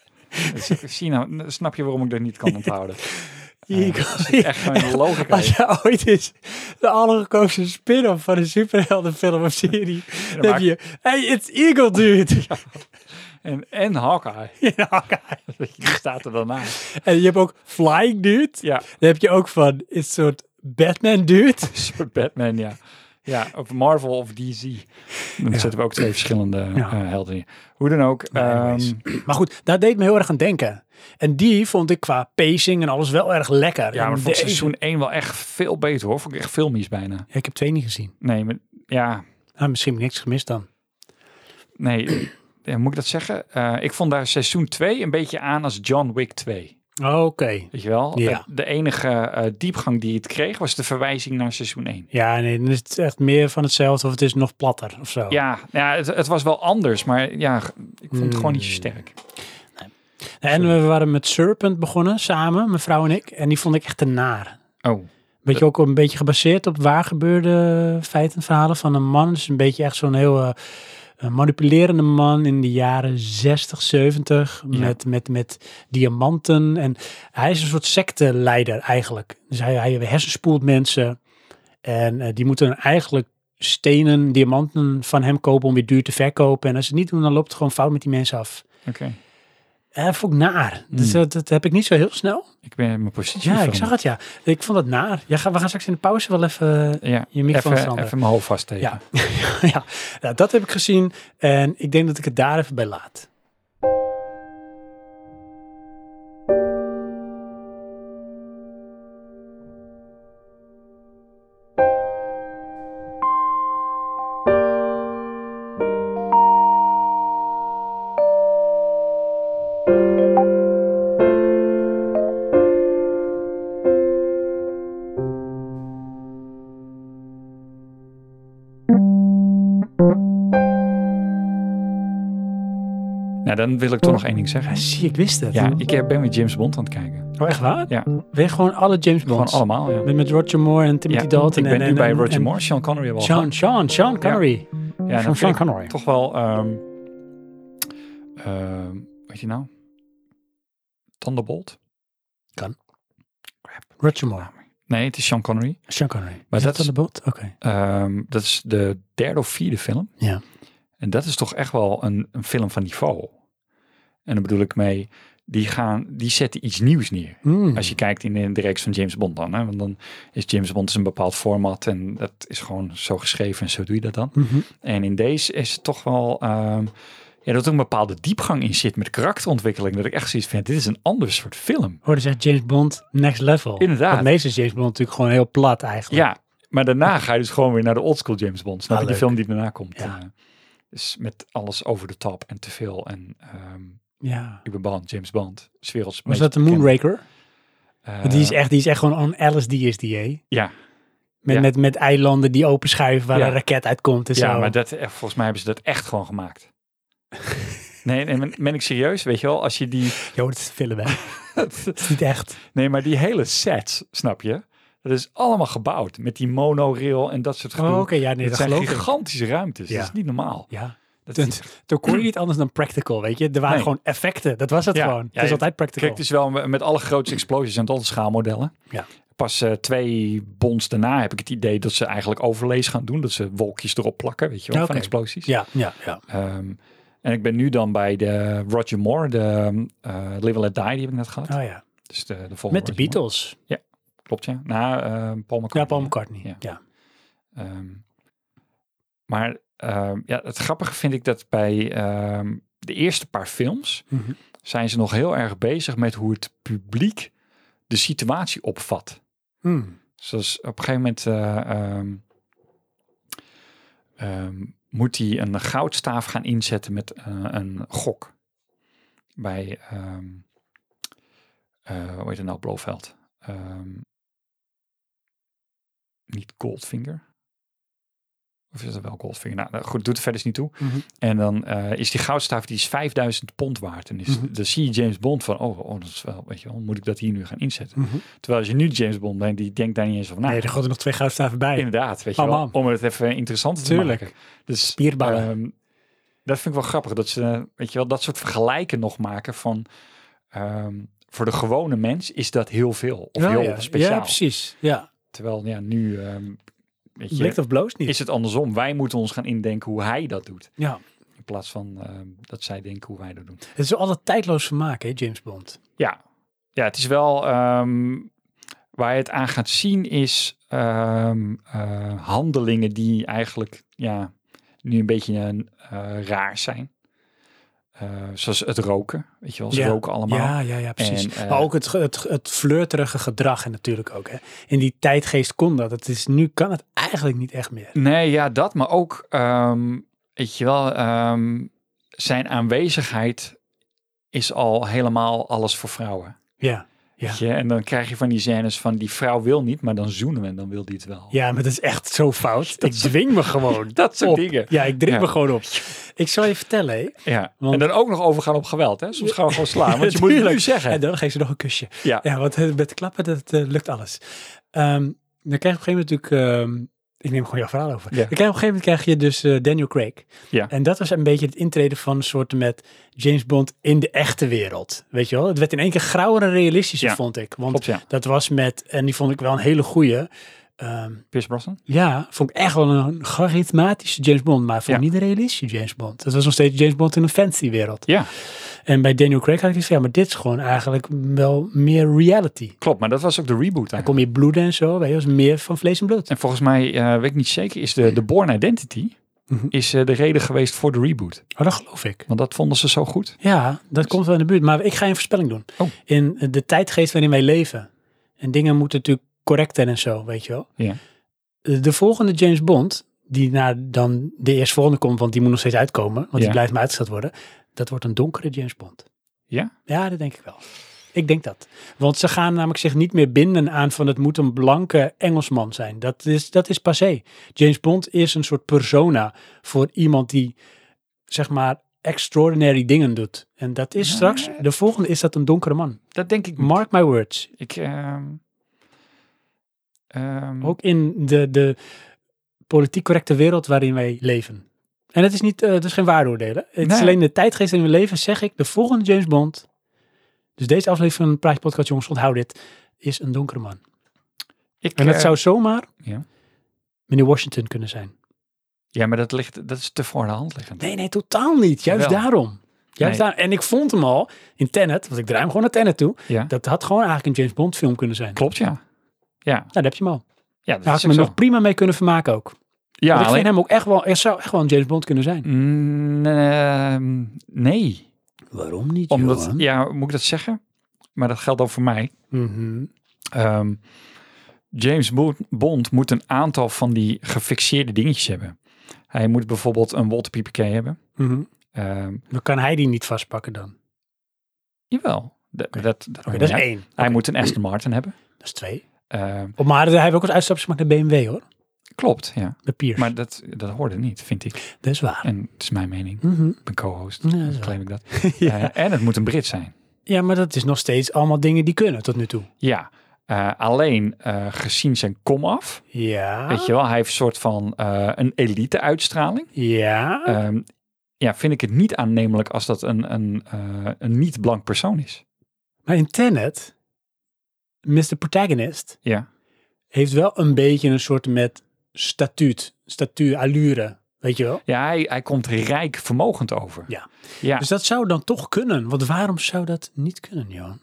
Zie nou, snap je waarom ik dat niet kan onthouden? Eagle. Echt mijn logica. Als je ooit eens de allergekozen spin-off van een superheldenfilm of serie, dan heb je, hey, it's Eagle Dude. Ja. En Hawkeye. Ja, Hawkeye. Die staat er dan naast. En je hebt ook Flying Dude. Ja. Dan heb je ook van, een soort Batman Dude. Een soort Batman, ja. Ja, of Marvel of DC. Dan zetten we ook 2 verschillende helden in. Hoe dan ook. Maar goed, daar deed me heel erg aan denken. En die vond ik qua pacing en alles wel erg lekker. Ja, maar vond seizoen 1 wel echt veel beter hoor. Vond ik echt filmies bijna. Ja, ik heb 2 niet gezien. Nee, maar ja. Misschien niks gemist dan. Nee, moet ik dat zeggen? Ik vond daar seizoen 2 een beetje aan als John Wick 2. Oké. Weet je wel? Ja. De enige diepgang die het kreeg was de verwijzing naar seizoen 1. Ja, nee, dan is het echt meer van hetzelfde of het is nog platter of zo. Ja, het was wel anders, maar ja, ik vond het gewoon niet zo sterk. Nee. En we waren met Serpent begonnen samen, mijn vrouw en ik. En die vond ik echt te naar. Oh. Weet je, ook een beetje gebaseerd op waar gebeurde feiten en verhalen van een man. Dus een beetje echt zo'n heel manipulerende man in de jaren 60, 70 met diamanten. En hij is een soort secteleider eigenlijk. Dus hij hersenspoelt mensen en die moeten dan eigenlijk stenen, diamanten van hem kopen om weer duur te verkopen. En als ze het niet doen, dan loopt het gewoon fout met die mensen af. Oké. Vond ik naar. Dus dat heb ik niet zo heel snel. Ik ben in mijn positie. Ja, ik zag het, ja. Ik vond het naar. We gaan straks in de pauze wel even je microfoon veranderen. Even mijn hoofd vaststeken. Ja. Ja, dat heb ik gezien. En ik denk dat ik het daar even bij laat. Nou, dan wil ik toch nog één ding zeggen. Ja, zie, ik wist het. Ja, ik ben met James Bond aan het kijken. Oh, echt waar? Ja. Ben je gewoon alle James Bonds? Gewoon allemaal, ja. Met Roger Moore en Timothy Dalton. Ik ben nu bij Roger Moore, Sean Connery hebben we al Sean Connery. Ja, Sean Connery. Toch wel, weet je nou? Thunderbolt? Kan. Crap. Roger Moore. Nee, het is Sean Connery. Sean Connery. Maar dat is Thunderbolt? Oké. Dat is de 3e of 4e film. Ja. En dat is toch echt wel een film van niveau. En dan bedoel ik mee, die zetten iets nieuws neer. Als je kijkt in de reeks van James Bond dan. Hè? Want dan is James Bond een bepaald format en dat is gewoon zo geschreven en zo doe je dat dan. En in deze is het toch wel, Ja, dat er een bepaalde diepgang in zit met karakterontwikkeling. Dat ik echt zoiets vind, dit is een ander soort film. Oh, dus echt James Bond next level. Inderdaad. Want meestal is James Bond natuurlijk gewoon heel plat eigenlijk. Ja, maar daarna ga je dus gewoon weer naar de oldschool James Bond. Snap je, die leuk. film die daarna komt. Ja. Dus met alles over de top en te veel. En Ja. ik ben Bond, James Bond. 's werelds Was meest dat de bekende. Moonraker? Eh, Die is echt gewoon on LSD is die, hè? Ja, Met eilanden die openschuiven waar Ja. een raket uitkomt en ja, zo. maar volgens mij hebben ze dat echt gewoon gemaakt. Nee, ben ik serieus? Weet je wel, als je die... Jo, dat is een film, hè? Het is niet echt. Nee, maar die hele sets, snap je? Dat is allemaal gebouwd met die monorail en dat soort gedoe. Oh, oké, ja, nee, dat dat zijn geloof ik. gigantische ruimtes. Ja. Dat is niet normaal. Ja. Dat is Toen kon je niet anders dan practical, weet je? Er waren Nee. gewoon effecten. Dat was het Ja. gewoon. Ja, het is je altijd practical. Kijk, dus wel met alle grootste explosies en alle schaalmodellen. Ja. Pas 2 bonds daarna heb ik het idee dat ze eigenlijk overlees gaan doen. Dat ze wolkjes erop plakken, weet je wel, Ja, van oké. explosies. Ja. En ik ben nu dan bij de Roger Moore, de Live and Let Die, die heb ik net gehad. Oh ja. Dus de volgende Met de Roger Moore. Beatles. Klopt, ja. Na Paul McCartney. Ja, Paul McCartney. Ja. Ja. Maar het grappige vind ik dat bij de eerste paar films Mhm. zijn ze nog heel erg bezig met hoe het publiek de situatie opvat. Zoals op een gegeven moment moet hij een goudstaaf gaan inzetten met een gok. Bij, hoe heet het nou, Blofeld? Niet Goldfinger. Of is dat wel Goldfinger? Nou, goed, doet er verder niet toe. Mhm. En dan is die goudstaaf, die is 5000 pond waard. En dan zie je James Bond van, oh, dat is wel, weet je wel, moet ik dat hier nu gaan inzetten? Mhm. Terwijl als je nu James Bond bent, die denkt daar niet eens over na. Nee, er gaan er nog 2 goudstaven bij. Inderdaad, weet je Bam, wel, bam. om het even interessanter te Tuurlijk. maken. Dus Spierballen. dat vind ik wel grappig, dat ze, weet je wel, dat soort vergelijken nog maken van, voor de gewone mens is dat heel veel. Of heel speciaal. Ja, precies. Ja. Terwijl, ja, nu, weet je, Blikt of bloost niet. is het andersom. Wij moeten ons gaan indenken hoe hij dat doet. Ja. In plaats van dat zij denken hoe wij dat doen. Het is altijd tijdloos vermaak, hè, James Bond. Ja, het is wel waar je het aan gaat zien is handelingen die eigenlijk nu een beetje raar zijn. Zoals het roken, weet je wel, ze roken allemaal. Ja, precies. En, maar ook het flirterige gedrag en natuurlijk ook. Hè. In die tijdgeest kon dat. Nu kan het eigenlijk niet echt meer. Nee, ja, dat, maar ook, weet je wel, zijn aanwezigheid is al helemaal alles voor vrouwen. Ja. Weet je? En dan krijg je van die scènes van die vrouw wil niet, maar dan zoenen we en dan wil die het wel. Ja, maar dat is echt zo fout. Ik dwing me gewoon. Dat soort op. dingen. Ja, ik dring Ja. me gewoon op. Ik zal je vertellen, hè. Ja, Want- en dan ook nog overgaan op geweld, hè? Soms gaan we gewoon slaan, want je moet het nu Tuurlijk. zeggen. En dan geef ze nog een kusje. Ja. Ja, want met klappen, dat lukt alles. Dan krijg je op een gegeven moment natuurlijk... ik neem gewoon jouw verhaal over. Ja. Dan krijg je op een gegeven moment krijg je dus Daniel Craig. Ja. En dat was een beetje het intreden van een soort met James Bond in de echte wereld. Weet je wel? Het werd in één keer grauwer en realistischer, Ja. vond ik. Want Klopt, ja. dat was met... En die vond ik wel een hele goeie. Pierce Brosnan? Ja, vond ik echt wel een charismatische James Bond. Maar vond ik niet een realistische James Bond. Dat was nog steeds James Bond in een fantasy wereld. Ja, En bij Daniel Craig had ik gezegd, ja, maar dit is gewoon eigenlijk wel meer reality. klopt, maar dat was ook de reboot Dan eigenlijk. kom je bloeden en zo, weet je, dat is meer van vlees en bloed. En volgens mij, weet ik niet zeker, is de Bourne Identity is de reden geweest voor de reboot. Oh, dat geloof ik. Want dat vonden ze zo goed. Ja, dat komt wel in de buurt. Maar ik ga een voorspelling doen. Oh. In de tijdgeest waarin wij leven. En dingen moeten natuurlijk correct zijn en zo, weet je wel. Ja. De volgende James Bond, die naar dan de eerstvolgende komt, want die moet nog steeds uitkomen, want die blijft maar uitgesteld worden. Dat wordt een donkere James Bond. Ja? Ja, dat denk ik wel. Ik denk dat. Want ze gaan namelijk zich niet meer binden aan van het moet een blanke Engelsman zijn. Dat is passé. James Bond is een soort persona voor iemand die, zeg maar, extraordinary dingen doet. En dat is straks, de volgende is dat een donkere man. Dat denk ik niet. Mark my words. Ook in de politiek correcte wereld waarin wij leven. En het is niet, het is geen waardeoordelen. Het is alleen de tijdgeest waarin we leven, zeg ik, de volgende James Bond. Dus deze aflevering van Praatje Podcast, jongens, onthoud dit, is een donkere man. En dat zou zomaar meneer Washington kunnen zijn. Ja, maar dat is te voor de hand liggend. Nee, totaal niet. Juist daarom. En ik vond hem al in Tenet, want ik draai hem gewoon naar Tenet toe. Ja. Dat had gewoon eigenlijk een James Bond film kunnen zijn. Klopt, ja. Ja, Nou, daar heb je hem al. ja Daar dat had is ik me ook nog zo. prima mee kunnen vermaken ook. Ja, Want ik vind hem ook echt wel... Er zou echt wel een James Bond kunnen zijn. Nee. Waarom niet, Omdat, Johan? ja, moet ik dat zeggen? Maar dat geldt ook voor mij. Mhm. James Bond moet een aantal van die gefixeerde dingetjes hebben. Hij moet bijvoorbeeld een Walter Piepeke hebben. Mhm. Dan kan hij die niet vastpakken dan. Jawel. Oké, Dat dat is 1. Hij moet een Aston Martin hebben. Dat is 2. Ehm, Maar hij heeft ook eens uitstapjes gemaakt naar BMW, hoor. klopt, ja. Met Pierce. Maar dat hoorde niet, vind ik. Dat is waar. En het is mijn mening. Mhm. Ik ben co-host. Ja, dat is Dan waar. claim ik dat. Ja. En het moet een Brit zijn. Ja, maar dat is nog steeds allemaal dingen die kunnen tot nu toe. Ja. Alleen gezien zijn komaf. Ja. Weet je wel, hij heeft een soort van een elite uitstraling. Ja. Vind ik het niet aannemelijk als dat een niet-blank persoon is. Maar in Tenet, Mr. Protagonist, Ja. heeft wel een beetje een soort met allure. Weet je wel? Ja, hij komt rijk vermogend over. Ja. Ja. Dus dat zou dan toch kunnen. Want waarom zou dat niet kunnen, Johan?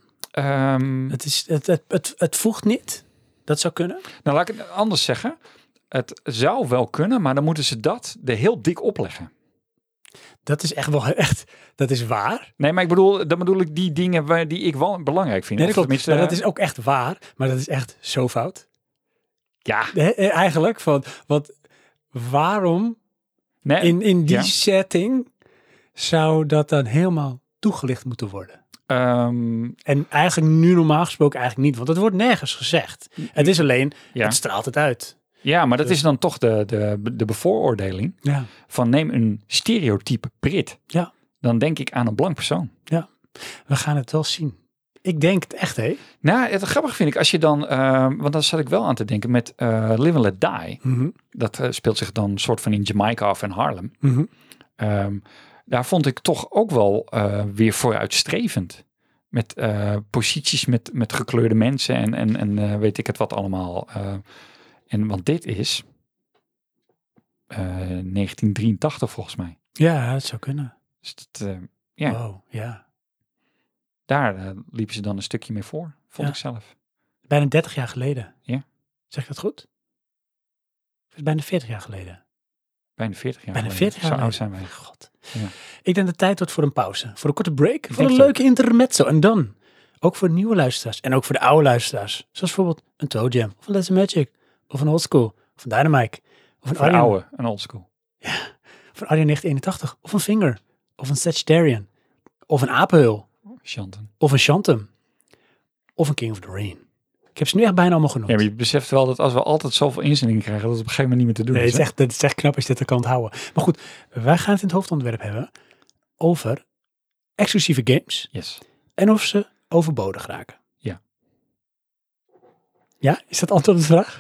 Het voegt niet. Dat zou kunnen. Nou, laat ik het anders zeggen. Het zou wel kunnen, maar dan moeten ze dat er heel dik opleggen. Dat is echt wel echt. Dat is waar. Nee, maar dan bedoel ik die dingen die ik wel belangrijk vind. Nee, dat Of klopt. tenminste, Maar dat is ook echt waar. Maar dat is echt zo fout. Ja. Eigenlijk. Want waarom Nee, in die ja. setting zou dat dan helemaal toegelicht moeten worden? En eigenlijk nu normaal gesproken eigenlijk niet. Want het wordt nergens gezegd. Het is alleen, Ja. het straalt het uit. Ja, maar dat is dan toch de bevooroordeling Ja. van neem een stereotype Brit. Ja. Dan denk ik aan een blank persoon. We gaan het wel zien. Ik denk het echt, hè? Nou, het grappig vind ik als je dan, want dan zat ik wel aan te denken met Live and Let Die. Mhm. Dat speelt zich dan een soort van in Jamaica af en Harlem. Mhm. Daar vond ik toch ook wel weer vooruitstrevend. Met posities met gekleurde mensen en weet ik het wat allemaal. Want dit is 1983 volgens mij. Ja, het zou kunnen. Dus ja. Wow, ja. Daar liepen ze dan een stukje mee voor, vond Ja. ik zelf. Bijna 30 jaar geleden. Ja. Zeg ik dat goed? Of is het bijna 40 jaar geleden? Bijna 40 jaar. Bijna geleden. 40 jaar Zo oud zijn geleden. wij. God. Ja. Ik denk dat het tijd wordt voor een pauze. Voor een korte break. Voor denk een het leuke intermezzo. En dan ook voor nieuwe luisteraars. En ook voor de oude luisteraars. Zoals bijvoorbeeld een Toe Jam. Of een Let's Magic. Of een Old School. Of een Dynamite. Of een Voor de Arjen. oude, een oldschool. Of een Arjen 1981. Of een Finger. Of een Sagittarian. Of een Apenheul. Chanten. Of een Shantum. Of een King of the Rain. Ik heb ze nu echt bijna allemaal genoemd. Ja, maar je beseft wel dat als we altijd zoveel inzendingen krijgen, dat het op een gegeven moment niet meer te doen Nee, is. het is echt knap als je dit er kan onthouden. Maar goed, wij gaan het in het hoofdonderwerp hebben over exclusieve games Yes. en of ze overbodig raken. Ja. Ja, is dat antwoord op de vraag?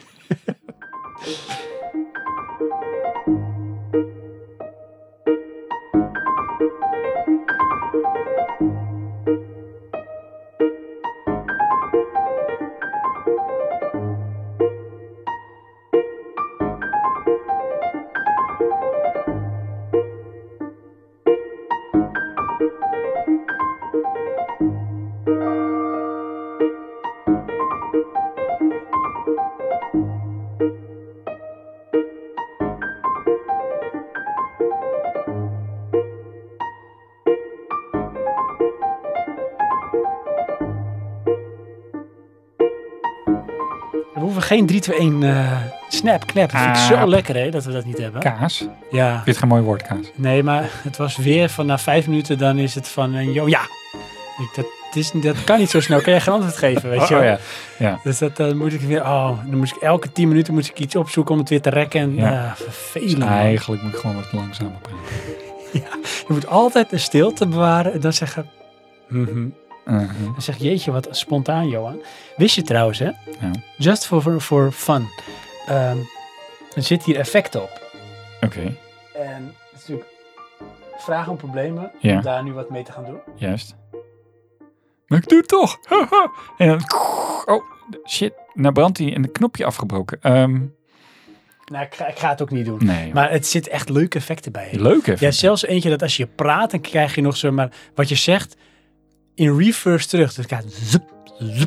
We hoeven geen 3, 2, 1 snap, knap. Dat vind ik zo Ah. lekker, hè, dat we dat niet hebben. Kaas. Vind Ja. je het geen mooi woord, kaas? Nee, maar het was weer van na 5 minuten, dan is het van een ja. Dat kan niet zo snel. Kan jij geen antwoord geven, weet je wel? Ja. Dus dan moet ik weer, dan moet ik elke 10 minuten moet ik iets opzoeken om het weer te rekken. En Ja. vervelend. man. Eigenlijk moet ik gewoon wat langzamer praten. Je moet altijd de stilte bewaren en dan zeggen, Uh-huh. Dan zeg je, jeetje, wat spontaan, Johan. Wist je trouwens, hè? Ja. Just for fun. Er zit hier effect op. Oké, En het is natuurlijk vragen om problemen. Ja. Om daar nu wat mee te gaan doen. juist. Maar ik doe het toch. Haha. En dan... Oh, shit. Nou brandt hij en een knopje afgebroken. Nou, ik ga het ook niet doen. Nee. Maar het zit echt leuke effecten bij. Leuk even. Ja, zelfs eentje dat als je praat, dan krijg je nog zomaar wat je zegt in reverse terug. Dus het gaat zup, zup,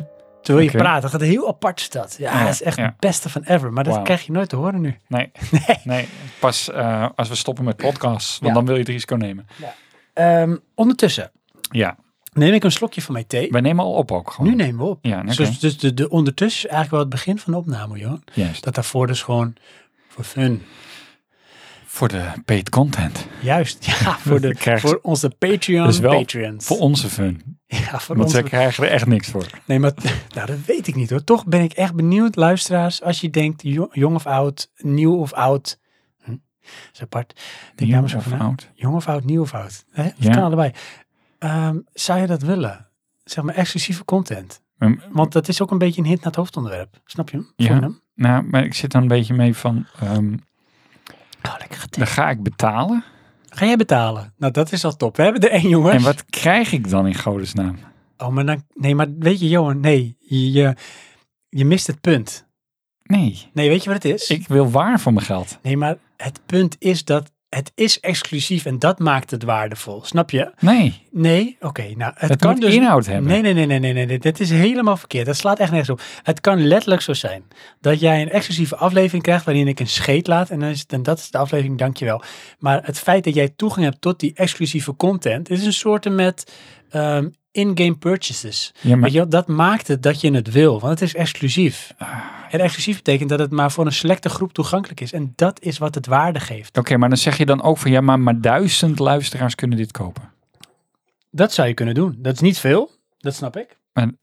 terwijl je Oké. praat. Dat gaat heel apart is dat. Ja, dat is echt het beste van ever. Maar dat Wauw. krijg je nooit te horen nu. Nee. Pas als we stoppen met podcasts. Want Ja. dan wil je het risico nemen. Ondertussen Ja, neem ik een slokje van mijn thee. wij nemen al op ook gewoon. Nu nemen we op. Ja, oké. Dus de ondertussen is eigenlijk wel het begin van de opname, Johan. Juist. Dat daarvoor dus gewoon voor fun. Voor de paid content. Juist, ja, voor onze Patreon Dus wel Patreons. Voor onze fun. Ja, voor Want onze... ze krijgen er echt niks voor. Nee, maar nou, dat weet ik niet hoor. Toch ben ik echt benieuwd, luisteraars, als je denkt jong of oud, nieuw of oud. Dat is apart. Denk daar maar zo Of van na. oud. Jong of oud, nieuw of oud. Hè? Dat Ja. kan allebei. Zou je dat willen? Zeg maar exclusieve content. Want dat is ook een beetje een hint naar het hoofdonderwerp. Snap je hem? Ja. Vond je hem? Nou, maar ik zit dan een beetje mee van... Oh, lekker dan getikt. ga ik betalen. Ga jij betalen? Nou, dat is al top. We hebben er één, jongens. En wat krijg ik dan in godesnaam? Oh, maar dan... Nee, maar weet je, Johan, nee. Je mist het punt. Nee, Nee, weet je wat het is? ik wil waar voor mijn geld. Nee, maar het punt is dat het is exclusief en dat maakt het waardevol. Snap je? Nee, Nee? Oké, nou, het het kan moet dus... inhoud hebben. Nee. Dit is helemaal verkeerd. Dat slaat echt nergens op. Het kan letterlijk zo zijn dat jij een exclusieve aflevering krijgt waarin ik een scheet laat en dat is de aflevering, dankjewel. Maar het feit dat jij toegang hebt tot die exclusieve content is een soort met in-game purchases. Ja, maar Weet je wel, dat maakt het dat je het wil, want het is exclusief. En exclusief betekent dat het maar voor een selecte groep toegankelijk is. En dat is wat het waarde geeft. oké, maar dan zeg je dan ook van ja, maar 1000 luisteraars kunnen dit kopen. Dat zou je kunnen doen. Dat is niet veel, dat snap ik.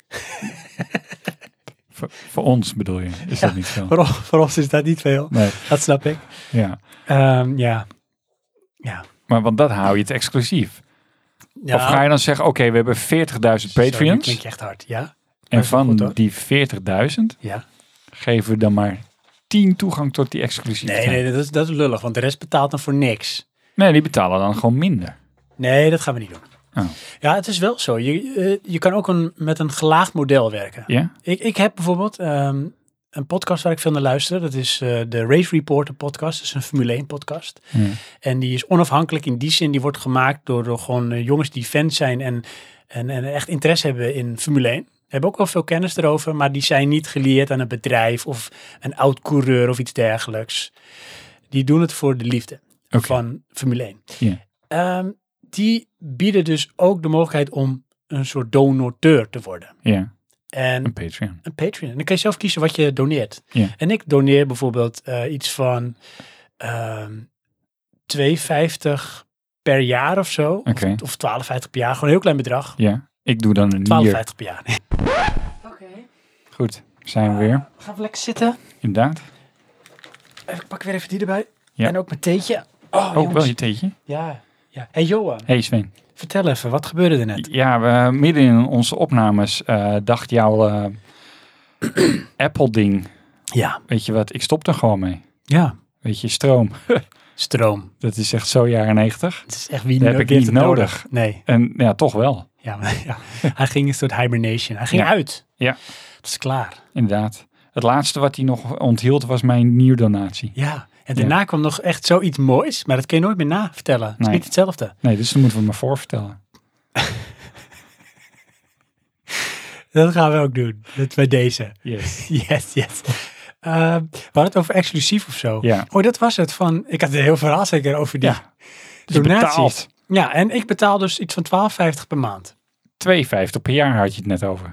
Voor ons bedoel je, is dat niet zo? Voor ons is dat niet veel, Nee, dat snap ik. ja. Ja. Maar want dat hou je het exclusief. Ja, Of ga je dan zeggen, oké, we hebben 40.000 Zo, nu Patreons. klink je echt hard, ja? En is wel van goed, hoor. die 40.000 Ja. geven we dan maar 10 toegang tot die exclusiviteit. Nee, dat is lullig, want de rest betaalt dan voor niks. Nee, die betalen dan gewoon minder. Nee, dat gaan we niet doen. Oh. Ja, het is wel zo. Je kan ook met een gelaagd model werken. Ja? Ik heb bijvoorbeeld een podcast waar ik veel naar luister. Dat is de Race Reporter podcast. Dat is een Formule 1 podcast. Ja. En die is onafhankelijk in die zin. Die wordt gemaakt door gewoon jongens die fans zijn en echt interesse hebben in Formule 1. Hebben ook wel veel kennis erover, maar die zijn niet gelieerd aan een bedrijf of een oud coureur of iets dergelijks. Die doen het voor de liefde van Formule 1. Ja. Die bieden dus ook de mogelijkheid om een soort donateur te worden. Ja, En een Patreon. een Patreon. En dan kan je zelf kiezen wat je doneert. Ja. En ik doneer bijvoorbeeld iets van $2,50 per jaar of zo. Oké. Of $12,50 per jaar. Gewoon een heel klein bedrag. Ja, ik doe dan een $12,50 nier. per jaar. Oké. Goed, zijn we weer. Gaan we lekker zitten. Inderdaad. Ik pak weer even die erbij. Ja. En ook mijn theetje. Ook jongens. wel je theetje. Ja. Hey Johan, Hey Sven. vertel even. Wat gebeurde er net? Ja, we midden in onze opnames dacht jouw Apple-ding, Ja. weet je wat, ik stop er gewoon mee. Ja. Weet je, stroom. Stroom. Dat is echt zo jaren 90. Het is echt wie Dat heb ik wie heeft niet het nodig. Nee. En ja, toch wel. Ja, maar, ja. Hij ging een soort hibernation. Hij ging Ja. uit. Ja. Het is klaar. Inderdaad. Het laatste wat hij nog onthield was mijn nierdonatie. Ja. En daarna kwam nog echt zoiets moois, maar dat kun je nooit meer na vertellen. Het is Nee. niet hetzelfde. Nee, dus dan moeten we maar voorvertellen. Dat gaan we ook doen. Dat bij deze. Yes. Yes. We hadden het over exclusief of zo. Ja. Oh, dat was het van... Ik had een heel verhaal zeker over die Ja. Dus je donaties. betaalt Ja, en ik betaal dus iets van $12,50 per maand. $2,50 per jaar had je het net over.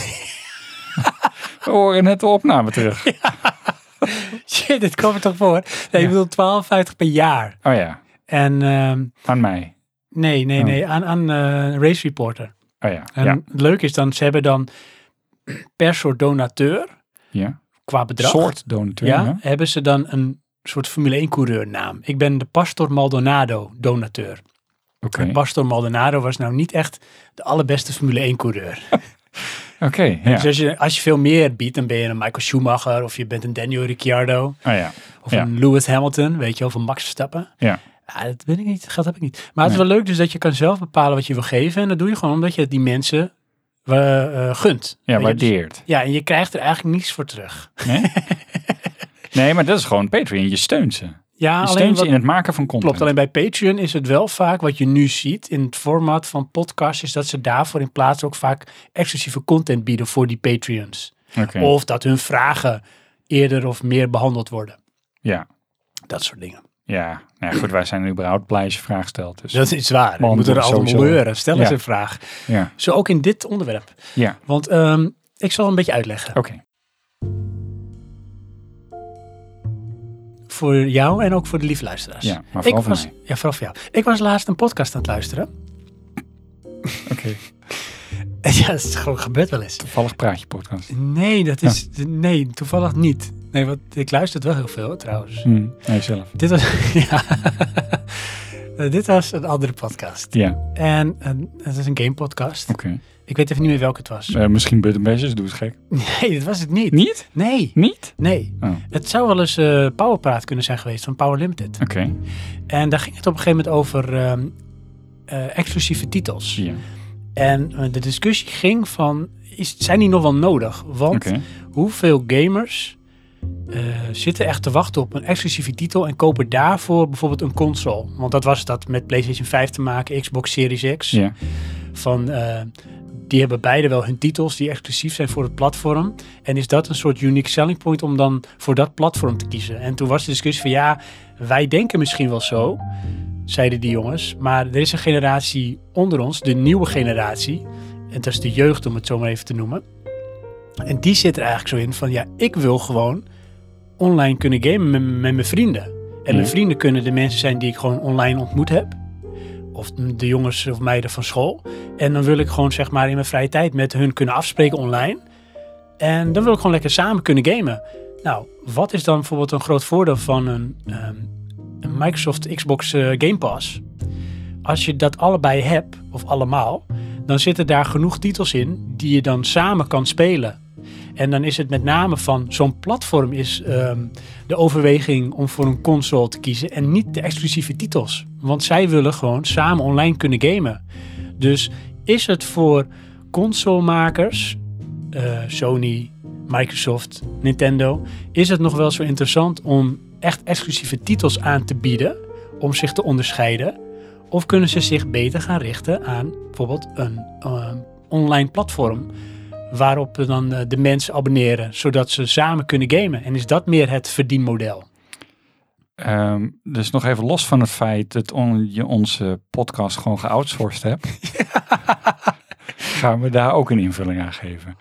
We horen net de opname terug. Shit, dit kwam er toch voor? Nee, Ja. ik bedoel $12,50 per jaar. Oh ja, En aan mij. nee, aan Race Reporter. Oh ja, En ja. het leuke is dan, ze hebben dan per soort donateur, Ja. qua bedrag, Soort donateur. ja, Ja. hebben ze dan een soort Formule 1 coureur naam. Ik ben de Pastor Maldonado donateur. Oké. En Pastor Maldonado was nou niet echt de allerbeste Formule 1 coureur. Oké, ja. Dus als je veel meer biedt, dan ben je een Michael Schumacher of je bent een Daniel Ricciardo Oh ja. of Ja. een Lewis Hamilton, weet je wel, van Max Verstappen. Ja. Ja, dat weet ik niet, dat heb ik niet. Maar het is wel leuk dus dat je kan zelf bepalen wat je wil geven. En dat doe je gewoon omdat je het die mensen gunt. Ja, Weet je, dus- waardeert. ja, en je krijgt er eigenlijk niets voor terug. Nee? Nee, maar dat is gewoon Patreon. Je steunt ze. Ja, Je steunt ze in het maken van content. Klopt, alleen bij Patreon is het wel vaak wat je nu ziet in het format van podcasts, is dat ze daarvoor in plaats ook vaak exclusieve content bieden voor die Patreons. Oké. Of dat hun vragen eerder of meer behandeld worden. Ja. Dat soort dingen. Ja, nou ja, goed, wij zijn überhaupt blij als je vraag stelt. Dus. Dat is waar. We Man, moeten er dat is allemaal sowieso. leuren. Stel eens Ja. een vraag. Ja, Zo ook in dit onderwerp. ja. Want ik zal een beetje uitleggen. Oké. Voor jou en ook voor de lieve luisteraars. Ja, maar vooral voor mij. Ja, vooral voor jou. Ik was laatst een podcast aan het luisteren. Oké. Ja, dat is gewoon gebeurd wel eens. Toevallig praatje podcast. Nee, dat is... Nee, toevallig niet. Nee, want ik luister het wel heel veel trouwens. Nee, zelf. Dit was... ja. Dit was een andere podcast. Ja, En het is een game podcast. oké. Ik weet even niet meer welke het was. Misschien Button Bashes, doe het gek. Nee, dat was het niet. Niet? Nee. Niet? Nee. Oh, Het zou wel eens Powerpraat kunnen zijn geweest van Power Limited. oké. En daar ging het op een gegeven moment over exclusieve titels. Ja, En de discussie ging van, zijn die nog wel nodig? Want oké. hoeveel gamers zitten echt te wachten op een exclusieve titel en kopen daarvoor bijvoorbeeld een console? Want dat was dat met PlayStation 5 te maken, Xbox Series X. Ja, Die hebben beide wel hun titels die exclusief zijn voor het platform. En is dat een soort unique selling point om dan voor dat platform te kiezen? En toen was de discussie van ja, wij denken misschien wel zo, zeiden die jongens. Maar er is een generatie onder ons, de nieuwe generatie. En dat is de jeugd om het zo maar even te noemen. En die zit er eigenlijk zo in van ja, ik wil gewoon online kunnen gamen met mijn vrienden. En mijn vrienden kunnen de mensen zijn die ik gewoon online ontmoet heb. Of de jongens of meiden van school. En dan wil ik gewoon zeg maar in mijn vrije tijd met hun kunnen afspreken online. En dan wil ik gewoon lekker samen kunnen gamen. Nou, wat is dan bijvoorbeeld een groot voordeel van een Microsoft Xbox Game Pass? Als je dat allebei hebt, of allemaal, dan zitten daar genoeg titels in die je dan samen kan spelen. En dan is het met name van zo'n platform is de overweging om voor een console te kiezen en niet de exclusieve titels. Want zij willen gewoon samen online kunnen gamen. Dus is het voor consolemakers, Sony, Microsoft, Nintendo, is het nog wel zo interessant om echt exclusieve titels aan te bieden om zich te onderscheiden? Of kunnen ze zich beter gaan richten aan bijvoorbeeld een online platform waarop dan de mensen abonneren, zodat ze samen kunnen gamen? En is dat meer het verdienmodel? Dus nog even los van het feit dat je onze podcast gewoon geoutsourced hebt. Gaan we daar ook een invulling aan geven.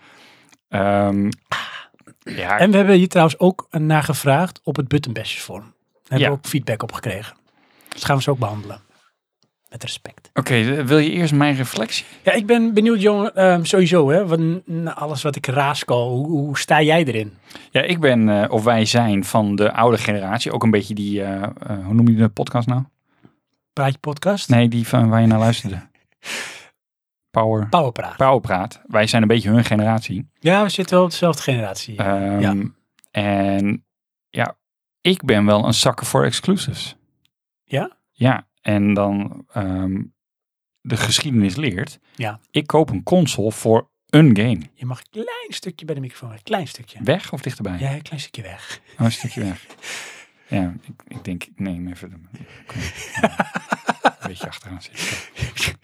Ja, En we hebben hier trouwens ook naar gevraagd op het Button Bashes forum. Daar hebben we Ja. ook feedback op gekregen. Dus gaan we ze ook behandelen. Met respect. Oké, wil je eerst mijn reflectie? Ja, ik ben benieuwd, jongen, sowieso, hè, alles wat ik raaskal, hoe sta jij erin? Ja, ik ben, of wij zijn van de oude generatie. Ook een beetje die, hoe noem je de podcast nou? Praatje podcast? Nee, die van waar je naar luisterde. Powerpraat. Powerpraat. Wij zijn een beetje hun generatie. Ja, we zitten wel op dezelfde generatie. Ja. En ja, ik ben wel een zakker voor exclusives. Ja? Ja, en dan de geschiedenis leert. Ja. Ik koop een console voor een game. Je mag een klein stukje bij de microfoon, een klein stukje. Weg of dichterbij? Ja, een klein stukje weg. Oh, een stukje weg. Ja, ik denk, ik neem even een beetje achteraan zitten.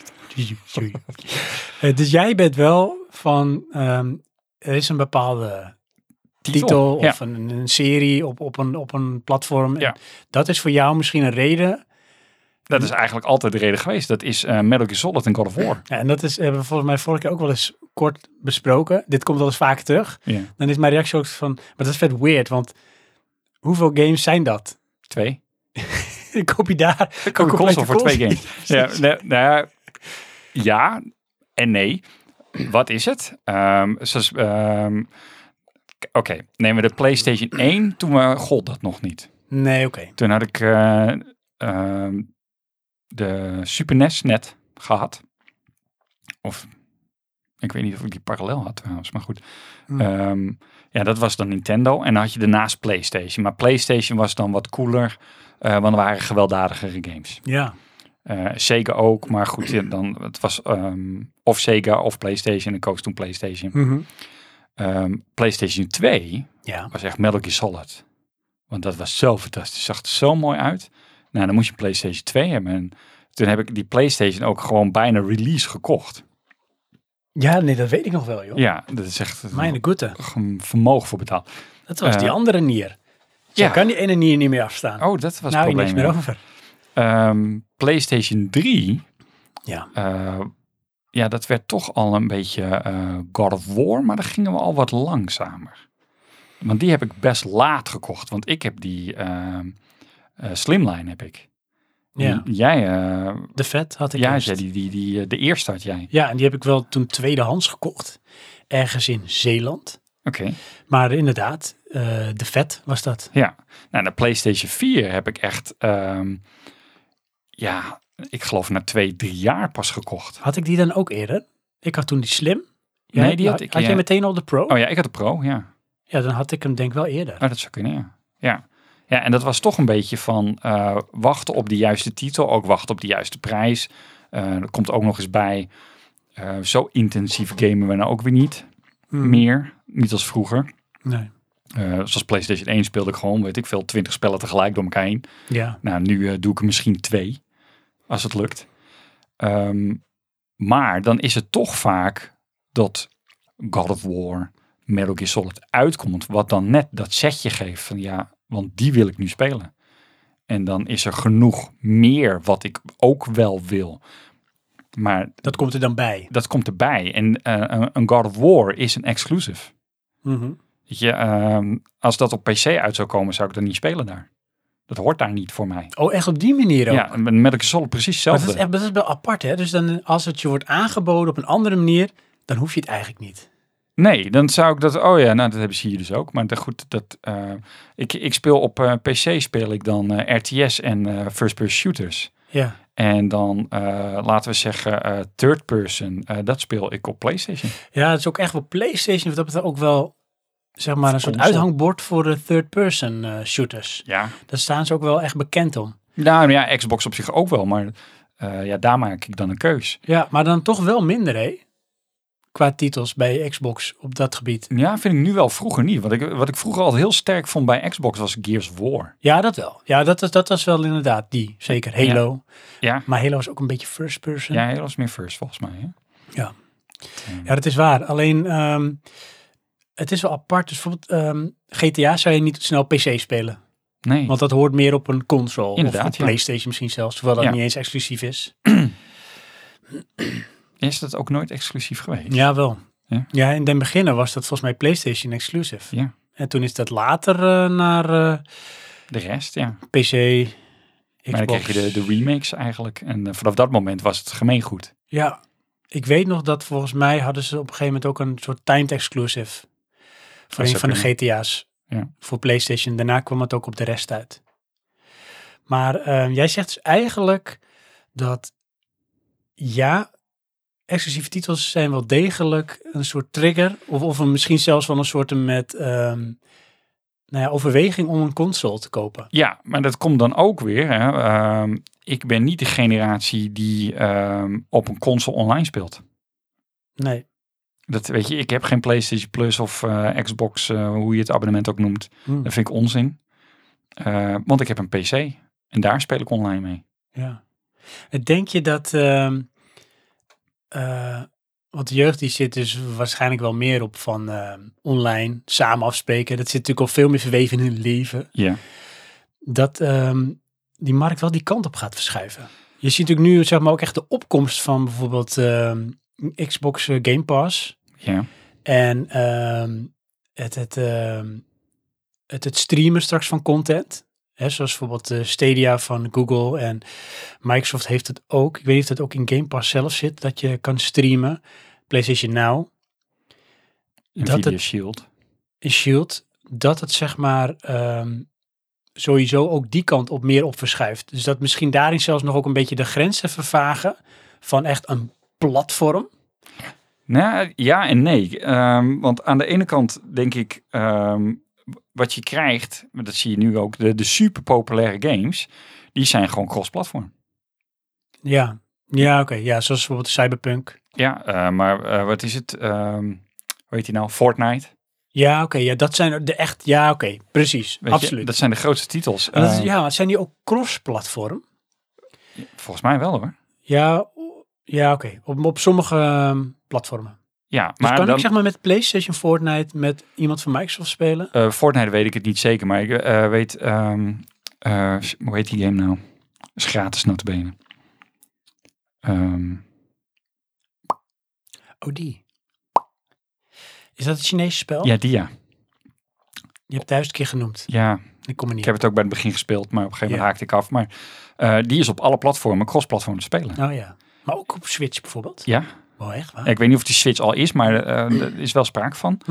Dus jij bent wel van, er is een bepaalde titel Ja. of een serie op een platform. Ja. Dat is voor jou misschien een reden. Dat is eigenlijk altijd de reden geweest. Dat is Metal Gear Solid en God of War. Ja, en dat hebben we volgens mij vorige keer ook wel eens kort besproken. Dit komt wel eens vaker terug. Ja. Dan is mijn reactie ook van, maar dat is vet weird, want hoeveel games zijn dat? 2. Ik koop je daar Ik koop een console voor 2 games. Ja en nee. Wat is het? Oké, nemen we de PlayStation 1. Toen gold dat nog niet. Nee, oké. Toen had ik de Super NES net gehad. Of ik weet niet of ik die parallel had trouwens, maar goed. Ja, dat was dan Nintendo. En dan had je daarnaast PlayStation. Maar PlayStation was dan wat cooler, want er waren gewelddadigere games. Ja. Sega ook, maar goed, ja, dan, het was of Sega of PlayStation. Ik koos toen PlayStation. Mhm. PlayStation 2 Ja. was echt Metal Gear Solid. Want dat was zo fantastisch. Het zag er zo mooi uit. Nou, dan moest je een PlayStation 2 hebben. En toen heb ik die PlayStation ook gewoon bijna release gekocht. Ja, nee, dat weet ik nog wel, joh. Ja, dat is echt Meine Güte. een vermogen voor betaald. Dat was die andere nier. Zo kan die ene nier niet meer afstaan. Oh, dat was het nou, probleem. niks meer over. PlayStation 3. Ja. Ja, dat werd toch al een beetje God of War, maar dan gingen we al wat langzamer. Want die heb ik best laat gekocht, want ik heb die Slimline heb ik. Ja. Jij, de vet had ik ja, eerst. de eerste had jij. Ja, en die heb ik wel toen tweedehands gekocht. Ergens in Zeeland. Oké. Maar inderdaad, de vet was dat. Ja, nou, de PlayStation 4 heb ik echt, ik geloof na 2-3 jaar pas gekocht. Had ik die dan ook eerder? Ik had toen die Slim. Nee, die had ik. Had jij meteen al de Pro? Oh ja, ik had de Pro, ja. Ja, dan had ik hem denk ik wel eerder. Oh, dat zou kunnen, ja. Ja. Ja, en dat was toch een beetje van wachten op de juiste titel, ook wachten op de juiste prijs. Er komt ook nog eens bij, zo intensief gamen we nou ook weer niet meer. Niet als vroeger. Nee. Zoals PlayStation 1 speelde ik gewoon, weet ik veel, 20 spellen tegelijk door elkaar heen. Ja. Nou, nu doe ik er misschien 2, als het lukt. Maar dan is het toch vaak dat God of War, Metal Gear Solid uitkomt, wat dan net dat setje geeft van ja, want die wil ik nu spelen. En dan is er genoeg meer wat ik ook wel wil. Maar dat komt er dan bij. Dat komt erbij. En een God of War is een exclusive. Mm-hmm. Weet je, als dat op PC uit zou komen, zou ik dat niet spelen daar. Dat hoort daar niet voor mij. Oh, echt op die manier ook? Ja, met Metal Gear Solid precies hetzelfde. Maar dat is wel apart, hè? Dus dan, als het je wordt aangeboden op een andere manier, dan hoef je het eigenlijk niet. Nee, dan zou ik dat... Oh ja, nou, dat hebben ze hier dus ook. Maar goed, ik speel op PC speel ik dan RTS en first-person shooters. Ja. En dan, laten we zeggen, third person. Dat speel ik op PlayStation. Ja, het is ook echt wel PlayStation. Dat betreft ook wel, zeg maar, een soort uithangbord voor de third-person shooters. Ja. Daar staan ze ook wel echt bekend om. Nou ja, Xbox op zich ook wel. Maar daar maak ik dan een keus. Ja, maar dan toch wel minder, hè? Qua titels bij Xbox op dat gebied. Ja, vind ik nu wel, vroeger niet. Wat ik vroeger al heel sterk vond bij Xbox was Gears of War. Ja, dat wel. Ja, dat was wel inderdaad die. Zeker. Halo. Ja. Maar Halo was ook een beetje first person. Ja, Halo was meer first volgens mij. Hè? Ja. Ja, dat is waar. Alleen, het is wel apart. Dus bijvoorbeeld GTA zou je niet snel PC spelen. Nee. Want dat hoort meer op een console. Inderdaad, of een PlayStation misschien zelfs. Terwijl dat niet eens exclusief is. Is dat ook nooit exclusief geweest? Ja, wel. Ja? Ja, in den beginnen was dat volgens mij PlayStation exclusive. Ja. En toen is dat later naar de rest, ja. PC, Xbox. Maar dan kreeg je de remakes eigenlijk. En vanaf dat moment was het gemeengoed. Ja, ik weet nog dat volgens mij hadden ze op een gegeven moment ook een soort timed exclusive. Voor een van de GTA's. Ja. Voor PlayStation. Daarna kwam het ook op de rest uit. Maar jij zegt dus eigenlijk dat ja, exclusieve titels zijn wel degelijk een soort trigger. Of misschien zelfs wel een soort met overweging om een console te kopen. Ja, maar dat komt dan ook weer. Hè. Ik ben niet de generatie die op een console online speelt. Nee. Dat weet je, ik heb geen PlayStation Plus of Xbox, hoe je het abonnement ook noemt. Dat vind ik onzin. Want ik heb een PC en daar speel ik online mee. Ja. Denk je dat... want de jeugd die zit dus waarschijnlijk wel meer op van online, samen afspreken. Dat zit natuurlijk al veel meer verweven in hun leven. Ja. Dat die markt wel die kant op gaat verschuiven. Je ziet natuurlijk nu zeg maar ook echt de opkomst van bijvoorbeeld Xbox Game Pass. Ja. En het streamen straks van content. Hè, zoals bijvoorbeeld Stadia van Google en Microsoft heeft het ook. Ik weet niet of dat ook in Game Pass zelf zit, dat je kan streamen. PlayStation Now. Nvidia Shield. Shield. Dat het zeg maar sowieso ook die kant op meer op verschuift. Dus dat misschien daarin zelfs nog ook een beetje de grenzen vervagen van echt een platform. Nou, ja en nee. Want aan de ene kant denk ik... wat je krijgt, dat zie je nu ook, de super populaire games, die zijn gewoon cross-platform. Ja, oké. Ja, zoals bijvoorbeeld Cyberpunk. Ja, maar wat is het? Hoe heet die nou? Fortnite. Ja, oké. Ja, dat zijn de echt... Ja, oké. Precies. Weet je, Absoluut. dat zijn de grootste titels. En dat is, maar zijn die ook cross-platform? Volgens mij wel hoor. Ja, oké. Op sommige platformen. Ja, Dus maar kan dan, ik zeg maar met PlayStation Fortnite met iemand van Microsoft spelen? Fortnite weet ik het niet zeker, maar ik weet... hoe heet die game nou? Is gratis notabene. Oh, die. Is dat het Chinese spel? Ja, die ja. Je hebt 1000 keer genoemd. Ja, Ik kom er niet ik heb het ook bij het begin gespeeld, maar op een gegeven moment Ja. haakte ik af. Maar die is op alle platformen, cross-platform te spelen. Oh ja. Maar ook op Switch bijvoorbeeld? Ja, Oh, echt waar? ik weet niet of die Switch al is, maar er is wel sprake van.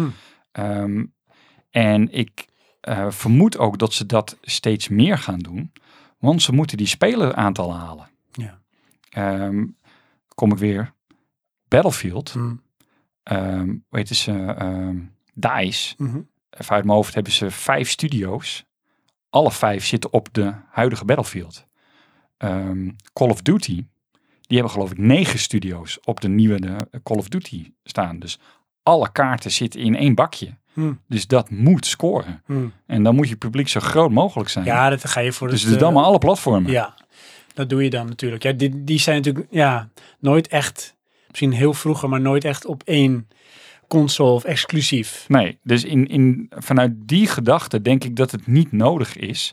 En ik vermoed ook dat ze dat steeds meer gaan doen, want ze moeten die speleraantallen halen. Ja. Kom ik weer. Battlefield, Hmm. weten ze, DICE, Mhm. even uit mijn hoofd hebben ze 5 studio's. Alle 5 zitten op de huidige Battlefield. Call of Duty, die hebben geloof ik 9 studio's op de nieuwe Call of Duty staan. Dus alle kaarten zitten in één bakje. Dus dat moet scoren. En dan moet je publiek zo groot mogelijk zijn. Ja, dat ga je voor dus het... het allemaal alle platformen. Ja, dat doe je dan natuurlijk. Ja, die zijn natuurlijk nooit echt... Misschien heel vroeger, maar nooit echt op één console of exclusief. Nee, dus vanuit die gedachte denk ik dat het niet nodig is.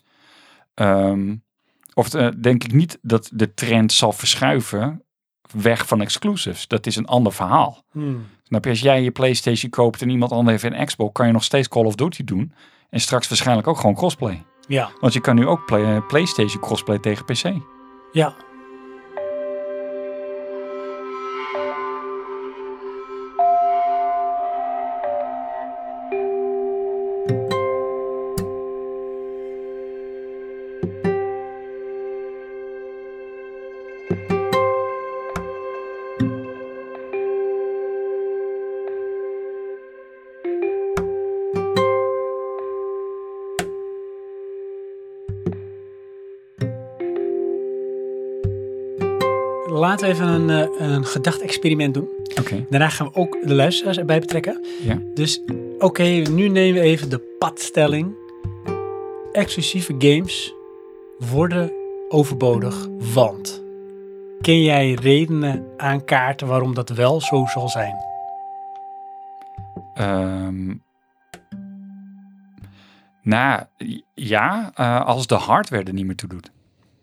Denk ik niet dat de trend zal verschuiven weg van exclusives. Dat is een ander verhaal. Snap je? Als jij je PlayStation koopt en iemand anders heeft een Xbox, kan je nog steeds Call of Duty doen. En straks waarschijnlijk ook gewoon crossplay. Ja. Want je kan nu ook PlayStation crossplay tegen PC. Ja. Laten we even een gedachte-experiment doen. Oké. Daarna gaan we ook de luisteraars erbij betrekken. Ja. Dus nu nemen we even de padstelling. Exclusieve games worden overbodig, want... Ken jij redenen aankaarten waarom dat wel zo zal zijn? Als de hardware er niet meer toe doet.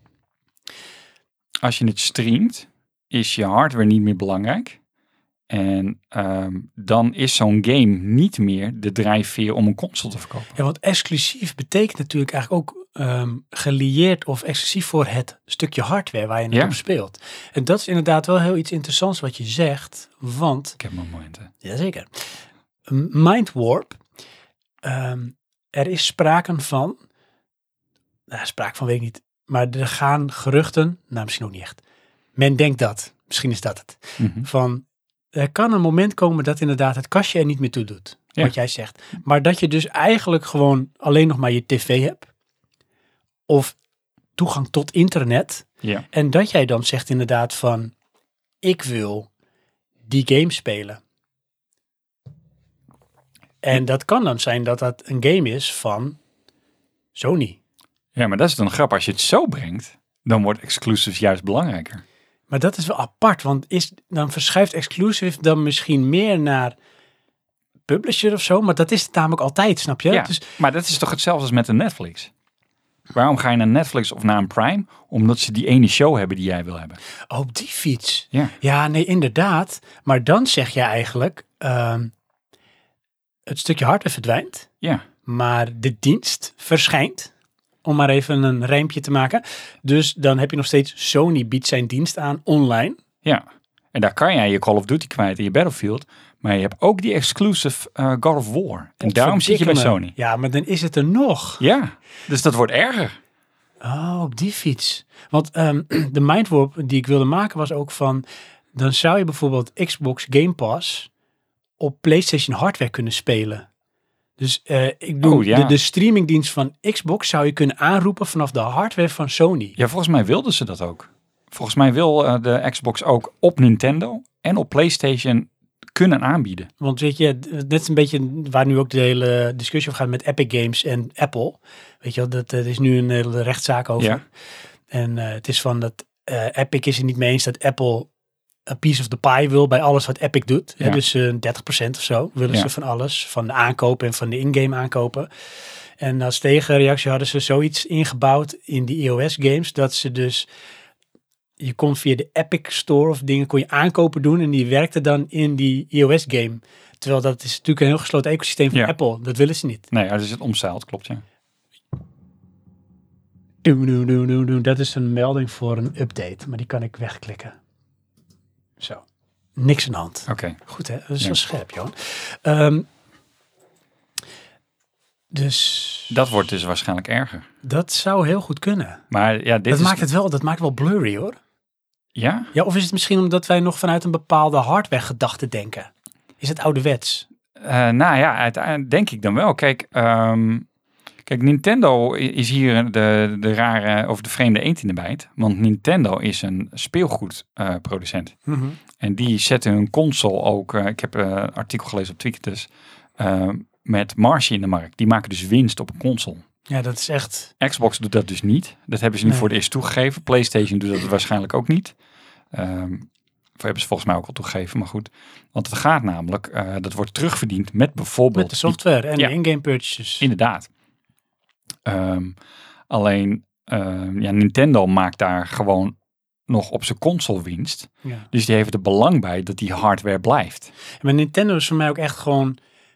Als je het streamt, is je hardware niet meer belangrijk. En dan is zo'n game niet meer de drijfveer om een console te verkopen. Ja, want exclusief betekent natuurlijk eigenlijk ook gelieerd of exclusief voor het stukje hardware waar je het op speelt. En dat is inderdaad wel heel iets interessants wat je zegt, want... Ik heb mijn momenten. Jazeker. Mind Warp. Er is sprake van weet ik niet, maar er gaan geruchten, misschien ook niet echt. Men denkt dat, misschien is dat het, van er kan een moment komen dat inderdaad het kastje er niet meer toe doet, wat jij zegt. Maar dat je dus eigenlijk gewoon alleen nog maar je tv hebt, of toegang tot internet, en dat jij dan zegt inderdaad van, ik wil die game spelen. En dat kan dan zijn dat dat een game is van Sony. Ja, maar dat is dan grappig. Als je het zo brengt, dan wordt exclusives juist belangrijker. Maar dat is wel apart, want dan verschuift exclusive dan misschien meer naar publisher of zo, maar dat is het namelijk altijd, snap je? Ja, dus, maar dat is toch hetzelfde als met een Netflix? Waarom ga je naar Netflix of naar een Prime? Omdat ze die ene show hebben die jij wil hebben. Op die fiets. Ja. Ja, nee, inderdaad. Maar dan zeg je eigenlijk, het stukje hardware verdwijnt, maar de dienst verschijnt. Om maar even een rijmpje te maken. Dus dan heb je nog steeds Sony biedt zijn dienst aan online. Ja, en daar kan jij je Call of Duty kwijt in je Battlefield. Maar je hebt ook die exclusive God of War. En daarom zit je bij Sony. Ja, maar dan is het er nog. Ja, dus dat wordt erger. Oh, op die fiets. Want de mindwarp die ik wilde maken was ook van... Dan zou je bijvoorbeeld Xbox Game Pass op PlayStation hardware kunnen spelen. Dus ik bedoel, de streamingdienst van Xbox zou je kunnen aanroepen vanaf de hardware van Sony. Ja, volgens mij wilden ze dat ook. Volgens mij wil de Xbox ook op Nintendo en op PlayStation kunnen aanbieden. Want weet je, dit is een beetje waar nu ook de hele discussie over gaat met Epic Games en Apple. Weet je wel, dat er is nu een hele rechtszaak over. Ja. En het is van dat Epic is het niet mee eens dat Apple een piece of the pie wil bij alles wat Epic doet. Ja. Hè, dus 30% of zo willen ze van alles. Van de aankopen en van de in-game aankopen. En als tegenreactie hadden ze zoiets ingebouwd in die iOS games. Dat ze dus, je kon via de Epic Store of dingen kon je aankopen doen. En die werkte dan in die iOS game. Terwijl dat is natuurlijk een heel gesloten ecosysteem van Apple. Dat willen ze niet. Nee, dat is het omzeild, klopt ja. Dat is een melding voor een update. Maar die kan ik wegklikken. Zo. Niks aan de hand. Oké. Goed hè, dat is wel scherp Johan. Dus... Dat wordt dus waarschijnlijk erger. Dat zou heel goed kunnen. Maar ja, Dat maakt het wel blurry hoor. Ja? Ja, of is het misschien omdat wij nog vanuit een bepaalde hardware gedachte denken? Is het ouderwets? Nou ja, uiteindelijk denk ik dan wel. Kijk, Nintendo is hier de rare of de vreemde eend in de bijt. Want Nintendo is een speelgoedproducent. En die zetten hun console ook... ik heb een artikel gelezen op Tweaketus... met marge in de markt. Die maken dus winst op een console. Ja, dat is echt... Xbox doet dat dus niet. Dat hebben ze nu voor het eerst toegegeven. PlayStation doet dat waarschijnlijk ook niet. Hebben ze volgens mij ook al toegegeven, maar goed. Want het gaat namelijk, dat wordt terugverdiend met bijvoorbeeld... Met de software en de in-game purchases. Inderdaad. Alleen, Nintendo maakt daar gewoon nog op zijn console winst. Ja. Dus die heeft er belang bij dat die hardware blijft. Maar Nintendo is voor mij ook echt gewoon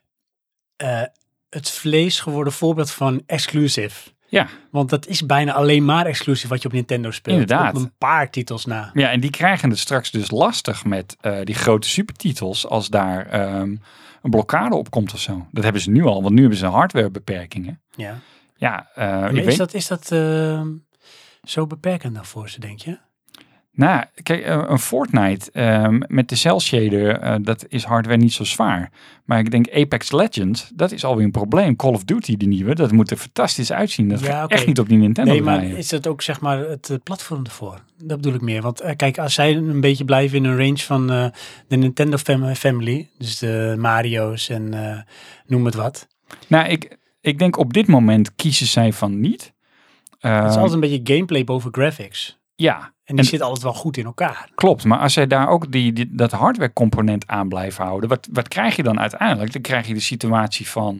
het vlees geworden voorbeeld van exclusive. Ja. Want dat is bijna alleen maar exclusief wat je op Nintendo speelt. Inderdaad. Op een paar titels na. Ja, en die krijgen het straks dus lastig met die grote supertitels als daar een blokkade op komt of zo. Dat hebben ze nu al, want nu hebben ze hardwarebeperkingen. Ja. Ja, is dat zo beperkend dan voor ze, denk je? Nou, kijk, een Fortnite met de cel shader, dat is hardware niet zo zwaar. Maar ik denk Apex Legends, dat is alweer een probleem. Call of Duty, de nieuwe, dat moet er fantastisch uitzien. Dat gaat echt niet op die Nintendo draaien. Nee, maar is dat ook zeg maar het platform ervoor? Dat bedoel ik meer. Want kijk, als zij een beetje blijven in een range van de Nintendo family, dus de Mario's en noem het wat. Nou, ik denk op dit moment kiezen zij van niet. Het is altijd een beetje gameplay boven graphics. Ja. En die zit altijd wel goed in elkaar. Klopt, maar als zij daar ook dat hardware component aan blijven houden, wat krijg je dan uiteindelijk? Dan krijg je de situatie van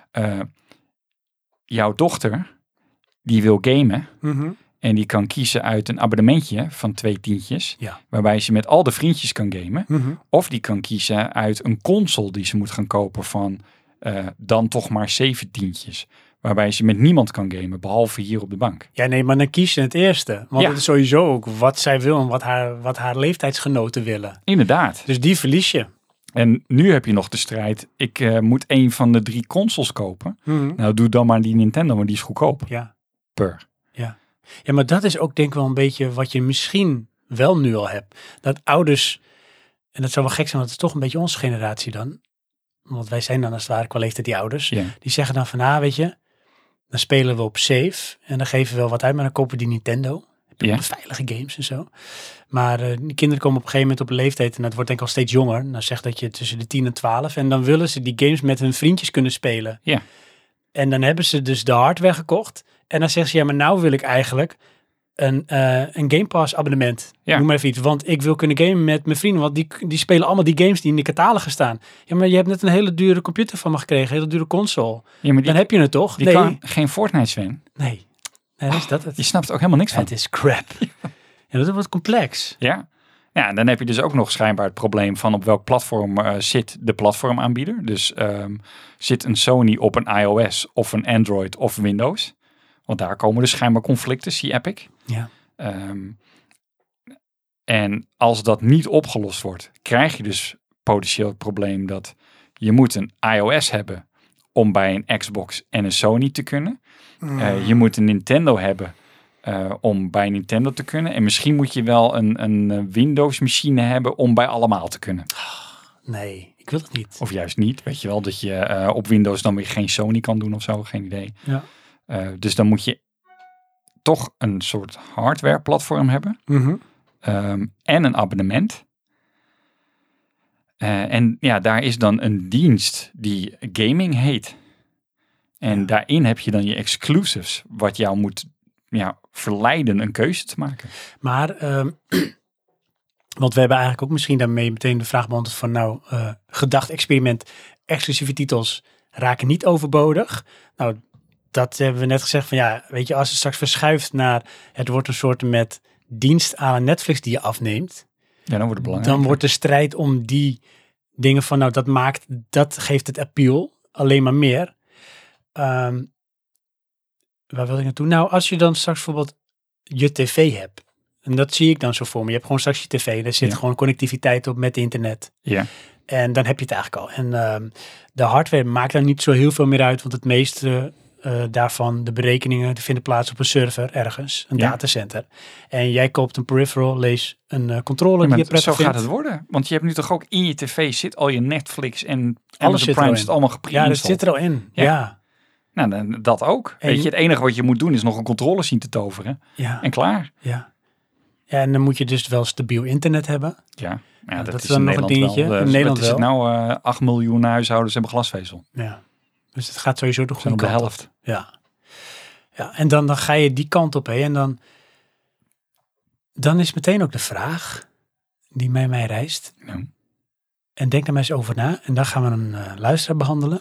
jouw dochter, die wil gamen en die kan kiezen uit een abonnementje van 2 tientjes, waarbij ze met al de vriendjes kan gamen. Of die kan kiezen uit een console die ze moet gaan kopen van dan toch maar 7 tientjes. Waarbij ze met niemand kan gamen, behalve hier op de bank. Ja, nee, maar dan kies je het eerste. Want het is sowieso ook wat zij wil en wat haar leeftijdsgenoten willen. Inderdaad. Dus die verlies je. En nu heb je nog de strijd. Ik moet 1 van de 3 consoles kopen. Nou, doe dan maar die Nintendo, maar die is goedkoop. Ja. Ja, maar dat is ook denk ik wel een beetje wat je misschien wel nu al hebt. Dat ouders, en dat zou wel gek zijn, want het is toch een beetje onze generatie dan. Want wij zijn dan als het ware qua leeftijd die ouders. Ja. Die zeggen dan van, weet je, dan spelen we op safe en dan geven we wel wat uit, maar dan kopen we die Nintendo. Veilige games en zo. Maar die kinderen komen op een gegeven moment op een leeftijd en dat wordt denk ik al steeds jonger. Dan zegt dat je tussen de 10 en 12 en dan willen ze die games met hun vriendjes kunnen spelen. Ja. En dan hebben ze dus de hardware gekocht en dan zeggen ze, ja, maar nou wil ik eigenlijk een Game Pass abonnement. Ja. Noem maar even iets, want ik wil kunnen gamen met mijn vrienden, want die spelen allemaal die games die in de catalogus staan. Ja, maar je hebt net een hele dure computer van me gekregen, een hele dure console. Ja, maar dan heb je het toch? Die kan geen Fortnite-fan. Nee, is dat het. Je snapt er ook helemaal niks van. Het is crap. En dat wordt complex. Ja. Ja, dan heb je dus ook nog schijnbaar het probleem van op welk platform zit de platformaanbieder. Dus zit een Sony op een iOS of een Android of Windows? Want daar komen dus schijnbaar conflicten, zie Epic. Ja. En als dat niet opgelost wordt, krijg je dus potentieel het probleem dat je moet een iOS hebben om bij een Xbox en een Sony te kunnen. Je moet een Nintendo hebben om bij Nintendo te kunnen. En misschien moet je wel een Windows machine hebben om bij allemaal te kunnen. Nee, ik wil het niet. Of juist niet, weet je wel, dat je op Windows dan weer geen Sony kan doen of zo, geen idee. Ja. Dus dan moet je toch een soort hardware platform hebben. En een abonnement. En ja, daar is dan een dienst die gaming heet. En daarin heb je dan je exclusives, wat jou moet verleiden een keuze te maken. Maar, want we hebben eigenlijk ook misschien daarmee meteen de vraag beantwoord van gedacht-experiment, exclusieve titels raken niet overbodig. Nou, dat hebben we net gezegd van weet je, als het straks verschuift naar, het wordt een soort met dienst aan Netflix die je afneemt. Ja, dan wordt het belangrijk. Dan wordt de strijd om die dingen van, dat geeft het appeal alleen maar meer. Waar wil ik naartoe? Nou, als je dan straks bijvoorbeeld je tv hebt, en dat zie ik dan zo voor me. Je hebt gewoon straks je tv, daar zit gewoon connectiviteit op met internet. Ja. En dan heb je het eigenlijk al. En de hardware maakt daar niet zo heel veel meer uit, want het meeste daarvan, de berekeningen, die vinden plaats op een server ergens, een datacenter. En jij koopt een peripheral, lees een controller die je prettig vindt. Zo gaat het worden. Want je hebt nu toch ook in je tv zit al je Netflix en Amazon Prime zit allemaal gepreinsteld. Ja, dat zit er al in. Ja. Nou, dat ook. Weet je, het enige wat je moet doen is nog een controller zien te toveren. Ja. En klaar. Ja. Ja, en dan moet je dus wel stabiel internet hebben. Ja, dat is dan nog een dingetje. In Nederland is het nou 8 miljoen huishoudens hebben glasvezel. Ja. Dus het gaat sowieso de goede kant op. De helft. Ja. Ja, en dan ga je die kant op. Hè, en dan is meteen ook de vraag die mij reist. Ja. En denk er maar eens over na. En dan gaan we een luisteraar behandelen.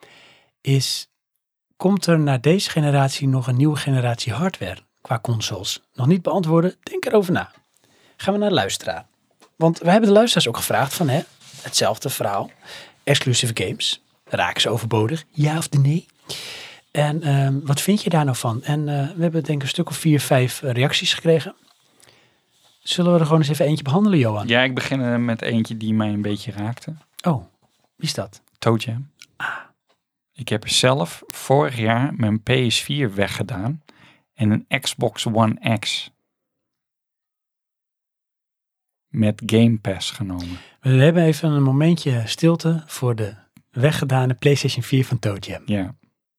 Komt er na deze generatie nog een nieuwe generatie hardware qua consoles? Nog niet beantwoorden, denk erover na. Gaan we naar de luisteraar. Want we hebben de luisteraars ook gevraagd van hetzelfde verhaal. Exclusive games. Raken ze overbodig? Ja of nee? En wat vind je daar nou van? En we hebben denk ik een stuk of 4, 5 reacties gekregen. Zullen we er gewoon eens even eentje behandelen, Johan? Ja, ik begin met eentje die mij een beetje raakte. Oh, wie is dat? ToeJam. Ik heb zelf vorig jaar mijn PS4 weggedaan en een Xbox One X met Game Pass genomen. We hebben even een momentje stilte voor de weggedane PlayStation 4 van ToeJam. Ja.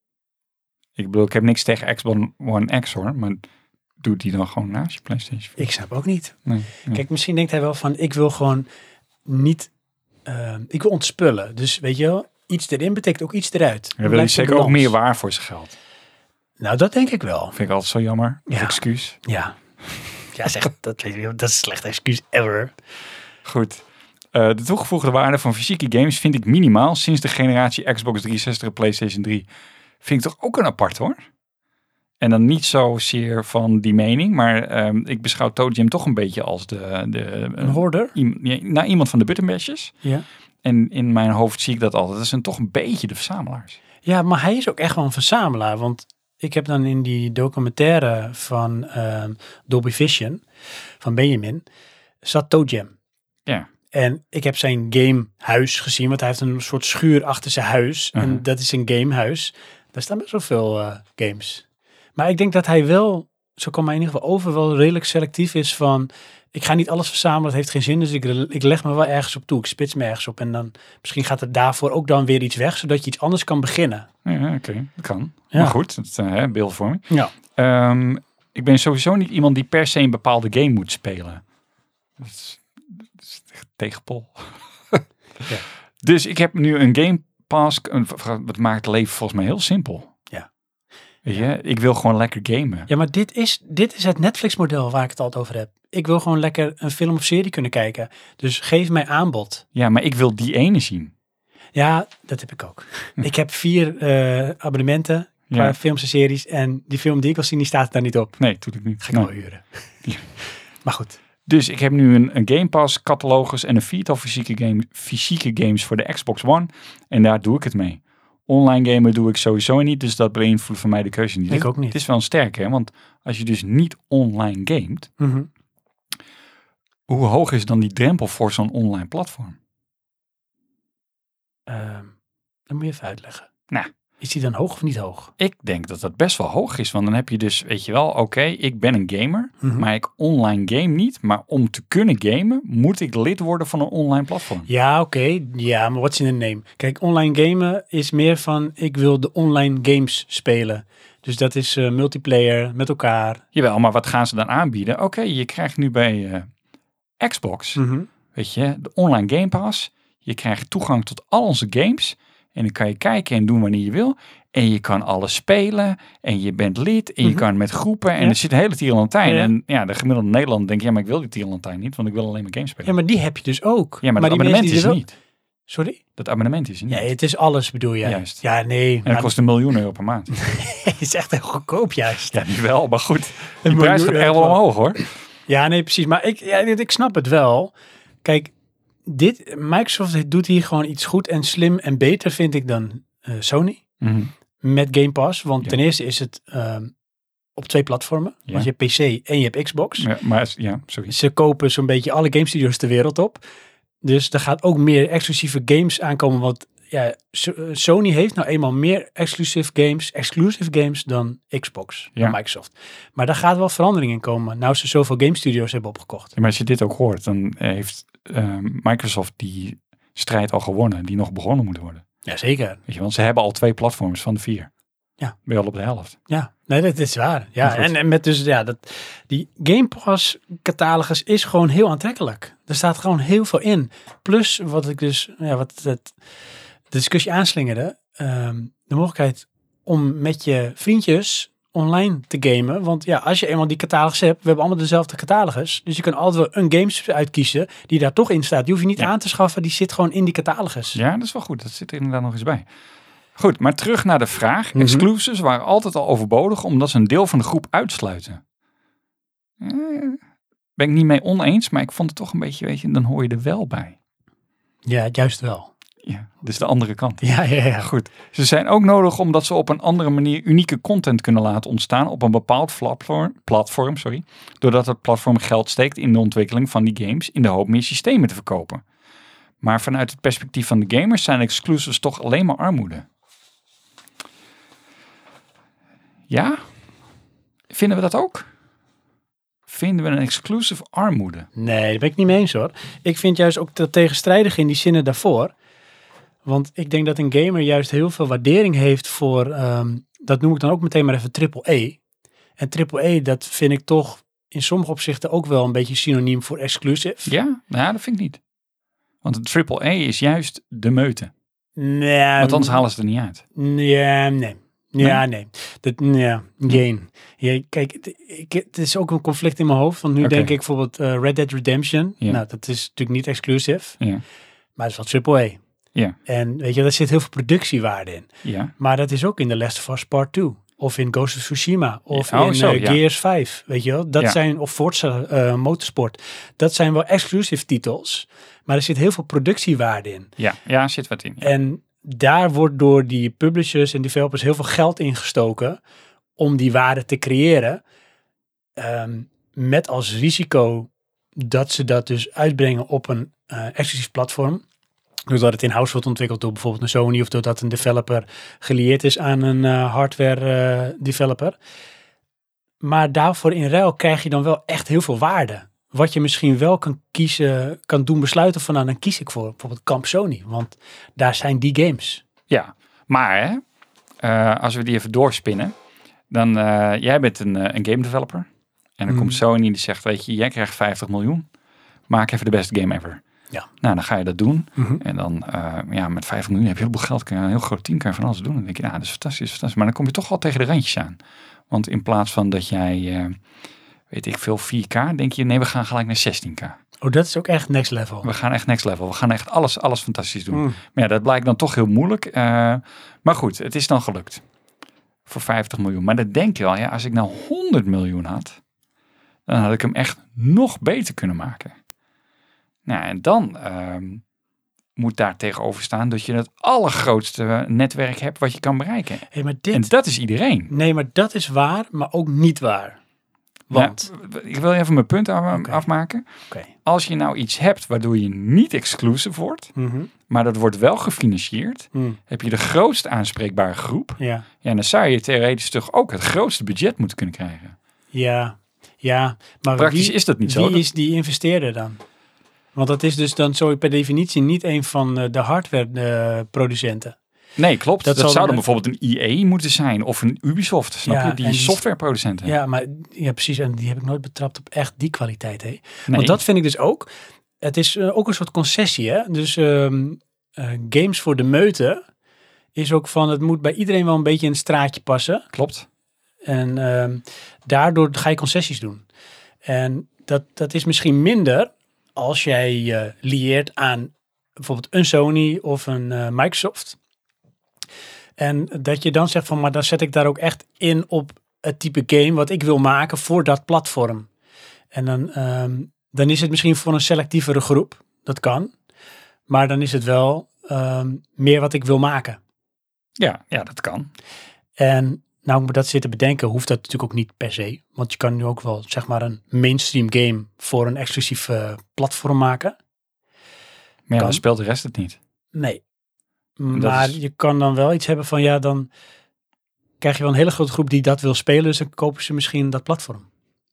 Ik bedoel, ik heb niks tegen Xbox One X hoor, maar doe die dan gewoon naast je PlayStation 4. Ik snap ook niet. Nee, ja. Kijk, misschien denkt hij wel van, ik wil gewoon niet, ik wil ontspullen. Dus weet je wel, iets erin betekent ook iets eruit. Ja, wil je zeker ook meer waar voor zijn geld? Nou, dat denk ik wel. Vind ik altijd zo jammer. Ja. Excuus. Ja. Ja, zeg, dat is een slecht excuus ever. Goed. De toegevoegde waarde van fysieke games vind ik minimaal sinds de generatie Xbox 360 en PlayStation 3. Vind ik toch ook een apart hoor. En dan niet zozeer van die mening, maar ik beschouw ToeJam toch een beetje als een hoorder? Iemand van de buttonbashers. Ja. En in mijn hoofd zie ik dat altijd. Dat zijn toch een beetje de verzamelaars. Ja, maar hij is ook echt wel een verzamelaar. Want ik heb dan in die documentaire van Dolby Vision, van Benjamin, zat ToeJam. Ja. En ik heb zijn gamehuis gezien, want hij heeft een soort schuur achter zijn huis. Uh-huh. En dat is een gamehuis. Daar staan best wel veel games. Maar ik denk dat hij wel, zo kwam mij in ieder geval over, wel redelijk selectief is van, ik ga niet alles verzamelen, dat heeft geen zin. Dus ik leg me wel ergens op toe, ik spits me ergens op. En dan misschien gaat er daarvoor ook dan weer iets weg, zodat je iets anders kan beginnen. Ja, oké, dat kan. Ja. Maar goed, dat beeldvorming. Ja. Ik ben sowieso niet iemand die per se een bepaalde game moet spelen. Dat is echt tegenpol. Ja. Dus ik heb nu een Game Pass, wat maakt het leven volgens mij heel simpel. Ja. Weet je, ik wil gewoon lekker gamen. Ja, maar dit is het Netflix-model waar ik het altijd over heb. Ik wil gewoon lekker een film of serie kunnen kijken. Dus geef mij aanbod. Ja, maar ik wil die ene zien. Ja, dat heb ik ook. Ik heb 4 abonnementen qua films en series. En die film die ik wil zien, die staat daar niet op. Nee, natuurlijk niet. Ga ik wel huren. Ja. Maar goed. Dus ik heb nu een Game Pass catalogus en een viertal fysieke games voor de Xbox One. En daar doe ik het mee. Online gamen doe ik sowieso niet, dus dat beïnvloedt voor mij de keuze niet. Ik ook niet. Het is wel een sterke, hè? Want als je dus niet online gamet, hoe hoog is dan die drempel voor zo'n online platform? Dat moet je even uitleggen. Nou, is die dan hoog of niet hoog? Ik denk dat dat best wel hoog is, want dan heb je dus, weet je wel, oké, ik ben een gamer, maar ik online game niet. Maar om te kunnen gamen, moet ik lid worden van een online platform. Ja, oké. Ja, maar wat is in de name? Kijk, online gamen is meer van, ik wil de online games spelen. Dus dat is multiplayer met elkaar. Jawel, maar wat gaan ze dan aanbieden? Oké, je krijgt nu bij Xbox, weet je, de online Game Pass. Je krijgt toegang tot al onze games. En dan kan je kijken en doen wanneer je wil. En je kan alles spelen. En je bent lid. En je kan met groepen. En er zit een hele tierenlantijn. Ja. En de gemiddelde Nederlander denkt, maar ik wil die tierenlantijn niet. Want ik wil alleen maar games spelen. Ja, maar die heb je dus ook. Ja, maar die dat abonnement mensen is die er er niet. Sorry? Dat abonnement is er niet. Ja, het is alles bedoel je. Juist. Ja, nee. En dat kost €1 miljoen per maand. Het is echt heel goedkoop juist. Ja, niet wel, maar goed. Die Een prijs gaat miljoen echt wel euro. omhoog, hoor. Ja, nee, precies. Maar ik snap het wel. Kijk, Microsoft doet hier gewoon iets goed en slim en beter, vind ik, dan Sony. Mhm. Met Game Pass. Want Ja. ten eerste is het op 2 platformen. Ja. Want je hebt PC en je hebt Xbox. Ja, maar sorry. Ze kopen zo'n beetje alle game studios ter wereld op. Dus er gaat ook meer exclusieve games aankomen. Want ja, Sony heeft nou eenmaal meer exclusive games dan Xbox, Ja. dan Microsoft. Maar daar gaat wel verandering in komen. Nou ze zoveel game studios hebben opgekocht. Ja, maar als je dit ook hoort, dan heeft Microsoft die strijd al gewonnen, die nog begonnen moet worden. Jazeker. Weet je, want ze hebben al 2 platforms van de 4. Ja. Ben je al op de helft. Ja, nee, dat is waar. Ja, Maar goed. en met dus die Game Pass catalogus is gewoon heel aantrekkelijk. Er staat gewoon heel veel in. Plus wat ik dus, de discussie aanslingerde, de mogelijkheid om met je vriendjes online te gamen. Want ja, als je eenmaal die catalogus hebt, we hebben allemaal dezelfde catalogus. Dus je kan altijd wel een game uitkiezen die daar toch in staat. Die hoef je niet aan te schaffen, die zit gewoon in die catalogus. Ja, dat is wel goed. Dat zit er inderdaad nog eens bij. Goed, maar terug naar de vraag. Exclusives waren altijd al overbodig omdat ze een deel van de groep uitsluiten. Ben ik niet mee oneens, maar ik vond het toch een beetje, weet je, dan hoor je er wel bij. Ja, juist wel. Ja, dus de andere kant. Ja. Goed. Ze zijn ook nodig omdat ze op een andere manier unieke content kunnen laten ontstaan op een bepaald platform, doordat het platform geld steekt in de ontwikkeling van die games in de hoop meer systemen te verkopen. Maar vanuit het perspectief van de gamers zijn exclusives toch alleen maar armoede. Ja? Vinden we dat ook? Vinden we een exclusive armoede? Nee, daar ben ik niet mee eens hoor. Ik vind juist ook dat tegenstrijdig in die zinnen daarvoor. Want ik denk dat een gamer juist heel veel waardering heeft voor, dat noem ik dan ook meteen maar even AAA. En AAA, dat vind ik toch in sommige opzichten ook wel een beetje synoniem voor exclusive. Ja? Nou, dat vind ik niet. Want een AAA is juist de meute. Nee. Want anders halen ze er niet uit. Ja, nee. Ja, nee. Geen. Ja, kijk, het is ook een conflict in mijn hoofd. Want nu Oké. denk ik bijvoorbeeld Red Dead Redemption. Ja. Nou, dat is natuurlijk niet exclusive. Ja. Maar het is wel AAA. Ja. En weet je, daar zit heel veel productiewaarde in. Ja. Maar dat is ook in The Last of Us Part 2. Of in Ghost of Tsushima. Of Ja, in ja. Gears 5. Weet je wel? Dat Ja. zijn, of Forza Motorsport. Dat zijn wel exclusive titels. Maar er zit heel veel productiewaarde in. Ja, zit wat in. Ja. En daar wordt door die publishers en developers heel veel geld ingestoken om die waarde te creëren. Met als risico dat ze dat dus uitbrengen op een exclusief platform. Doordat het in-house wordt ontwikkeld door bijvoorbeeld een Sony of doordat een developer gelieerd is aan een hardware developer. Maar daarvoor in ruil krijg je dan wel echt heel veel waarde. Wat je misschien wel kan kiezen, kan doen besluiten van nou, dan kies ik voor bijvoorbeeld Kamp Sony. Want daar zijn die games. Ja, maar hè, als we die even doorspinnen, dan jij bent een game developer. En dan komt Sony die zegt, weet je, jij krijgt 50 miljoen. Maak even de beste game ever. Ja. Nou, dan ga je dat doen. En dan, met 50 miljoen heb je heel veel geld. Kan je een heel groot team, kan je van alles doen. Dan denk je, dat is fantastisch. Maar dan kom je toch al tegen de randjes aan. Want in plaats van dat jij, weet ik veel, 4K, denk je, nee, we gaan gelijk naar 16K. Oh, dat is ook echt next level. We gaan echt next level. We gaan echt alles fantastisch doen. Maar ja, dat blijkt dan toch heel moeilijk. Maar goed, het is dan gelukt. Voor 50 miljoen. Maar dan denk je wel, ja, als ik nou 100 miljoen had, dan had ik hem echt nog beter kunnen maken. Nou, en dan moet daar tegenover staan dat je het allergrootste netwerk hebt wat je kan bereiken. Hey, maar En dat is iedereen. Nee, maar dat is waar, maar ook niet waar. Want? Nou, ik wil even mijn punt afmaken. Okay. Als je nou iets hebt waardoor je niet exclusive wordt, maar dat wordt wel gefinancierd, heb je de grootste aanspreekbare groep. Ja. Ja, dan zou je theoretisch toch ook het grootste budget moeten kunnen krijgen. Ja, maar Praktisch is dat niet zo. Wie is die investeerder dan? Want dat is dus dan zo per definitie niet een van de hardware producenten. Nee, klopt. Dat zal zou dan bijvoorbeeld een EA moeten zijn of een Ubisoft, snap je? Die softwareproducenten. Ja, maar ja, precies. En die heb ik nooit betrapt op echt die kwaliteit. Hè? Nee. Want dat vind ik dus ook. het is ook een soort concessie, hè? Dus games voor de meute is ook van, het moet bij iedereen wel een beetje in het straatje passen. Klopt. En daardoor ga je concessies doen. En dat is misschien minder als jij je lieert aan bijvoorbeeld een Sony of een Microsoft. En dat je dan zegt van, maar dan zet ik daar ook echt in op het type game wat ik wil maken voor dat platform. En dan is het misschien voor een selectievere groep. Dat kan. Maar dan is het wel meer wat ik wil maken. Ja, dat kan. En nou, ik me dat zitten bedenken, hoeft dat natuurlijk ook niet per se. Want je kan nu ook wel, zeg maar, een mainstream game voor een exclusief platform maken. Maar ja, dan speelt de rest het niet. Nee. Maar je kan dan wel iets hebben van, ja, dan krijg je wel een hele grote groep die dat wil spelen. Dus dan kopen ze misschien dat platform.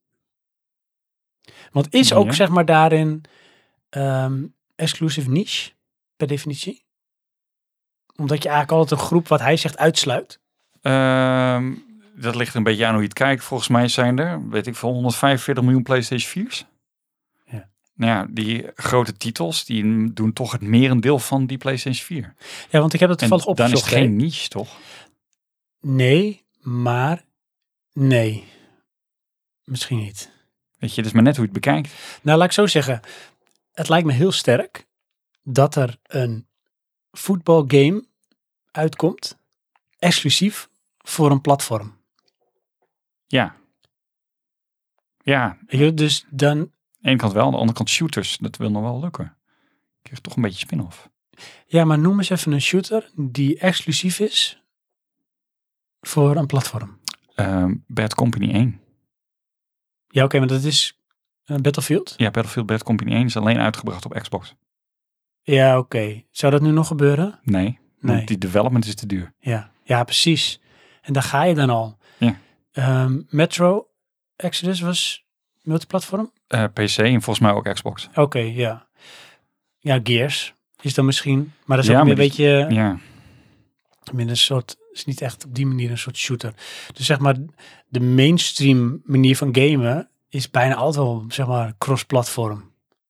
Want is ook, zeg maar, daarin exclusive niche, per definitie? Omdat je eigenlijk altijd een groep, wat hij zegt, uitsluit. Dat ligt er een beetje aan hoe je het kijkt. Volgens mij zijn er, weet ik veel, 145 miljoen PlayStation 4's. Ja. Nou ja, die grote titels, die doen toch het merendeel van die PlayStation 4. Ja, want ik heb het toevallig opgezocht. Dan is het geen niche, toch? Nee, maar nee. Misschien niet. Weet je, het is maar net hoe je het bekijkt. Nou, laat ik zo zeggen. Het lijkt me heel sterk dat er een voetbalgame uitkomt, exclusief voor een platform. Ja. Ja. Weet je, dus dan... Aan de ene kant wel, aan de andere kant shooters. Dat wil nog wel lukken. Ik krijg toch een beetje spin-off. Ja, maar noem eens even een shooter die exclusief is voor een platform. Bad Company 1. Ja, oké, maar dat is Battlefield? Ja, Battlefield Bad Company 1 is alleen uitgebracht op Xbox. Ja, oké. Zou dat nu nog gebeuren? Nee. Want die development is te duur. Ja, precies. En daar ga je dan al. Ja. Metro Exodus was multiplatform? PC en volgens mij ook Xbox. Oké, ja. Ja, Gears is dan misschien. Maar dat is ook meer een beetje... Ja. Meer een soort... is niet echt op die manier een soort shooter. Dus zeg maar, de mainstream manier van gamen is bijna altijd wel, zeg maar, cross-platform.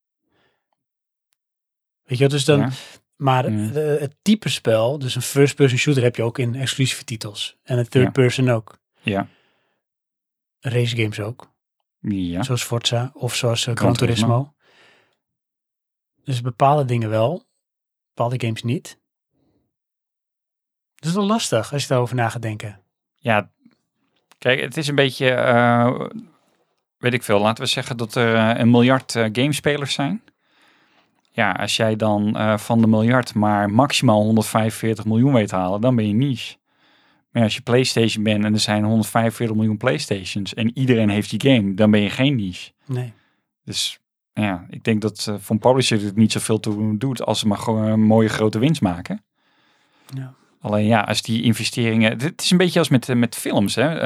Weet je, dus dan... Ja. Maar het type spel, dus een first-person shooter heb je ook in exclusieve titels. En een third-person ook. Ja. Race games ook. Ja. Zoals Forza of zoals Gran Turismo. Dus bepaalde dingen wel, bepaalde games niet. Dat is wel lastig als je daarover na gaat denken. Ja, kijk, het is een beetje, weet ik veel, laten we zeggen dat er 1 miljard gamespelers zijn. Ja, als jij dan van de miljard maar maximaal 145 miljoen weet te halen, dan ben je niche. Maar als je PlayStation bent en er zijn 145 miljoen PlayStations en iedereen heeft die game, dan ben je geen niche. Nee. Dus ja, ik denk dat voor een publisher het niet zoveel toe doet als ze maar gewoon een mooie grote winst maken. Ja. Alleen ja, als die investeringen... Het is een beetje als met films. Hè.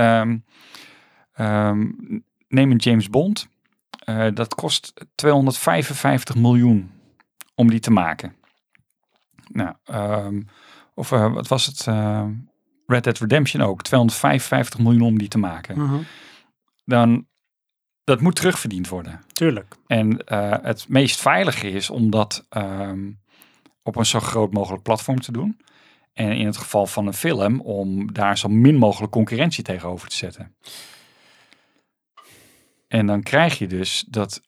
Neem een James Bond. Dat kost 255 miljoen om die te maken. Nou, wat was het? Red Dead Redemption ook. 255 miljoen om die te maken. Uh-huh. Dan, dat moet terugverdiend worden. Tuurlijk. En het meest veilige is om dat op een zo groot mogelijk platform te doen. En in het geval van een film, om daar zo min mogelijk concurrentie tegenover te zetten. En dan krijg je dus dat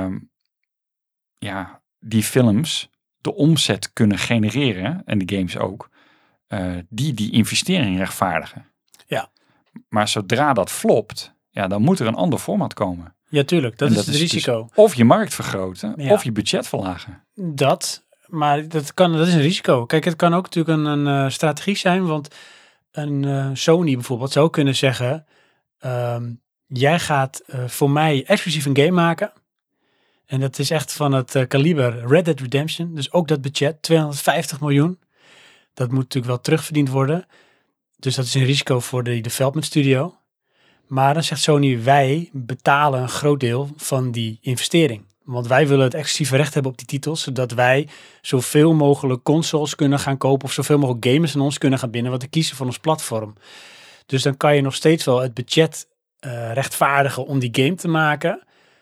die films de omzet kunnen genereren, en de games ook, die investering rechtvaardigen. Ja. Maar zodra dat flopt, ja, dan moet er een ander format komen. Ja, tuurlijk. Dat is het risico. Dus of je markt vergroten, of je budget verlagen. Maar dat is een risico. Kijk, het kan ook natuurlijk een strategie zijn, want een Sony bijvoorbeeld zou kunnen zeggen, jij gaat voor mij exclusief een game maken. En dat is echt van het kaliber Red Dead Redemption. Dus ook dat budget, 250 miljoen. Dat moet natuurlijk wel terugverdiend worden. Dus dat is een risico voor de development studio. Maar dan zegt Sony, wij betalen een groot deel van die investering. Want wij willen het exclusieve recht hebben op die titels, zodat wij zoveel mogelijk consoles kunnen gaan kopen of zoveel mogelijk gamers aan ons kunnen gaan binnen, wat te kiezen van ons platform. Dus dan kan je nog steeds wel het budget rechtvaardigen om die game te maken,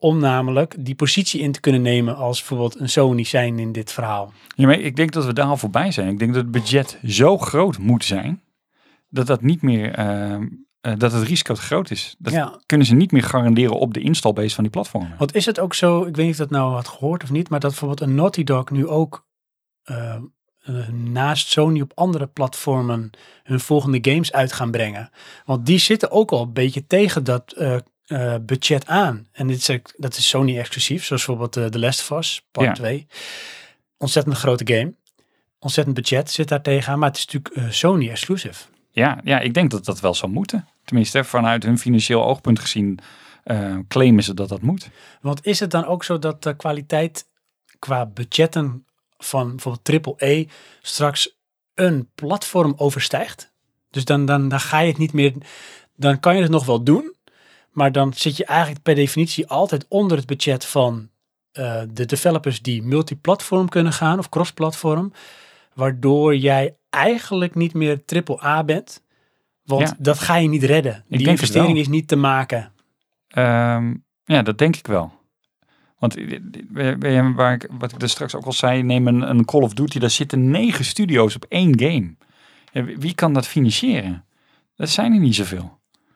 om namelijk die positie in te kunnen nemen als bijvoorbeeld een Sony zijn in dit verhaal. Ja, maar ik denk dat we daar al voorbij zijn. Ik denk dat het budget zo groot moet zijn, dat niet meer, dat het risico te groot is. Dat kunnen ze niet meer garanderen op de installbase van die platformen. Want is het ook zo, ik weet niet of dat nou had gehoord of niet, maar dat bijvoorbeeld een Naughty Dog nu ook naast Sony op andere platformen hun volgende games uit gaan brengen. Want die zitten ook al een beetje tegen dat budget aan. En dat is Sony exclusief, zoals bijvoorbeeld The Last of Us, part 2. Ontzettend grote game. Ontzettend budget zit daar tegenaan, maar het is natuurlijk Sony exclusive. Ja, ik denk dat dat wel zou moeten. Tenminste, vanuit hun financieel oogpunt gezien claimen ze dat dat moet. Want is het dan ook zo dat de kwaliteit qua budgetten van bijvoorbeeld AAA straks een platform overstijgt? Dus dan ga je het niet meer, dan kan je het nog wel doen, maar dan zit je eigenlijk per definitie altijd onder het budget van de developers die multiplatform kunnen gaan of cross-platform, waardoor jij eigenlijk niet meer AAA bent, want dat ga je niet redden. Die investering is niet te maken. Ja, dat denk ik wel. Want wat ik dus straks ook al zei, neem een Call of Duty, daar zitten 9 studio's op 1 game. Ja, wie kan dat financieren? Dat zijn er niet zoveel.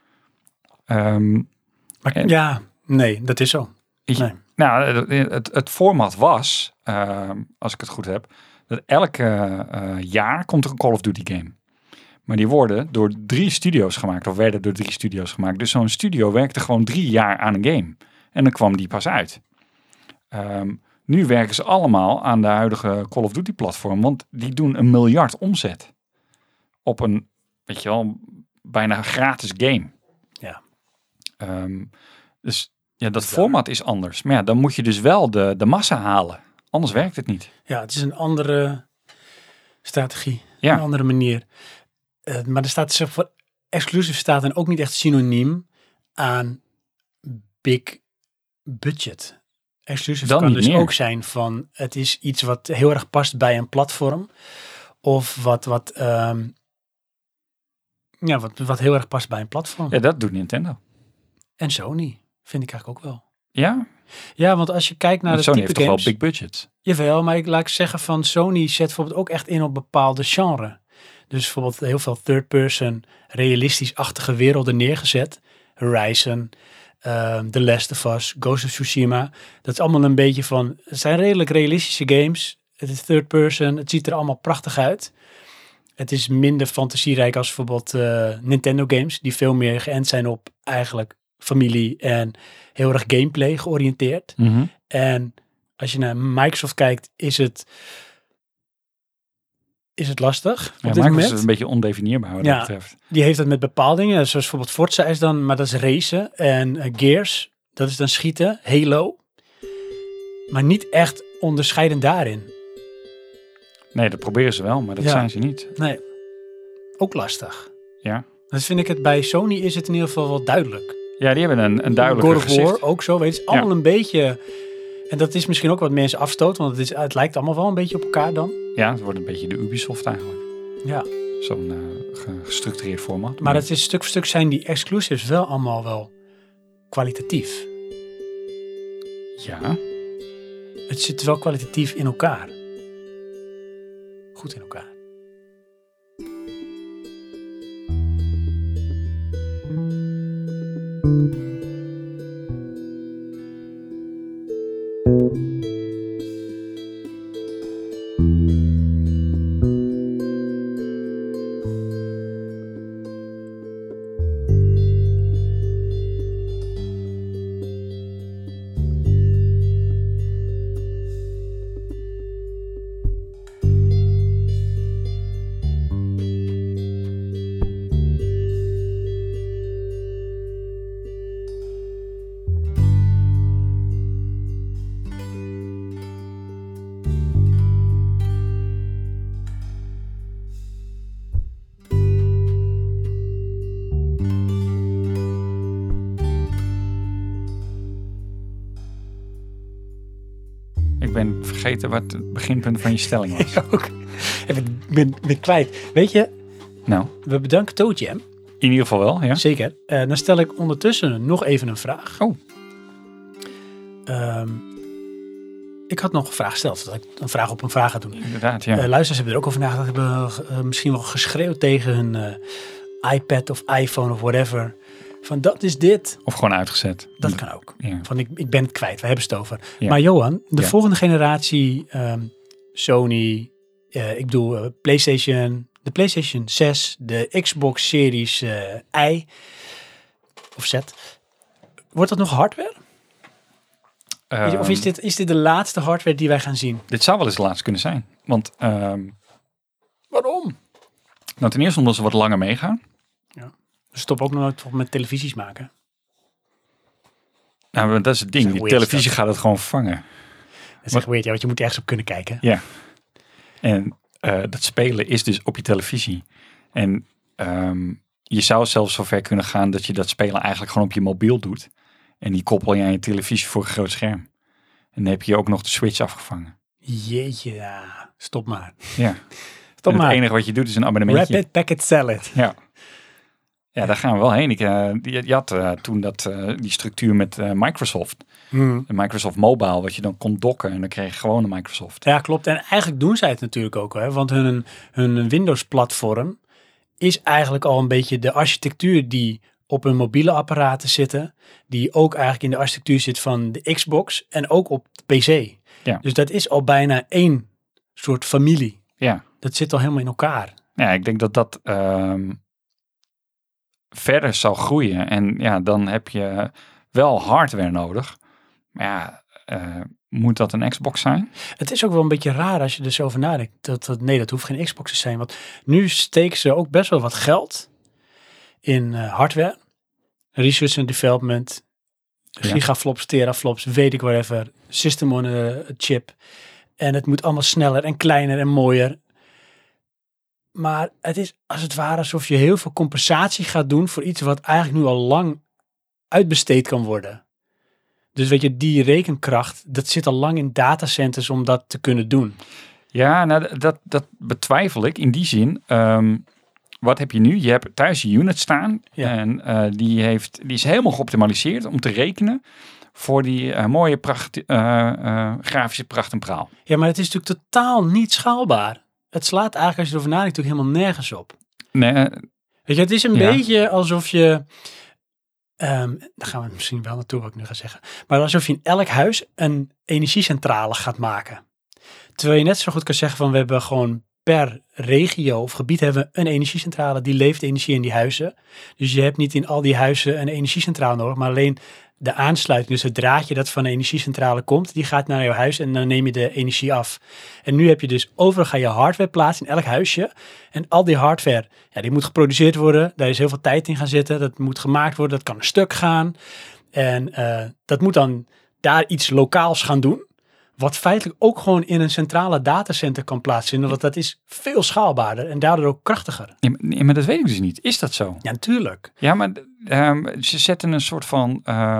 Nee, dat is zo. Nee. Nou, het format was, als ik het goed heb, dat elk jaar komt er een Call of Duty game. Maar die worden door 3 studio's gemaakt, of werden door 3 studio's gemaakt. Dus zo'n studio werkte gewoon 3 jaar aan een game. En dan kwam die pas uit. Nu werken ze allemaal aan de huidige Call of Duty platform, want die doen 1 miljard omzet. Op een, weet je wel, bijna gratis game. Ja. Dus ja, dat format is anders. Maar ja, dan moet je dus wel de massa halen. Anders werkt het niet. Ja, het is een andere strategie. Ja. Een andere manier. Maar er staat voor exclusive staat dan ook niet echt synoniem aan big budget. Exclusive dan kan dus meer ook zijn van het is iets wat heel erg past bij een platform. Of wat heel erg past bij een platform. Ja, dat doet Nintendo. En Sony, vind ik eigenlijk ook wel. Ja? Ja, want als je kijkt naar de Sony type heeft games, toch wel big budgets? Jawel, maar laat ik zeggen van Sony zet bijvoorbeeld ook echt in op bepaalde genre. Dus bijvoorbeeld heel veel third-person, realistisch-achtige werelden neergezet. Horizon, The Last of Us, Ghost of Tsushima. Dat is allemaal een beetje van, het zijn redelijk realistische games. Het is third-person, het ziet er allemaal prachtig uit. Het is minder fantasierijk als bijvoorbeeld Nintendo games, die veel meer geënt zijn op eigenlijk familie en heel erg gameplay georiënteerd. Mm-hmm. En als je naar Microsoft kijkt, is het lastig. Ja, Microsoft is een beetje ondefinieerbaar wat dat betreft. Die heeft het met bepaalde dingen, zoals bijvoorbeeld Forza is dan, maar dat is racen. En Gears, dat is dan schieten. Halo. Maar niet echt onderscheidend daarin. Nee, dat proberen ze wel, maar dat zijn ze niet. Nee, ook lastig. Ja. Dat vind ik het bij Sony is het in ieder geval wel duidelijk. Ja, die hebben een duidelijker gezicht. God of War ook zo, weet je. Het is allemaal een beetje. En dat is misschien ook wat mensen afstoot, want het lijkt allemaal wel een beetje op elkaar dan. Ja, het wordt een beetje de Ubisoft eigenlijk. Ja. Zo'n gestructureerd format. Maar het is stuk voor stuk zijn die exclusives wel allemaal wel kwalitatief. Ja. Het zit wel kwalitatief in elkaar. Goed in elkaar. Ik ben vergeten wat het beginpunt van je stelling was. Ook. Ik ben kwijt. Weet je, Nou, we bedanken ToeJam. in ieder geval wel, ja. Zeker. Dan stel ik ondertussen nog even een vraag. Oh. Ik had nog een vraag gesteld, dat ik een vraag op een vraag ga doen. Inderdaad, ja. Luisteraars hebben er ook over nagedacht. Hebben misschien wel geschreeuwd tegen hun iPad of iPhone of whatever. Van dat is dit. Of gewoon uitgezet. Dat kan ook. Ja. Van ik ben het kwijt, we hebben het over. Ja. Maar Johan, de Ja. volgende generatie Sony, ik bedoel PlayStation, de PlayStation 6, de Xbox Series I of Z. Wordt dat nog hardware? Of is dit de laatste hardware die wij gaan zien? Dit zou wel eens de laatste kunnen zijn. Want Waarom? nou, ten eerste omdat ze wat langer meegaan. Stop ook nooit met televisies maken. Nou, dat is het ding. Zo Die weird televisie is gaat het gewoon vangen. Dat is echt weird, ja, want je moet ergens op kunnen kijken. Ja. En dat spelen is dus op je televisie. En je zou zelfs zover kunnen gaan dat je dat spelen eigenlijk gewoon op je mobiel doet. En die koppel je aan je televisie voor een groot scherm. En dan heb je ook nog de Switch afgevangen. Jeetje, ja. Stop maar. Ja. Stop En maar. het enige wat je doet is een abonnementje. Rapid Packet Salad. Ja. Ja, daar gaan we wel heen. Je had toen die structuur met Microsoft. De Microsoft Mobile, wat je dan kon docken. En dan kreeg je gewoon een Microsoft. Ja, klopt. En eigenlijk doen zij het natuurlijk ook. Hè? Want hun Windows-platform is eigenlijk al een beetje de architectuur die op hun mobiele apparaten zitten. Die ook eigenlijk in de architectuur zit van de Xbox en ook op de PC. Ja. Dus dat is al bijna één soort familie. Ja. Dat zit al helemaal in elkaar. Ja, ik denk dat verder zal groeien. En ja, dan heb je wel hardware nodig. Maar ja, moet dat een Xbox zijn? Het is ook wel een beetje raar als je er zo over nadenkt. Nee, dat hoeft geen Xbox te zijn. Want nu steken ze ook best wel wat geld in hardware. Research and development. Gigaflops, teraflops, weet ik whatever. System on a chip. En het moet allemaal sneller en kleiner en mooier. Maar het is als het ware alsof je heel veel compensatie gaat doen voor iets wat eigenlijk nu al lang uitbesteed kan worden. Dus weet je, die rekenkracht, dat zit al lang in datacenters om dat te kunnen doen. Ja, nou, dat betwijfel ik in die zin. Wat heb je nu? Je hebt thuis je unit staan. Ja. En die is helemaal geoptimaliseerd om te rekenen voor die mooie grafische pracht en praal. Ja, maar het is natuurlijk totaal niet schaalbaar. Het slaat eigenlijk, als je erover nadenkt, natuurlijk helemaal nergens op. Nee, Weet je, het is een beetje alsof je... daar gaan we misschien wel naartoe wat ik nu ga zeggen. Maar alsof je in elk huis een energiecentrale gaat maken. Terwijl je net zo goed kan zeggen van we hebben gewoon per regio of gebied hebben we een energiecentrale die levert energie in die huizen. Dus je hebt niet in al die huizen een energiecentrale nodig, maar alleen de aansluiting, dus het draadje dat van de energiecentrale komt, die gaat naar jouw huis en dan neem je de energie af. En nu heb je dus overal ga je hardware plaatsen in elk huisje. En al die hardware, ja, die moet geproduceerd worden. Daar is heel veel tijd in gaan zitten. Dat moet gemaakt worden. Dat kan een stuk gaan. En dat moet dan daar iets lokaals gaan doen. Wat feitelijk ook gewoon in een centrale datacenter kan plaatsvinden. Want dat is veel schaalbaarder en daardoor ook krachtiger. Ja, maar dat weet ik dus niet. Is dat zo? Ja, natuurlijk. Ja, maar ze zetten een soort van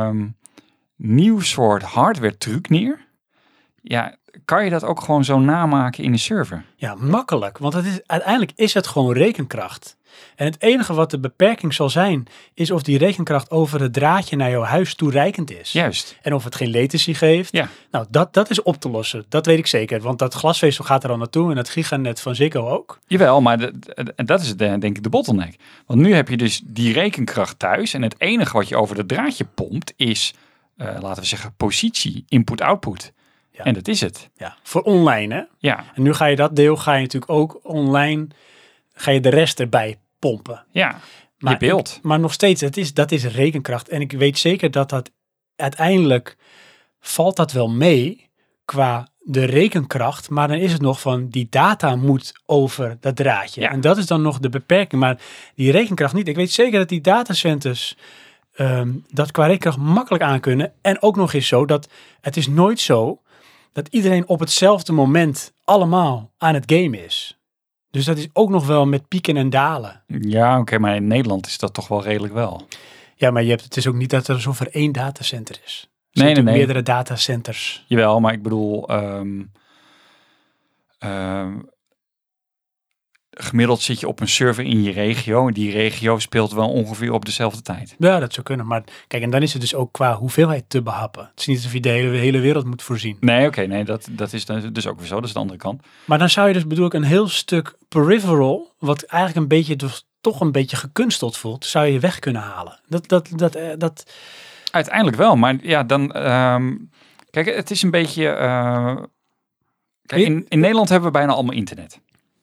nieuw soort hardware truc neer. Ja, kan je dat ook gewoon zo namaken in de server? Ja, makkelijk. Want uiteindelijk is het gewoon rekenkracht. En het enige wat de beperking zal zijn, is of die rekenkracht over het draadje naar jouw huis toereikend is. Juist. En of het geen latency geeft. Ja. Nou, dat is op te lossen. Dat weet ik zeker. Want dat glasvezel gaat er al naartoe en het giganet van Ziggo ook. Jawel, maar dat is denk ik de bottleneck. Want nu heb je dus die rekenkracht thuis. En het enige wat je over dat draadje pompt is, laten we zeggen, positie, input-output. Ja. En dat is het. Ja, voor online hè. Ja, En nu ga je dat deel, ga je natuurlijk ook online, ga je de rest erbij pompen. ja. Maar je beeld. Maar nog steeds, dat is rekenkracht. En ik weet zeker dat uiteindelijk valt dat wel mee qua de rekenkracht. Maar dan is het nog van die data moet over dat draadje. Ja. En dat is dan nog de beperking. Maar die rekenkracht niet. Ik weet zeker dat die datacenters dat qua rekenkracht makkelijk aankunnen. En ook nog eens zo dat het is nooit zo dat iedereen op hetzelfde moment allemaal aan het game is. Dus dat is ook nog wel met pieken en dalen. Ja, oké, maar in Nederland is dat toch wel redelijk wel. Ja, maar het is ook niet dat er zover één datacenter is. Nee. Meerdere datacenters. Jawel, maar ik bedoel, gemiddeld zit je op een server in je regio. En die regio speelt wel ongeveer op dezelfde tijd. Ja, dat zou kunnen. Maar kijk, en dan is het dus ook qua hoeveelheid te behappen. Het is niet alsof je de hele wereld moet voorzien. Nee, oké, dat is dus ook weer zo. Dat is de andere kant. Maar dan zou je dus, bedoel ik, een heel stuk peripheral, wat eigenlijk een beetje, dus toch een beetje gekunsteld voelt, zou je weg kunnen halen. Dat... Uiteindelijk wel, maar ja, dan... kijk, het is een beetje... kijk, in Nederland hebben we bijna allemaal internet.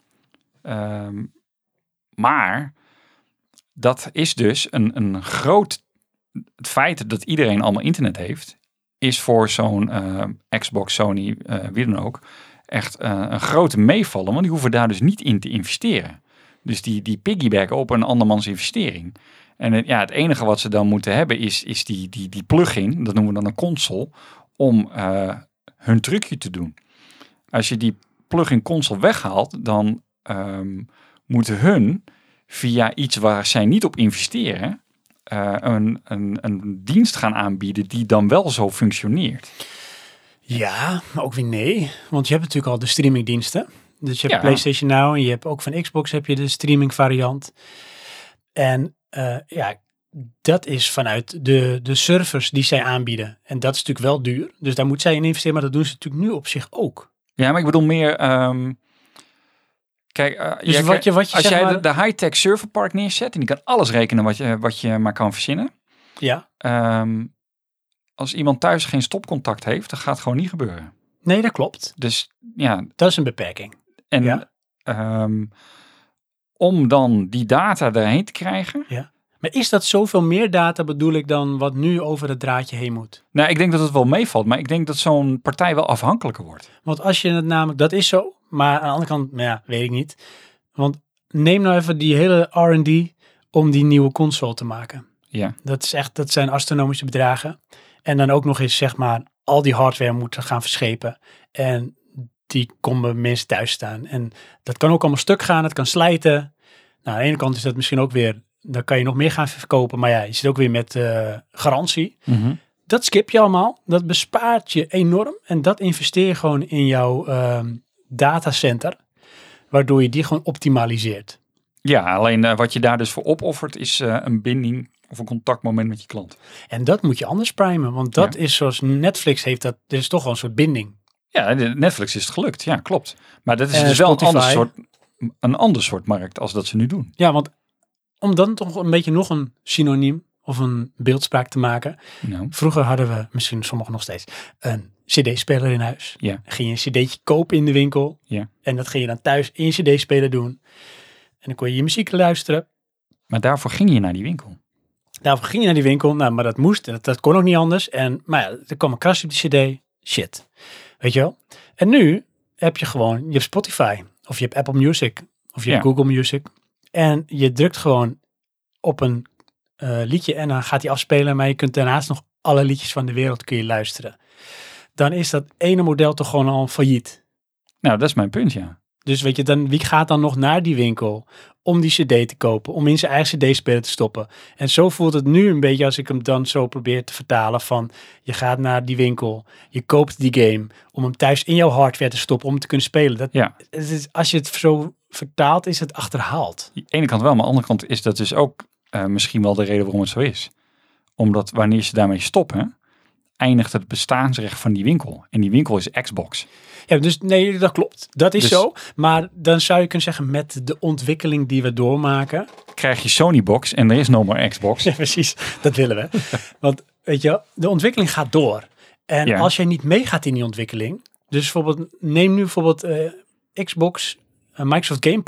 Maar dat is dus een groot... Het feit dat iedereen allemaal internet heeft, is voor zo'n Xbox, Sony, wie dan ook, echt een grote meevallen. Want die hoeven daar dus niet in te investeren. Dus die piggybacken op een andermans investering. En het enige wat ze dan moeten hebben is die plugin, dat noemen we dan een console, om hun trucje te doen. Als je die plugin console weghaalt, dan moeten hun via iets waar zij niet op investeren, een dienst gaan aanbieden die dan wel zo functioneert. Ja, maar ook weer nee. Want je hebt natuurlijk al de streamingdiensten. Dus je hebt PlayStation Now en je hebt ook van Xbox heb je de streaming variant. En dat is vanuit de servers die zij aanbieden. En dat is natuurlijk wel duur. Dus daar moet zij in investeren, maar dat doen ze natuurlijk nu op zich ook. Ja, maar ik bedoel meer... Kijk, dus wat je als jij de high-tech serverpark neerzet en die kan alles rekenen wat je maar kan verzinnen. Ja. Als iemand thuis geen stopcontact heeft, dan gaat het gewoon niet gebeuren. Nee, dat klopt. Dus ja. Dat is een beperking. En om dan die data erheen te krijgen. Ja. Maar is dat zoveel meer data, bedoel ik, dan wat nu over het draadje heen moet? Nou, ik denk dat het wel meevalt, maar ik denk dat zo'n partij wel afhankelijker wordt. Want als je het namelijk, dat is zo, maar aan de andere kant, weet ik niet. Want neem nou even die hele R&D om die nieuwe console te maken. Ja. Dat zijn astronomische bedragen. En dan ook nog eens, zeg maar, al die hardware moeten gaan verschepen. En die komen mensen thuis staan. En dat kan ook allemaal stuk gaan, het kan slijten. Nou, aan de ene kant is dat misschien ook weer, dan kan je nog meer gaan verkopen. Maar ja, je zit ook weer met garantie. Mm-hmm. Dat skip je allemaal. Dat bespaart je enorm. En dat investeer je gewoon in jouw datacenter. Waardoor je die gewoon optimaliseert. Ja, alleen wat je daar dus voor opoffert is een binding of een contactmoment met je klant. En dat moet je anders primen. Want dat is zoals Netflix heeft dat. Dit is toch wel een soort binding. Ja, Netflix is het gelukt. Ja, klopt. Maar dat is dus wel een ander soort markt als dat ze nu doen. Ja, want om dan toch een beetje nog een synoniem of een beeldspraak te maken. Nou. Vroeger hadden we, misschien sommigen nog steeds, een cd-speler in huis. Ja. Ging je een cd'tje kopen in de winkel. Ja. En dat ging je dan thuis in je cd-speler doen. En dan kon je muziek luisteren. Maar daarvoor ging je naar die winkel. Daarvoor ging je naar die winkel. Nou, maar dat moest. Dat kon ook niet anders. Maar ja, er kwam een krasje op die cd. Shit. Weet je wel? En nu heb je gewoon, je hebt Spotify. Of je hebt Apple Music. Of je hebt Google Music. En je drukt gewoon op een liedje en dan gaat hij afspelen. Maar je kunt daarnaast nog alle liedjes van de wereld kun je luisteren. Dan is dat ene model toch gewoon al failliet. Nou, dat is mijn punt, ja. Dus weet je, wie gaat dan nog naar die winkel om die cd te kopen, om in zijn eigen cd-speler te stoppen? En zo voelt het nu een beetje als ik hem dan zo probeer te vertalen van, je gaat naar die winkel, je koopt die game om hem thuis in jouw hardware te stoppen om te kunnen spelen. Als je het zo vertaalt, is het achterhaald. Aan de ene kant wel, maar aan de andere kant is dat dus ook misschien wel de reden waarom het zo is. Omdat wanneer ze daarmee stoppen, eindigt het bestaansrecht van die winkel. En die winkel is Xbox. Ja, dus nee, dat klopt. Dat is zo. Maar dan zou je kunnen zeggen, met de ontwikkeling die we doormaken, krijg je Sony Box en er is no more Xbox. Ja, precies. Dat willen we. Want weet je, de ontwikkeling gaat door. En als jij niet meegaat in die ontwikkeling, dus bijvoorbeeld, neem nu bijvoorbeeld Xbox, Microsoft Game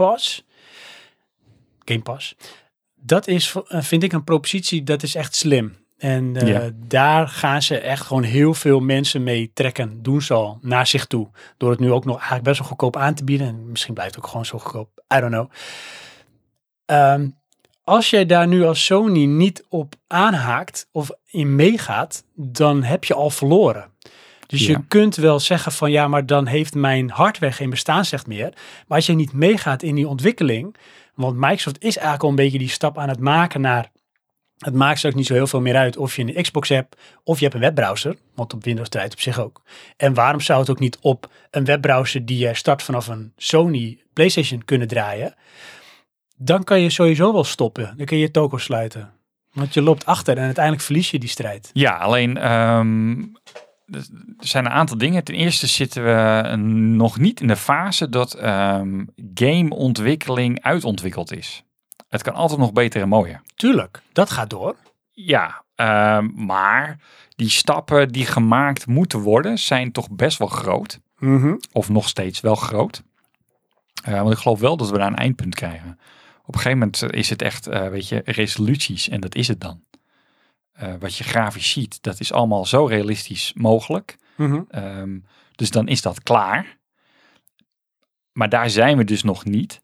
Pass. Dat is, vind ik, een propositie, dat is echt slim. En daar gaan ze echt gewoon heel veel mensen mee trekken, doen ze al, naar zich toe. Door het nu ook nog eigenlijk best wel goedkoop aan te bieden. En misschien blijft het ook gewoon zo goedkoop. I don't know. Als jij daar nu als Sony niet op aanhaakt of in meegaat, dan heb je al verloren. Dus je kunt wel zeggen van ja, maar dan heeft mijn hardware geen bestaansrecht meer. Maar als je niet meegaat in die ontwikkeling, want Microsoft is eigenlijk al een beetje die stap aan het maken naar Het maakt straks niet zo heel veel meer uit of je een Xbox hebt of je hebt een webbrowser, want op Windows draait het op zich ook. En waarom zou het ook niet op een webbrowser die je start vanaf een Sony PlayStation kunnen draaien? Dan kan je sowieso wel stoppen. Dan kun je je toko sluiten. Want je loopt achter en uiteindelijk verlies je die strijd. Ja, alleen er zijn een aantal dingen. Ten eerste zitten we nog niet in de fase dat gameontwikkeling uitontwikkeld is. Het kan altijd nog beter en mooier. Tuurlijk, dat gaat door. Ja, maar die stappen die gemaakt moeten worden zijn toch best wel groot. Of nog steeds wel groot. Want ik geloof wel dat we daar een eindpunt krijgen. Op een gegeven moment is het echt, resoluties en dat is het dan. Wat je grafisch ziet, dat is allemaal zo realistisch mogelijk. Dus dan is dat klaar. Maar daar zijn we dus nog niet.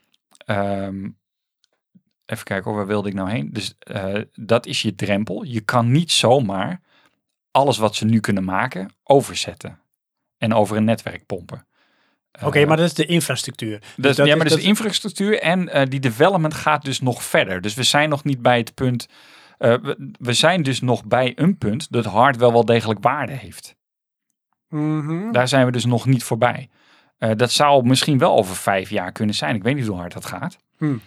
Even kijken, waar wilde ik nou heen? Dus dat is je drempel. Je kan niet zomaar alles wat ze nu kunnen maken overzetten. En over een netwerk pompen. Oké, maar dat is de infrastructuur. Maar dat is de infrastructuur en die development gaat dus nog verder. Dus we zijn nog niet bij het punt... we zijn dus nog bij een punt dat hardware wel degelijk waarde heeft. Daar zijn we dus nog niet voorbij. Dat zou misschien wel over 5 jaar kunnen zijn. Ik weet niet hoe hard dat gaat.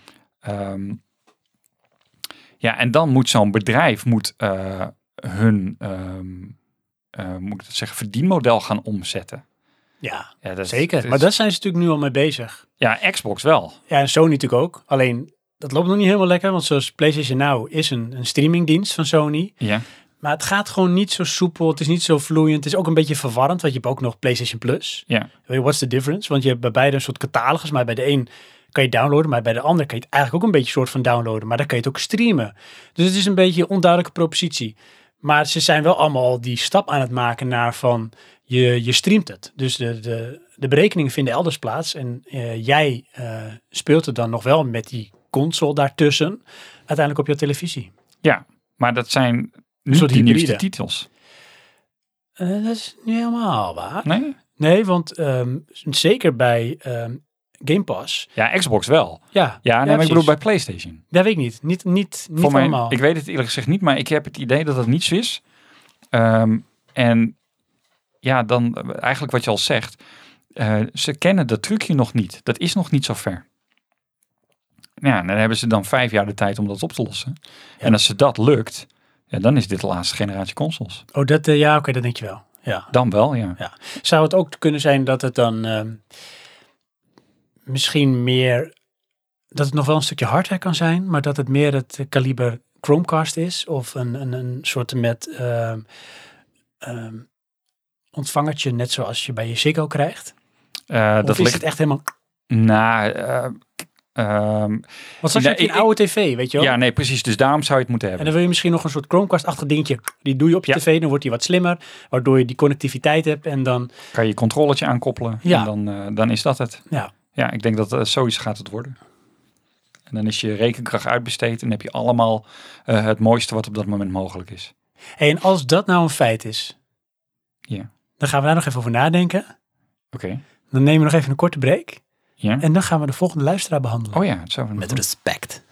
En dan moet zo'n bedrijf hun moet ik dat zeggen, verdienmodel gaan omzetten. Ja, dat zeker. Maar daar zijn ze natuurlijk nu al mee bezig. Ja, Xbox wel. Ja, en Sony natuurlijk ook. Alleen, dat loopt nog niet helemaal lekker. Want zoals PlayStation Now is een streamingdienst van Sony. Ja. Maar het gaat gewoon niet zo soepel. Het is niet zo vloeiend. Het is ook een beetje verwarrend. Want je hebt ook nog PlayStation Plus. Ja. What's the difference? Want je hebt bij beide een soort catalogus. Maar bij de een kan je downloaden. Maar bij de ander kan je het eigenlijk ook een beetje soort van downloaden. Maar dan kan je het ook streamen. Dus het is een beetje een onduidelijke propositie. Maar ze zijn wel allemaal die stap aan het maken naar van... Je streamt het. Dus de berekeningen vinden elders plaats. En jij speelt het dan nog wel met die console daartussen. Uiteindelijk op je televisie. Ja, maar dat zijn niet de nieuwste titels. Dat is niet helemaal waar. Nee? Nee, want zeker bij Game Pass. Ja, Xbox wel. Ja, maar ik bedoel bij PlayStation. Dat weet ik niet. Niet allemaal. Ik weet het eerlijk gezegd niet, maar ik heb het idee dat dat niet zo is. En ja, dan eigenlijk wat je al zegt. Ze kennen dat trucje nog niet. Dat is nog niet zo ver. Ja, dan hebben ze dan 5 jaar de tijd om dat op te lossen. Ja. En als ze dat lukt, dan is dit de laatste generatie consoles. Oh, dat dat denk je wel. Ja. Dan wel, ja. Zou het ook kunnen zijn dat het dan misschien meer... dat het nog wel een stukje hardware kan zijn, maar dat het meer het kaliber Chromecast is? Of een soort met... ontvangertje, net zoals je bij je Ziggo krijgt? Of is het echt helemaal... Want straks heb je een oude tv, weet je wel? Ja, nee, precies. Dus daarom zou je het moeten hebben. En dan wil je misschien nog een soort Chromecast-achtig dingetje. Die doe je op je tv, dan wordt die wat slimmer. Waardoor je die connectiviteit hebt en dan... kan je je controllertje aankoppelen. Ja. En dan is dat het. Ja, ik denk dat zoiets gaat het worden. En dan is je rekenkracht uitbesteed en heb je allemaal het mooiste wat op dat moment mogelijk is. Hey, en als dat nou een feit is... Ja. Dan gaan we daar nog even over nadenken. Oké. Dan nemen we nog even een korte break. Ja. En dan gaan we de volgende luisteraar behandelen. Oh ja, zo. Met respect.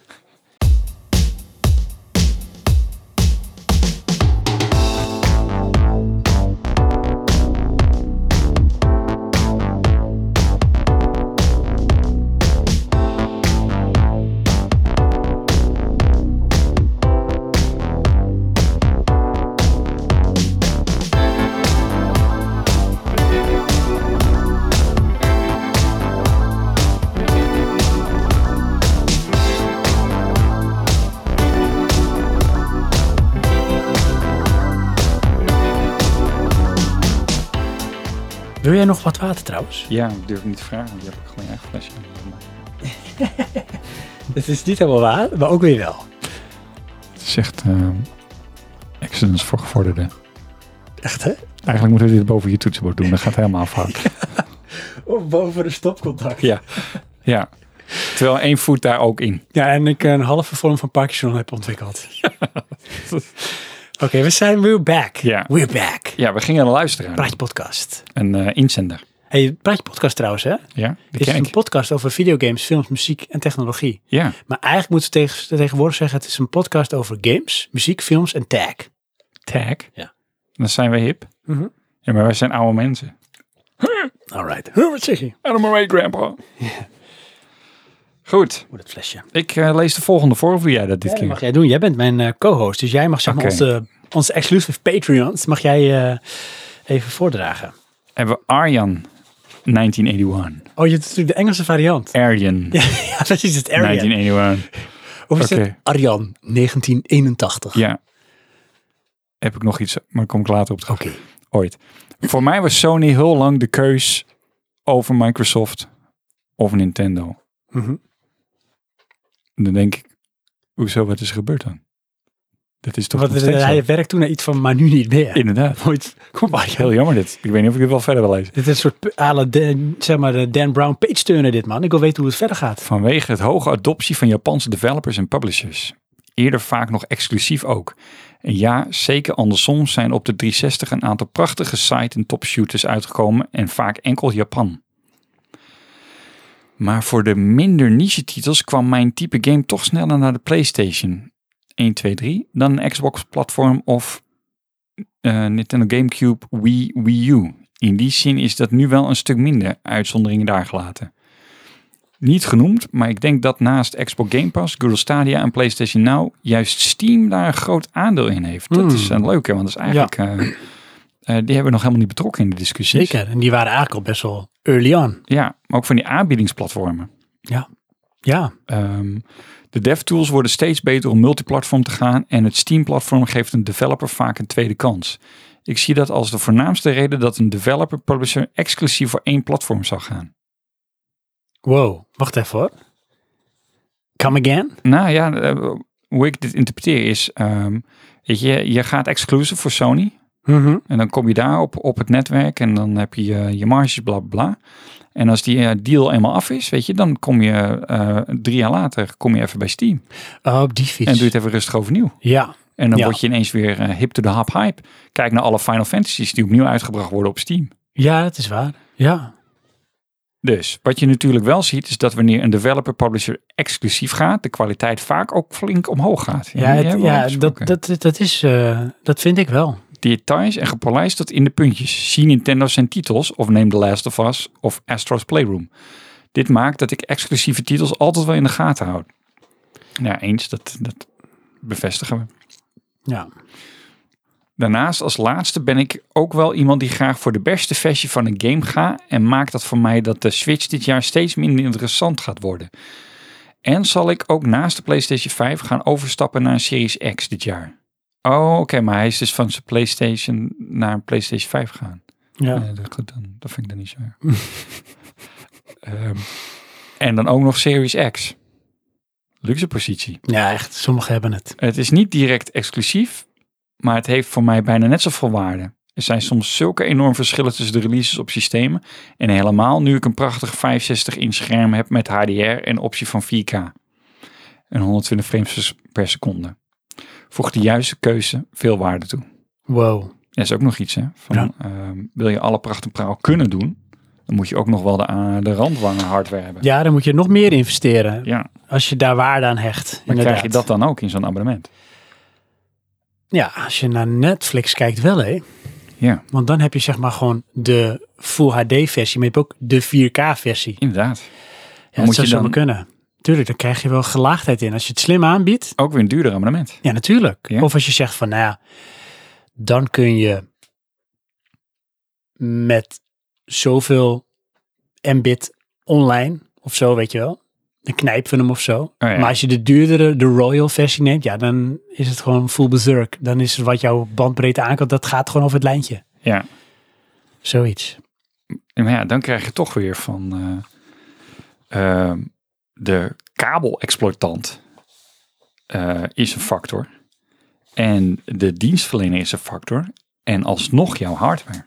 Wil jij nog wat water trouwens? Ja, dat durf ik niet te vragen, want je hebt gewoon je eigen flesje. Het is niet helemaal waar, maar ook weer wel. Het is echt excellence voor gevorderden. Echt, hè? Eigenlijk moeten we dit boven je toetsenbord doen, dat gaat helemaal fout. Of boven de stopcontact. Ja. Terwijl 1 voet daar ook in. Ja, en ik een halve vorm van Parkinson heb ontwikkeld. Oké, we're back. Ja. We're back. Ja, we gingen luisteren. Praatje podcast. Een inzender. Hey, Praatje Podcast trouwens, hè? Ja, die Is ken een ik. videogames, over videogames, films, muziek en technologie. Ja, Maar eigenlijk moeten we tegenwoordig zeggen, het is een podcast over games, muziek, films en tech. tag. Ja. Dan zijn we hip. Ja, maar wij zijn oude mensen. Alright. Wat zeg je? Out of my way, grandpa. Goed, Moet het flesje. ik lees de volgende voor. Of doe jij dat dit Ja, dat keer? mag jij doen. Jij bent mijn co-host, dus jij mag zeg maar Oké. onze exclusive Patreons, mag jij even voordragen. Hebben we Arjan 1981. Oh, je hebt natuurlijk de Engelse variant. Arjan Ja, dat is het Aryan. 1981. Of is Oké. het Arjan 1981? Ja. Heb ik nog iets, maar daar kom ik later op terug. Oké. Ooit. Voor mij was Sony heel lang de keus over Microsoft of Nintendo. Mhm. Dan denk ik, hoezo, wat is er gebeurd dan? Dat is toch Want nog steeds zo? hij werkt toen naar iets van, maar nu niet meer. Inderdaad. Nooit. Kom maar, Heel jammer dit. Ik weet niet of ik dit wel verder wil lezen. Dit is een soort zeg maar de Dan Brown page turner dit, man. Ik wil weten hoe het verder gaat. Vanwege het hoge adoptie van Japanse developers en publishers. Eerder vaak nog exclusief ook. En ja, zeker andersom zijn op de 360 een aantal prachtige side- en top-shooters uitgekomen en vaak enkel Japan. Maar voor de minder niche-titels kwam mijn type game toch sneller naar de PlayStation 1, 2, 3 dan een Xbox-platform of Nintendo GameCube, Wii U. In die zin is dat nu wel een stuk minder, uitzonderingen daar gelaten. Niet genoemd, maar ik denk dat naast Xbox Game Pass, Google Stadia en PlayStation Now juist Steam daar een groot aandeel in heeft. Dat is een leuke, want dat is eigenlijk, die hebben we nog helemaal niet betrokken in de discussie. Zeker. En die waren eigenlijk al best wel early on. Ja, maar ook van die aanbiedingsplatformen. Ja. Ja. De DevTools worden steeds beter om multiplatform te gaan en het Steam-platform geeft een developer vaak een tweede kans. Ik zie dat als de voornaamste reden dat een developer-publisher exclusief voor één platform zou gaan. Wow. Wacht even hoor. Come again? Nou ja, hoe ik dit interpreteer is, weet je gaat exclusive voor Sony en dan kom je daar op het netwerk en dan heb je je marges, bla bla bla. En als die deal eenmaal af is, weet je, dan kom je 3 jaar later kom je even bij Steam. Oh, op die fiets. En doe je het even rustig overnieuw. Ja. En dan Ja. word je ineens weer hip to the hop hype. Kijk naar alle Final Fantasies die opnieuw uitgebracht worden op Steam. Ja, dat is waar. Ja. Dus wat je natuurlijk wel ziet, is dat wanneer een developer-publisher exclusief gaat, de kwaliteit vaak ook flink omhoog gaat. Ja, die hebben we al besproken. dat vind ik wel. Details en gepolijst tot in de puntjes. Zie Nintendo zijn titels of neem The Last of Us of Astro's Playroom. Dit maakt dat ik exclusieve titels altijd wel in de gaten houd. Ja, eens, dat bevestigen we. Ja. Daarnaast als laatste ben ik ook wel iemand die graag voor de beste versie van een game gaat en maakt dat voor mij dat de Switch dit jaar steeds minder interessant gaat worden. En zal ik ook naast de PlayStation 5 gaan overstappen naar een Series X dit jaar. Oh, oké, maar hij is dus van zijn PlayStation naar een PlayStation 5 gaan. Ja. Dat vind ik dan niet zo erg. En dan ook nog Series X. Luxe positie. Ja, echt. Sommigen hebben het. Het is niet direct exclusief, maar het heeft voor mij bijna net zoveel waarde. Er zijn soms zulke enorme verschillen tussen de releases op systemen. En helemaal nu ik een prachtig 65-inch scherm heb met HDR en optie van 4K. En 120 frames per seconde. Voegt de juiste keuze veel waarde toe. Wow. Dat is ook nog iets, hè. Wil je alle pracht en praal kunnen doen, dan moet je ook nog wel de randwangen hardware hebben. Ja, dan moet je nog meer investeren. Ja. Als je daar waarde aan hecht. Maar krijg je dat dan ook in zo'n abonnement? Ja, als je naar Netflix kijkt wel, hè. Ja, Want dan heb je zeg maar gewoon de Full HD versie, maar je hebt ook de 4K versie. inderdaad. Ja, dat moet zou je zomaar dan kunnen. Tuurlijk, dan krijg je wel gelaagdheid in. Als je het slim aanbiedt, ook weer een duurder abonnement. ja natuurlijk. Ja. Of als je zegt van, nou ja, dan kun je met zoveel Mbit online of zo, weet je wel. Een knijp van hem of zo. ja. Maar als je de duurdere, de Royal versie neemt, ja, dan is het gewoon full berserk. Dan is het wat jouw bandbreedte aankomt, dat gaat gewoon over het lijntje. Ja. Zoiets. Maar ja, dan krijg je toch weer van de kabelexploitant is een factor. En de dienstverlener is een factor. En alsnog jouw hardware.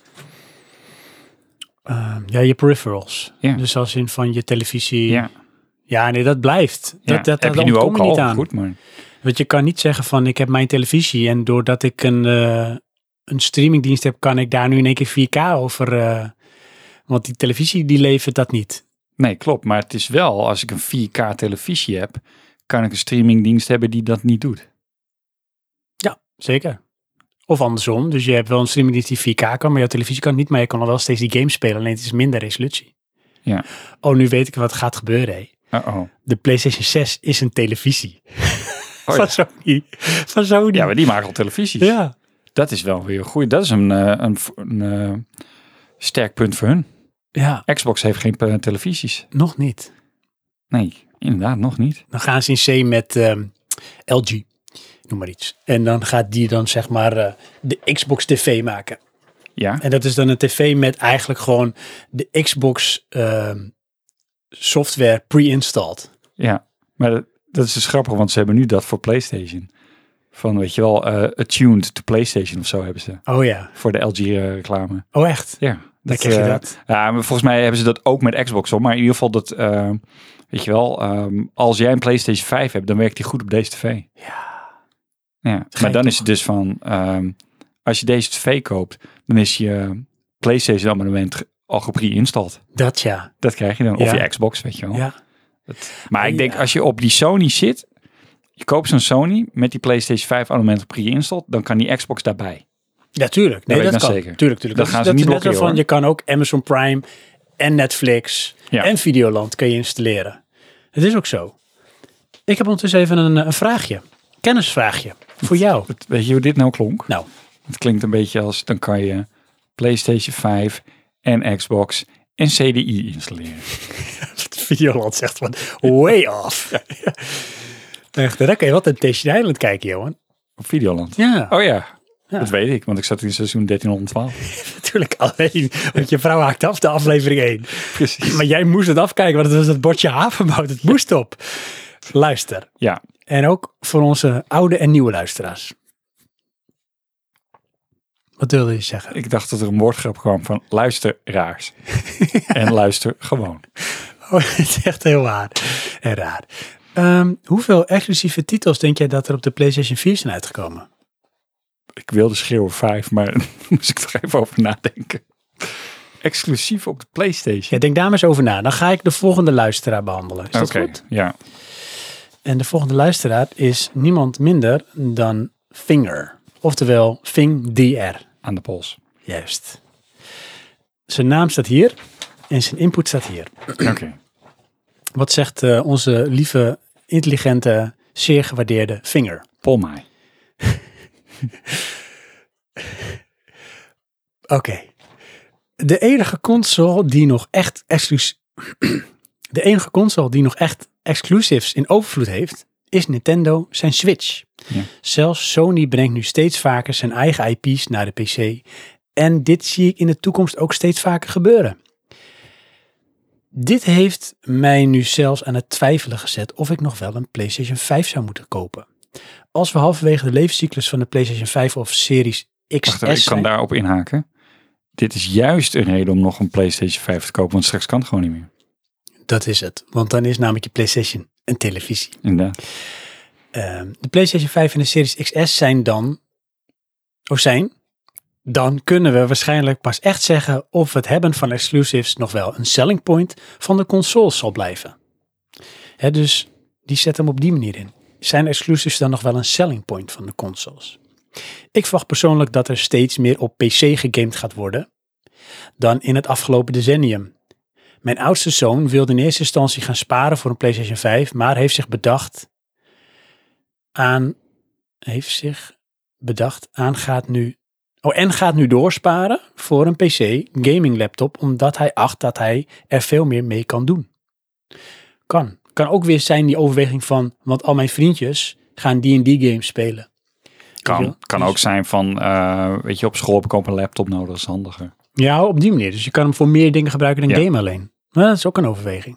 Ja, je peripherals. Ja. Dus als in van je televisie. Ja, Ja, nee, dat blijft. ja. Dat heb je nu ook niet al. aan. Goed, maar Want je kan niet zeggen van ik heb mijn televisie en doordat ik een streamingdienst heb, kan ik daar nu in één keer 4K over Want die televisie die levert dat niet. Nee, klopt. Maar het is wel, als ik een 4K televisie heb, kan ik een streamingdienst hebben die dat niet doet. Ja, zeker. Of andersom. Dus je hebt wel een streamingdienst die 4K kan, maar jouw televisie kan niet. Maar je kan nog wel steeds die game spelen, alleen het is minder resolutie. Ja. Oh, nu weet ik wat gaat gebeuren. Hé. Uh-oh. De PlayStation 6 is een televisie. Oh, Van Sony. Van Sony. Ja, maar die maken al televisies. Ja. Dat is wel weer goed. Dat is een sterk punt voor hun. Ja, Xbox heeft geen televisies. nog niet. Nee, inderdaad, nog niet. Dan gaan ze in C met LG. Noem maar iets. En dan gaat die dan zeg maar de Xbox TV maken. Ja, En dat is dan een tv met eigenlijk gewoon de Xbox software pre-installed. ja. Maar dat is dus grappig, want ze hebben nu dat voor PlayStation. Van, weet je wel, attuned to PlayStation of zo hebben ze. Oh ja. Voor de LG-reclame. Oh echt? Ja. Dan krijg je dat. Ja, maar volgens mij hebben ze dat ook met Xbox op. Maar in ieder geval dat, weet je wel, als jij een PlayStation 5 hebt, dan werkt die goed op deze tv. Ja. Maar dan is het dus van, als je deze tv koopt, dan is je PlayStation abonnement al gepre-installed. Dat ja. Dat krijg je dan. Of Ja. je Xbox, weet je wel. Ja. Maar ik denk, Ja. als je op die Sony zit, je koopt zo'n Sony met die PlayStation 5 abonnement pre-installed, dan kan die Xbox daarbij. Ja, tuurlijk. Nee, weet ik dat dan kan. zeker. Tuurlijk. Dat gaan ze is niet net blokkeren, zo van, hoor. je kan ook Amazon Prime en Netflix Ja. en Videoland kun je installeren. Het is ook zo. Ik heb ondertussen even een vraagje. Kennisvraagje. Voor jou. Weet je hoe dit nou klonk? Nou, Het klinkt een beetje als, dan kan je PlayStation 5 en Xbox en CDI installeren. Videoland zegt van way off. Echt, dan kan je wat een Temptation Island kijken, Johan. Op Videoland. Ja, Oh ja, Ja. dat weet ik, want ik zat in seizoen 1312. natuurlijk alleen. Want je vrouw haakt af de aflevering 1. Precies. Maar jij moest het afkijken, want het was het bordje havermout. Het moest op. Luister. Ja, En ook voor onze oude en nieuwe luisteraars. Wat wilde je zeggen? ik dacht dat er een woordgrap kwam van luister raars. En luister gewoon. Oh, het is echt heel waar en raar. Hoeveel exclusieve titels denk jij dat er op de PlayStation 4 zijn uitgekomen? Ik wilde schreeuwen 5, maar daar moest ik toch even over nadenken. Exclusief op de PlayStation. Ja, denk daar maar eens over na. Dan ga ik de volgende luisteraar behandelen. Is dat Oké, goed? ja. En de volgende luisteraar is niemand minder dan Finger. Oftewel Fing DR. Aan de pols. Juist. Zijn naam staat hier en zijn input staat hier. Oké. Wat zegt onze lieve, intelligente, zeer gewaardeerde Finger? Pol mij. Oké. De enige console die nog echt exclusives in overvloed heeft, is Nintendo zijn Switch. Ja. Zelfs Sony brengt nu steeds vaker zijn eigen IP's naar de PC. En dit zie ik in de toekomst ook steeds vaker gebeuren. Dit heeft mij nu zelfs aan het twijfelen gezet of ik nog wel een PlayStation 5 zou moeten kopen. Als we halverwege de levenscyclus van de PlayStation 5 of Series XS Wacht, ik kan zijn... daarop inhaken. Dit is juist een reden om nog een PlayStation 5 te kopen, want straks kan het gewoon niet meer. Dat is het, want dan is namelijk je PlayStation een televisie. Inderdaad. De PlayStation 5 en de Series XS dan kunnen we waarschijnlijk pas echt zeggen of het hebben van exclusives nog wel een selling point van de consoles zal blijven. Dus die zet hem op die manier in. Zijn exclusives dan nog wel een selling point van de consoles? Ik verwacht persoonlijk dat er steeds meer op PC gegamed gaat worden dan in het afgelopen decennium. Mijn oudste zoon wilde in eerste instantie gaan sparen voor een PlayStation 5, maar gaat nu doorsparen voor een PC gaming laptop, omdat hij acht dat hij er veel meer mee kan doen. Kan ook weer zijn die overweging van, want al mijn vriendjes gaan die en die games spelen. Kan ook zijn van, weet je, op school heb ik ook een laptop nodig, dat is handiger. Ja, op die manier. Dus je kan hem voor meer dingen gebruiken dan Ja. game alleen. Maar dat is ook een overweging.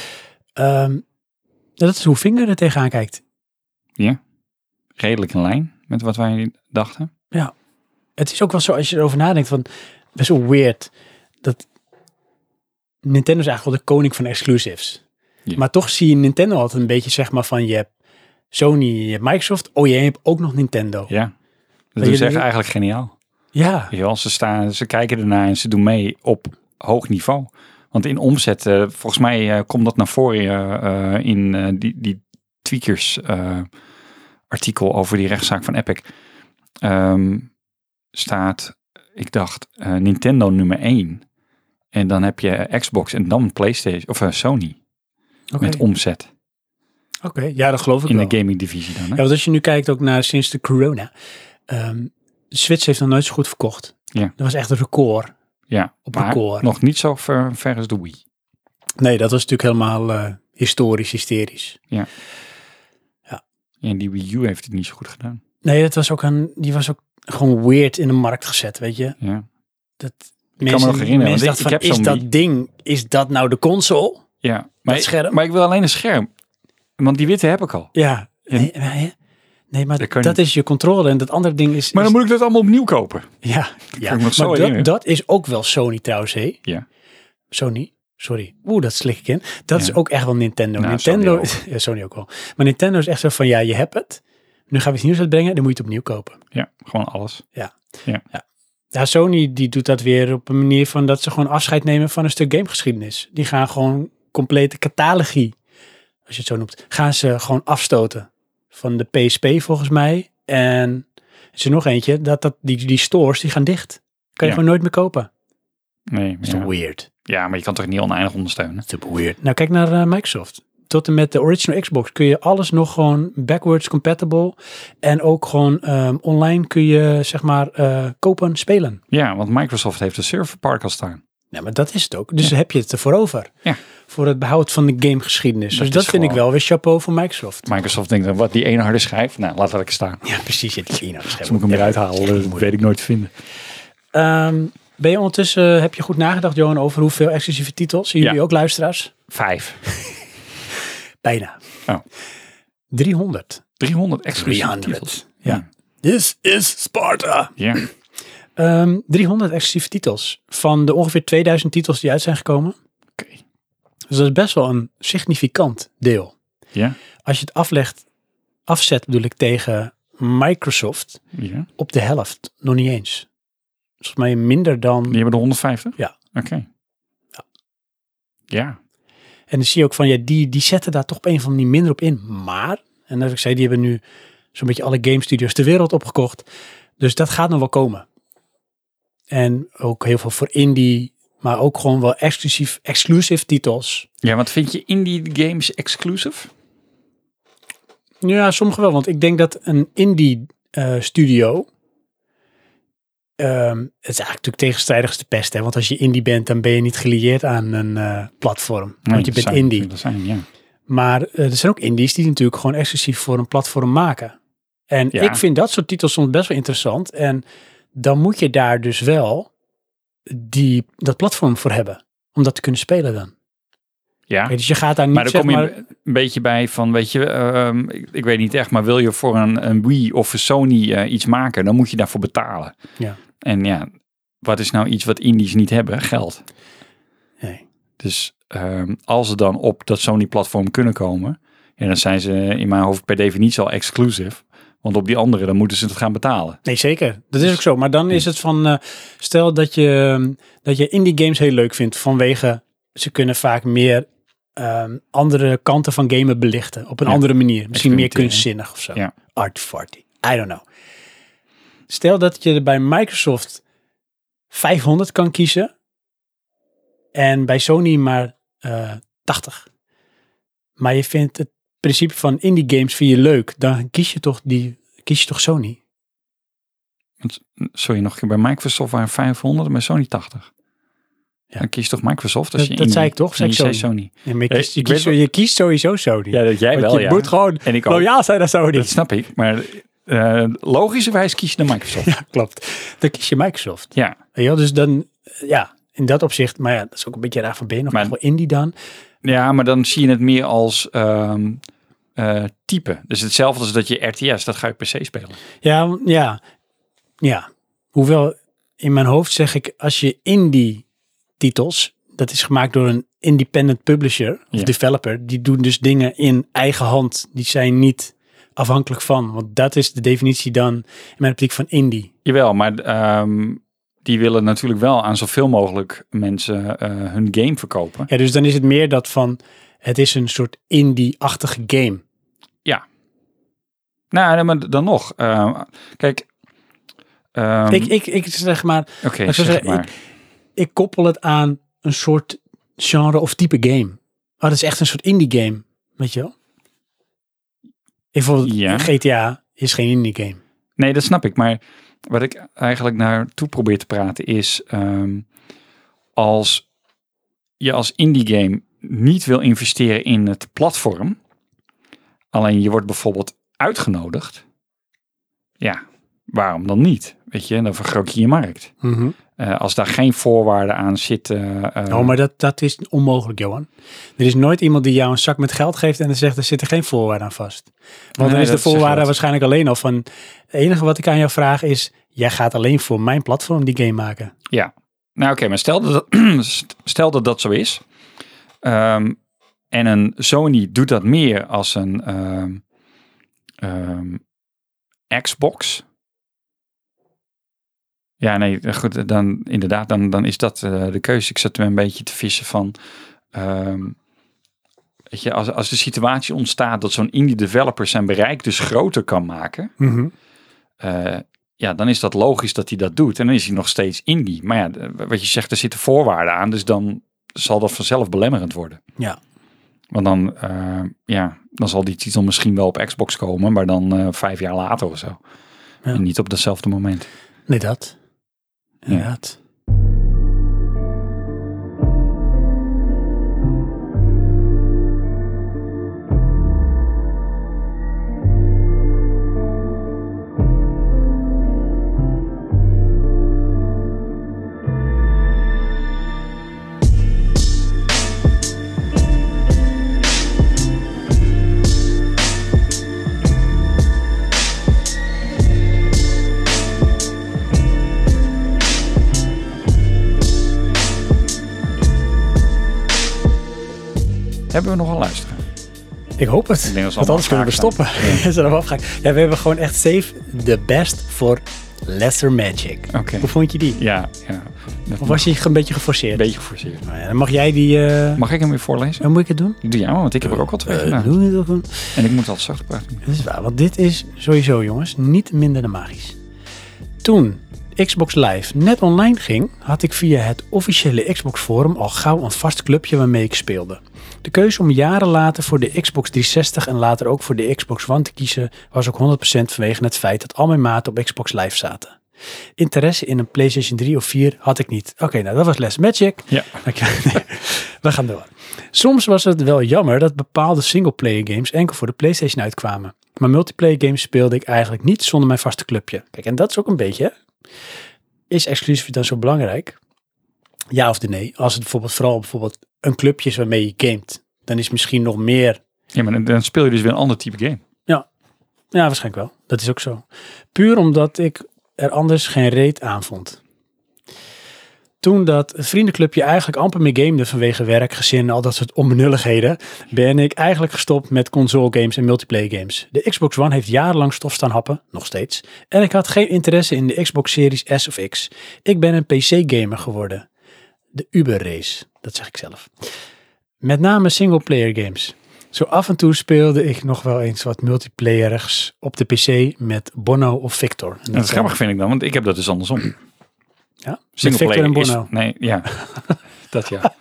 Dat is hoe Finger er tegenaan kijkt. Ja, redelijk in lijn met wat wij dachten. Ja. Het is ook wel zo, als je erover nadenkt, van best wel weird, dat Nintendo is eigenlijk wel de koning van exclusives. Ja. Maar toch zie je Nintendo altijd een beetje, zeg maar, van je hebt Sony, je hebt Microsoft, oh je hebt ook nog Nintendo. Ja, dat je doen ze dus- echt eigenlijk geniaal. Ja, Weet je wel, ze kijken ernaar en ze doen mee op hoog niveau. Want in omzet, volgens mij komt dat naar voren in die Tweakers artikel over die rechtszaak van Epic. Staat, ik dacht, Nintendo nummer 1. En dan heb je Xbox en dan PlayStation of Sony. Met omzet. Oké, ja, dat geloof ik in wel. De gaming divisie dan. Hè? Ja, want als je nu kijkt ook naar sinds de corona. De Switch heeft nog nooit zo goed verkocht. Ja. Dat was echt een record. Ja, Op maar record. nog niet zo ver als de Wii. Nee, dat was natuurlijk helemaal hysterisch. Ja, en die Wii U heeft het niet zo goed gedaan. Nee, die was ook gewoon weird in de markt gezet, weet je. Ja. Dat Ik kan me nog herinneren. mensen Want dachten ik heb van, zo'n is dat ding, is dat nou de console? Ja, Dat scherm? maar ik wil alleen een scherm. Want die witte heb ik al. Ja. Nee, maar dat is je controle en dat andere ding is... Maar dan moet ik dat allemaal opnieuw kopen. Ja, ik me zo maar herinneren. dat is ook wel Sony trouwens, hé? Ja. Sony, sorry. Dat slik ik in. Dat is ook echt wel Nintendo. Nou, Nintendo, Sony ja, Sony ook wel. Maar Nintendo is echt zo van, ja, je hebt het. Nu gaan we iets nieuws uitbrengen, dan moet je het opnieuw kopen. Ja, gewoon alles. Ja, Sony die doet dat weer op een manier van dat ze gewoon afscheid nemen van een stuk gamegeschiedenis. Die gaan gewoon complete catalogie, als je het zo noemt, gaan ze gewoon afstoten van de PSP volgens mij. En is er nog eentje, die stores die gaan dicht. Kan je gewoon nooit meer kopen. Nee, Dat is toch weird. Ja, maar je kan toch niet oneindig ondersteunen? Super weird. Nou, kijk naar Microsoft. Tot en met de original Xbox kun je alles nog gewoon backwards compatible. En ook gewoon online kun je, zeg maar, kopen, spelen. Ja, want Microsoft heeft een serverpark al staan. Ja, maar dat is het ook. Dus heb je het ervoor over. Ja. Voor het behoud van de gamegeschiedenis. Dus dat vind gewoon... ik wel weer chapeau voor Microsoft. Microsoft denkt dan, wat die ene harde schijf? Nou, laat dat ik staan. Ja, precies. Die ene Dus moet ik hem eruit halen. Dat weet ik nooit te vinden. Ben je ondertussen, heb je goed nagedacht, Johan, over hoeveel exclusieve titels? Jullie ook luisteraars? 5. Bijna. Oh. 300. 300 exclusieve titels. Ja. This is Sparta. Ja. 300 exclusieve titels. Van de ongeveer 2000 titels die uit zijn gekomen. Oké. Dus dat is best wel een significant deel. Ja. Als je het afzet bedoel ik tegen Microsoft, op de helft. Nog niet eens. Volgens mij minder dan... Die hebben de 150? Ja. Oké. Ja. En dan zie je ook van, ja, die zetten daar toch op een of andere manier minder op in. Maar, en als ik zei, die hebben nu zo'n beetje alle game studios ter wereld opgekocht. Dus dat gaat nog wel komen. En ook heel veel voor indie, maar ook gewoon wel exclusive titels. Ja, wat vind je indie games exclusive? Ja, sommige wel, want ik denk dat een indie studio... het is eigenlijk natuurlijk tegenstrijdigste pest, hè? Want als je indie bent, dan ben je niet gelieerd aan een platform. Want je bent indie. Maar er zijn ook indies die natuurlijk gewoon exclusief voor een platform maken. En ik vind dat soort titels soms best wel interessant. En dan moet je daar dus wel dat platform voor hebben. Om dat te kunnen spelen dan. Ja, dus je gaat daar niet, maar dan kom je een beetje bij van, weet je, ik weet niet echt, maar wil je voor een Wii of een Sony iets maken, dan moet je daarvoor betalen. Ja. En ja, wat is nou iets wat indies niet hebben? Geld. Nee. Dus als ze dan op dat Sony-platform kunnen komen, en dan zijn ze in mijn hoofd per definitie al exclusive. Want op die andere, dan moeten ze het gaan betalen. Nee, zeker. Dat is ook zo. Maar dan is het van, stel dat je indie games heel leuk vindt vanwege, ze kunnen vaak meer andere kanten van gamen belichten. Op een andere manier. Misschien meer kunstzinnig of zo. Ja. Arty-farty. I don't know. Stel dat je bij Microsoft 500 kan kiezen. En bij Sony maar 80. Maar je vindt het principe van indie games vind je leuk. Dan kies je toch Sony. Sorry, nog een keer. Bij Microsoft waren 500 en bij Sony 80. Ja. Dan kies je toch Microsoft? Als dat zei ik toch? Zei Sony. Ja, maar je kiest sowieso Sony. Ja, dat jij wel, je moet gewoon loyaal zijn naar Sony. Dat snap ik, maar logischerwijs kies je de Microsoft. Ja, klopt. Dan kies je Microsoft. Ja. Ja, dus dan, ja, in dat opzicht, maar ja, dat is ook een beetje raar van ben je nog wel indie dan? Ja, maar dan zie je het meer als type. Dus hetzelfde als dat je RTS, dat ga je per se spelen. Ja. Hoewel, in mijn hoofd zeg ik, als je indie titels, dat is gemaakt door een independent publisher of developer, die doen dus dingen in eigen hand. Die zijn niet afhankelijk van, want dat is de definitie dan in mijn optiek van indie. Jawel, maar die willen natuurlijk wel aan zoveel mogelijk mensen hun game verkopen. Ja, dus dan is het meer dat van, het is een soort indie-achtige game. Ja. Nou, maar dan nog. Kijk. Ik zeg maar... Oké, zeg maar. Ik koppel het aan een soort genre of type game. Maar dat is echt een soort indie game. Weet je wel? Bijvoorbeeld GTA is geen indie game. Nee, dat snap ik. Maar wat ik eigenlijk naartoe probeer te praten is... als je als indie game niet wil investeren in het platform... alleen je wordt bijvoorbeeld uitgenodigd... ja, waarom dan niet? Weet je, dan vergroot je je markt. Mm-hmm. Als daar geen voorwaarden aan zitten... maar dat is onmogelijk, Johan. Er is nooit iemand die jou een zak met geld geeft en dan zegt, er zitten geen voorwaarden aan vast. Want dan is de voorwaarde waarschijnlijk alleen al van... Het enige wat ik aan jou vraag is, jij gaat alleen voor mijn platform die game maken. Ja, nou oké, maar stel dat dat zo is. En een Sony doet dat meer als een Xbox... Ja, nee, goed, dan inderdaad, dan is dat de keuze. Ik zat er een beetje te vissen van, weet je, als de situatie ontstaat dat zo'n indie developer zijn bereik dus groter kan maken, Mm-hmm. Ja, dan is dat logisch dat hij dat doet. En dan is hij nog steeds indie. Maar ja, wat je zegt, er zitten voorwaarden aan, dus dan zal dat vanzelf belemmerend worden. Ja. Want dan zal die titel misschien wel op Xbox komen, maar dan 5 jaar later of zo. Ja. En niet op datzelfde moment. Nee, dat. Inderdaad. Hebben we nog een luisteraar? Ik hoop het. Want anders kunnen we stoppen. Ja. We hebben gewoon echt save the best voor Lesser Magic. Okay. Hoe vond je die? Ja. Of was je een beetje geforceerd? Een beetje geforceerd. Nou ja, dan mag jij die... Mag ik hem weer voorlezen? Moet ik het doen? Doe jij maar, want ik heb er ook al 2 gedaan. Doe niet doen. En ik moet altijd zacht praten. Dat is waar, want dit is sowieso, jongens, niet minder dan magisch. Toen Xbox Live net online ging, had ik via het officiële Xbox Forum al gauw een vast clubje waarmee ik speelde. De keuze om jaren later voor de Xbox 360 en later ook voor de Xbox One te kiezen was ook 100% vanwege het feit dat al mijn maten op Xbox Live zaten. Interesse in een PlayStation 3 of 4 had ik niet. Oké, nou dat was Lesser Magic. Ja. We gaan door. Soms was het wel jammer dat bepaalde singleplayer games enkel voor de PlayStation uitkwamen. Maar multiplayer games speelde ik eigenlijk niet zonder mijn vaste clubje. Kijk, en dat is ook een beetje, hè? Is exclusief dan zo belangrijk? Ja of nee? Als het vooral een clubje is waarmee je gamet, dan is misschien nog meer... Ja, maar dan speel je dus weer een ander type game. Ja, waarschijnlijk wel. Dat is ook zo. Puur omdat ik er anders geen reet aan vond. Toen dat vriendenclubje eigenlijk amper meer gamede vanwege werk, gezin en al dat soort onbenulligheden, ben ik eigenlijk gestopt met console games en multiplayer games. De Xbox One heeft jarenlang stof staan happen, nog steeds. En ik had geen interesse in de Xbox Series S of X. Ik ben een PC-gamer geworden. De Uber Race, dat zeg ik zelf. Met name singleplayer games. Zo af en toe speelde ik nog wel eens wat multiplayers op de PC met Bono of Victor. En dat is grappig vind ik dan, want ik heb dat dus andersom. Ja? Singleplayer en Bono. Nee, ja. Dat ja.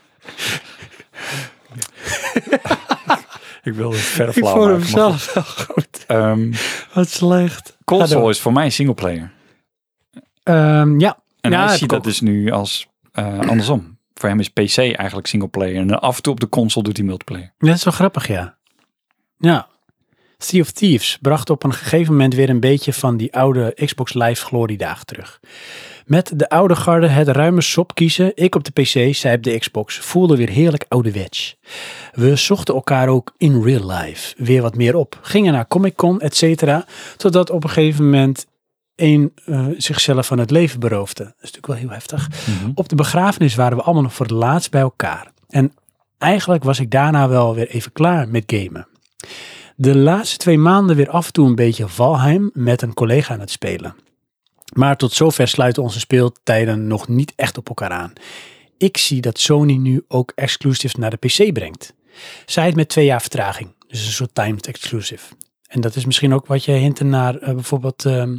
Ik wilde het verder flauw maken. Ik vond hem zelf wel goed. Wat slecht. Console is voor mij singleplayer. Ja. En hij ziet dat dus nu als andersom. Voor hem is PC eigenlijk singleplayer. En af en toe op de console doet hij multiplayer. Dat is wel grappig, ja. Ja. Sea of Thieves bracht op een gegeven moment weer een beetje van die oude Xbox Live gloriedagen terug. Met de oude garde het ruime sop kiezen, ik op de PC, zij op de Xbox, voelde weer heerlijk ouderwets. We zochten elkaar ook in real life weer wat meer op. Gingen naar Comic-Con, et cetera, totdat op een gegeven moment zichzelf van het leven beroofde. Dat is natuurlijk wel heel heftig. Mm-hmm. Op de begrafenis waren we allemaal nog voor het laatst bij elkaar. En eigenlijk was ik daarna wel weer even klaar met gamen. De laatste 2 maanden weer af en toe een beetje Valheim met een collega aan het spelen. Maar tot zover sluiten onze speeltijden nog niet echt op elkaar aan. Ik zie dat Sony nu ook exclusives naar de PC brengt. Zij het met 2 jaar vertraging. Dus een soort timed exclusive. En dat is misschien ook wat je hinten naar bijvoorbeeld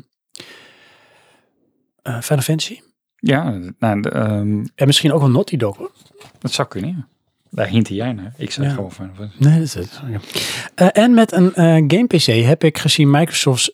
Final Fantasy. Ja, En misschien ook wel Naughty Dog hoor. dat zou kunnen, ja. Daar hintte jij naar. Ik zeg gewoon van. Nee, dat is het. Ja. En met een game PC heb ik gezien Microsoft's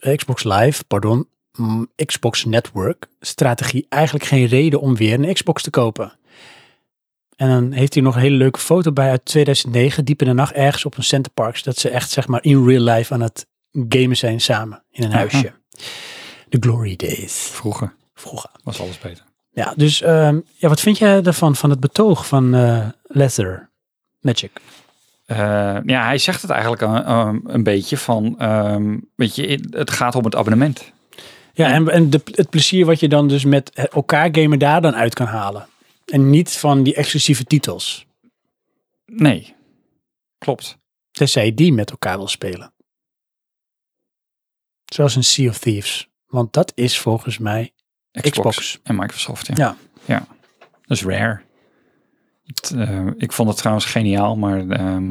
Xbox Network strategie eigenlijk geen reden om weer een Xbox te kopen. En dan heeft hij nog een hele leuke foto bij uit 2009, diep in de nacht ergens op een Centerparks, dat ze echt zeg maar in real life aan het gamen zijn samen in een huisje. The Glory Days. Vroeger was alles beter. Ja, dus wat vind jij ervan, van het betoog van Leather Magic? Ja, hij zegt het eigenlijk een beetje van, weet je, het gaat om het abonnement. Ja, en het plezier wat je dan dus met elkaar gamen daar dan uit kan halen. En niet van die exclusieve titels. Nee, klopt. Tenzij je die met elkaar wil spelen. Zoals een Sea of Thieves. Want dat is volgens mij Xbox. En Microsoft, ja. Dat is rare. Ik vond het trouwens geniaal, maar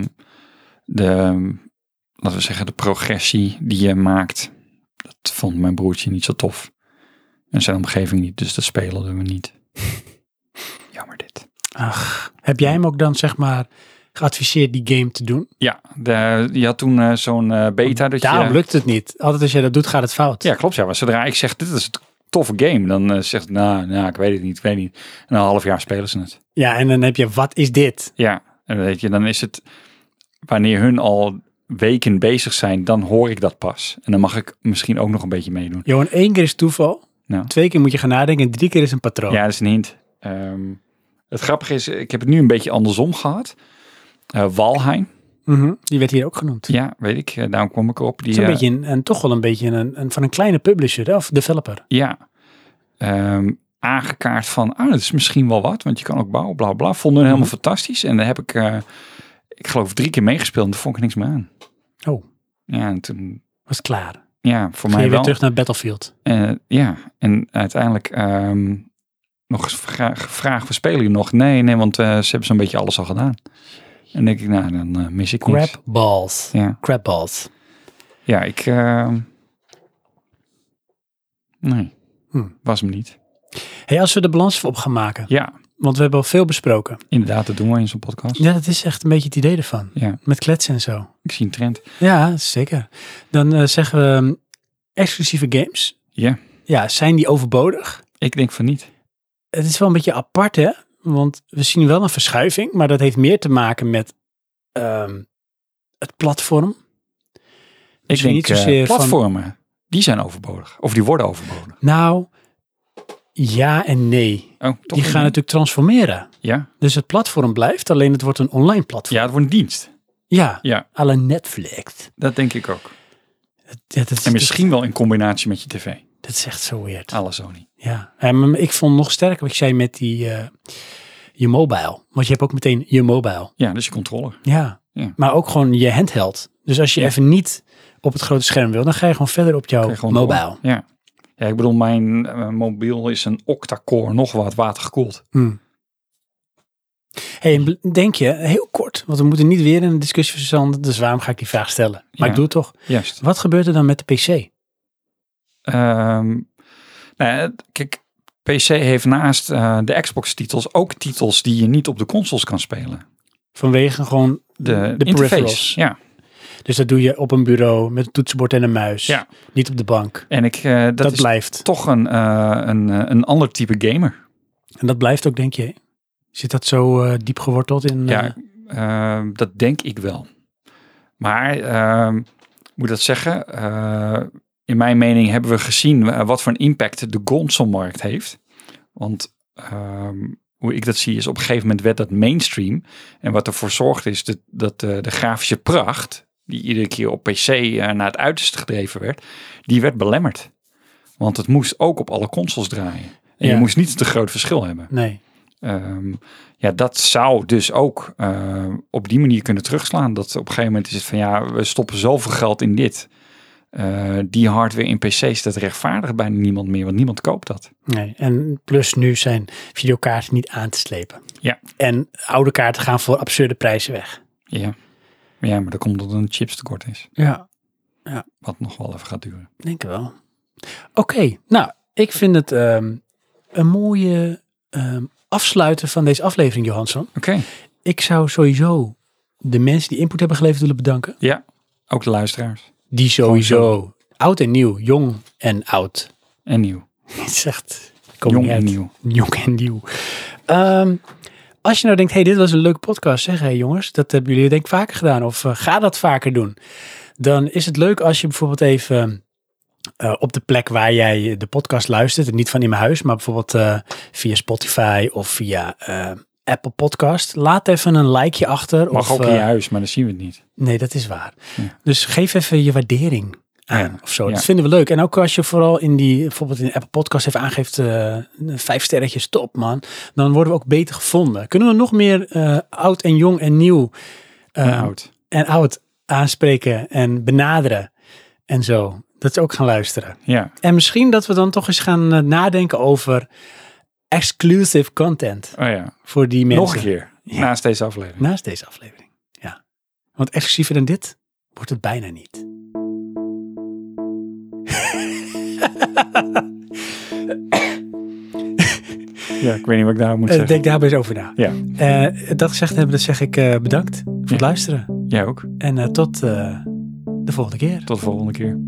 laten we zeggen, de progressie die je maakt, dat vond mijn broertje niet zo tof. En zijn omgeving niet, dus dat spelen we niet. Jammer dit. Ach, heb jij hem ook dan zeg maar geadviseerd die game te doen? Ja, je had toen zo'n beta. Daarom lukt het niet. Altijd als je dat doet, gaat het fout. Ja, klopt. Ja, maar zodra ik zeg, dit is een toffe game, dan zegt het, nou, ik weet het niet. En een half jaar spelen ze het. Ja, en dan heb je, wat is dit? Ja, en weet je, dan is het, wanneer hun al weken bezig zijn, dan hoor ik dat pas. En dan mag ik misschien ook nog een beetje meedoen. Johan, 1 keer is toeval. Nou. 2 keer moet je gaan nadenken en 3 keer is een patroon. Ja, dat is een hint. Het grappige is, ik heb het nu een beetje andersom gehad. Walheim. Die werd hier ook genoemd. Ja, weet ik. Daarom kwam ik erop. Het is een beetje toch wel een beetje van een kleine publisher of developer. Ja. Aangekaart van, dat is misschien wel wat, want je kan ook bouwen, bla bla. Vonden we helemaal fantastisch. En daar heb ik geloof 3 keer meegespeeld en daar vond ik niks meer aan. Oh. Ja, en toen was het klaar. Ja, voor mij weer wel. Terug naar Battlefield. Ja, en uiteindelijk nog eens gevraagd, we spelen hier nog? Nee, want ze hebben zo'n beetje alles al gedaan. En denk ik, nou, dan mis ik niks. Crab balls. Ja. Crab balls. Ja, ik... nee, was hem niet. Hey, als we de balans op gaan maken. Ja. Want we hebben al veel besproken. Inderdaad, dat doen we in zo'n podcast. Ja, dat is echt een beetje het idee ervan. Ja. Met kletsen en zo. Ik zie een trend. Ja, zeker. Dan zeggen we exclusieve games. Ja. Ja, zijn die overbodig? Ik denk van niet. Het is wel een beetje apart, hè? Want we zien wel een verschuiving, maar dat heeft meer te maken met het platform. Ik denk niet zozeer platformen, die zijn overbodig. Of die worden overbodig. Nou, ja en nee. Die gaan natuurlijk transformeren. Ja. Dus het platform blijft, alleen het wordt een online platform. Ja, het wordt een dienst. Ja, à la Netflix. Dat denk ik ook. Dat en misschien wel in combinatie met je tv. Dat is echt zo weird. À la Sony. Ja, ik vond nog sterker wat ik zei met die je mobile. Want je hebt ook meteen je mobile. Ja, dus je controller. Ja, maar ook gewoon je handheld. Dus als je even niet op het grote scherm wil, dan ga je gewoon verder op jouw mobile. Ja. Ja, ik bedoel, mijn mobiel is een octa-core, nog wat watergekoeld. Hey, denk je, heel kort, want we moeten niet weer in een discussie verzanden, dus waarom ga ik die vraag stellen? Maar ik doe het toch. Juist. Wat gebeurt er dan met de PC? Kijk, PC heeft naast de Xbox-titels ook titels die je niet op de consoles kan spelen. Vanwege gewoon de peripherals. Ja. Dus dat doe je op een bureau met een toetsenbord en een muis. Ja. Niet op de bank. En dat is blijft toch een ander type gamer. En dat blijft ook, denk je? Zit dat zo diep geworteld in? Dat denk ik wel. Maar, moet dat zeggen, in mijn mening hebben we gezien wat voor een impact de console-markt heeft. Want hoe ik dat zie is op een gegeven moment werd dat mainstream. En wat ervoor zorgt is dat de grafische pracht, die iedere keer op PC naar het uiterste gedreven werd, die werd belemmerd. Want het moest ook op alle consoles draaien. En je moest niet te groot verschil hebben. Nee. Dat zou dus ook op die manier kunnen terugslaan. Dat op een gegeven moment is het van we stoppen zoveel geld in dit. Die hardware in PC's, dat rechtvaardigt bijna niemand meer, want niemand koopt dat. Nee, en plus nu zijn videokaarten niet aan te slepen. Ja. En oude kaarten gaan voor absurde prijzen weg. Ja, maar dat komt omdat er een chipstekort is. Ja. Wat nog wel even gaat duren. Denk ik wel. Oké, nou, ik vind het een mooie afsluiten van deze aflevering, Johansson. Oké. Ik zou sowieso de mensen die input hebben geleverd willen bedanken. Ja, ook de luisteraars. Die sowieso, oud en nieuw, jong en oud. En nieuw. Het is echt... Jong en nieuw. Jong en nieuw. Als je nou denkt, hey, dit was een leuke podcast. Zeg, hey jongens, dat hebben jullie denk ik vaker gedaan. Of ga dat vaker doen. Dan is het leuk als je bijvoorbeeld even op de plek waar jij de podcast luistert. Niet van in mijn huis, maar bijvoorbeeld via Spotify of via Apple Podcast. Laat even een likeje achter. Mag of, ook in je huis, maar dan zien we het niet. Nee, dat is waar. Ja. Dus geef even je waardering aan Ja, of zo. ja. Dat vinden we leuk. En ook als je vooral bijvoorbeeld in de Apple Podcast even aangeeft 5 sterretjes, top man. Dan worden we ook beter gevonden. Kunnen we nog meer oud en jong en nieuw En oud. aanspreken en benaderen en zo. Dat ze ook gaan luisteren. Ja. En misschien dat we dan toch eens gaan nadenken over exclusive content Oh ja. voor die mensen. Nog een keer. Ja. Naast deze aflevering. Naast deze aflevering, ja. Want exclusiever dan dit wordt het bijna niet. Ja, ik weet niet wat ik daar moet zeggen. Denk daarbij eens over na. Ja. Dat gezegd hebben, dan zeg ik bedankt voor het luisteren. Jij ook. En tot de volgende keer. Tot de volgende keer.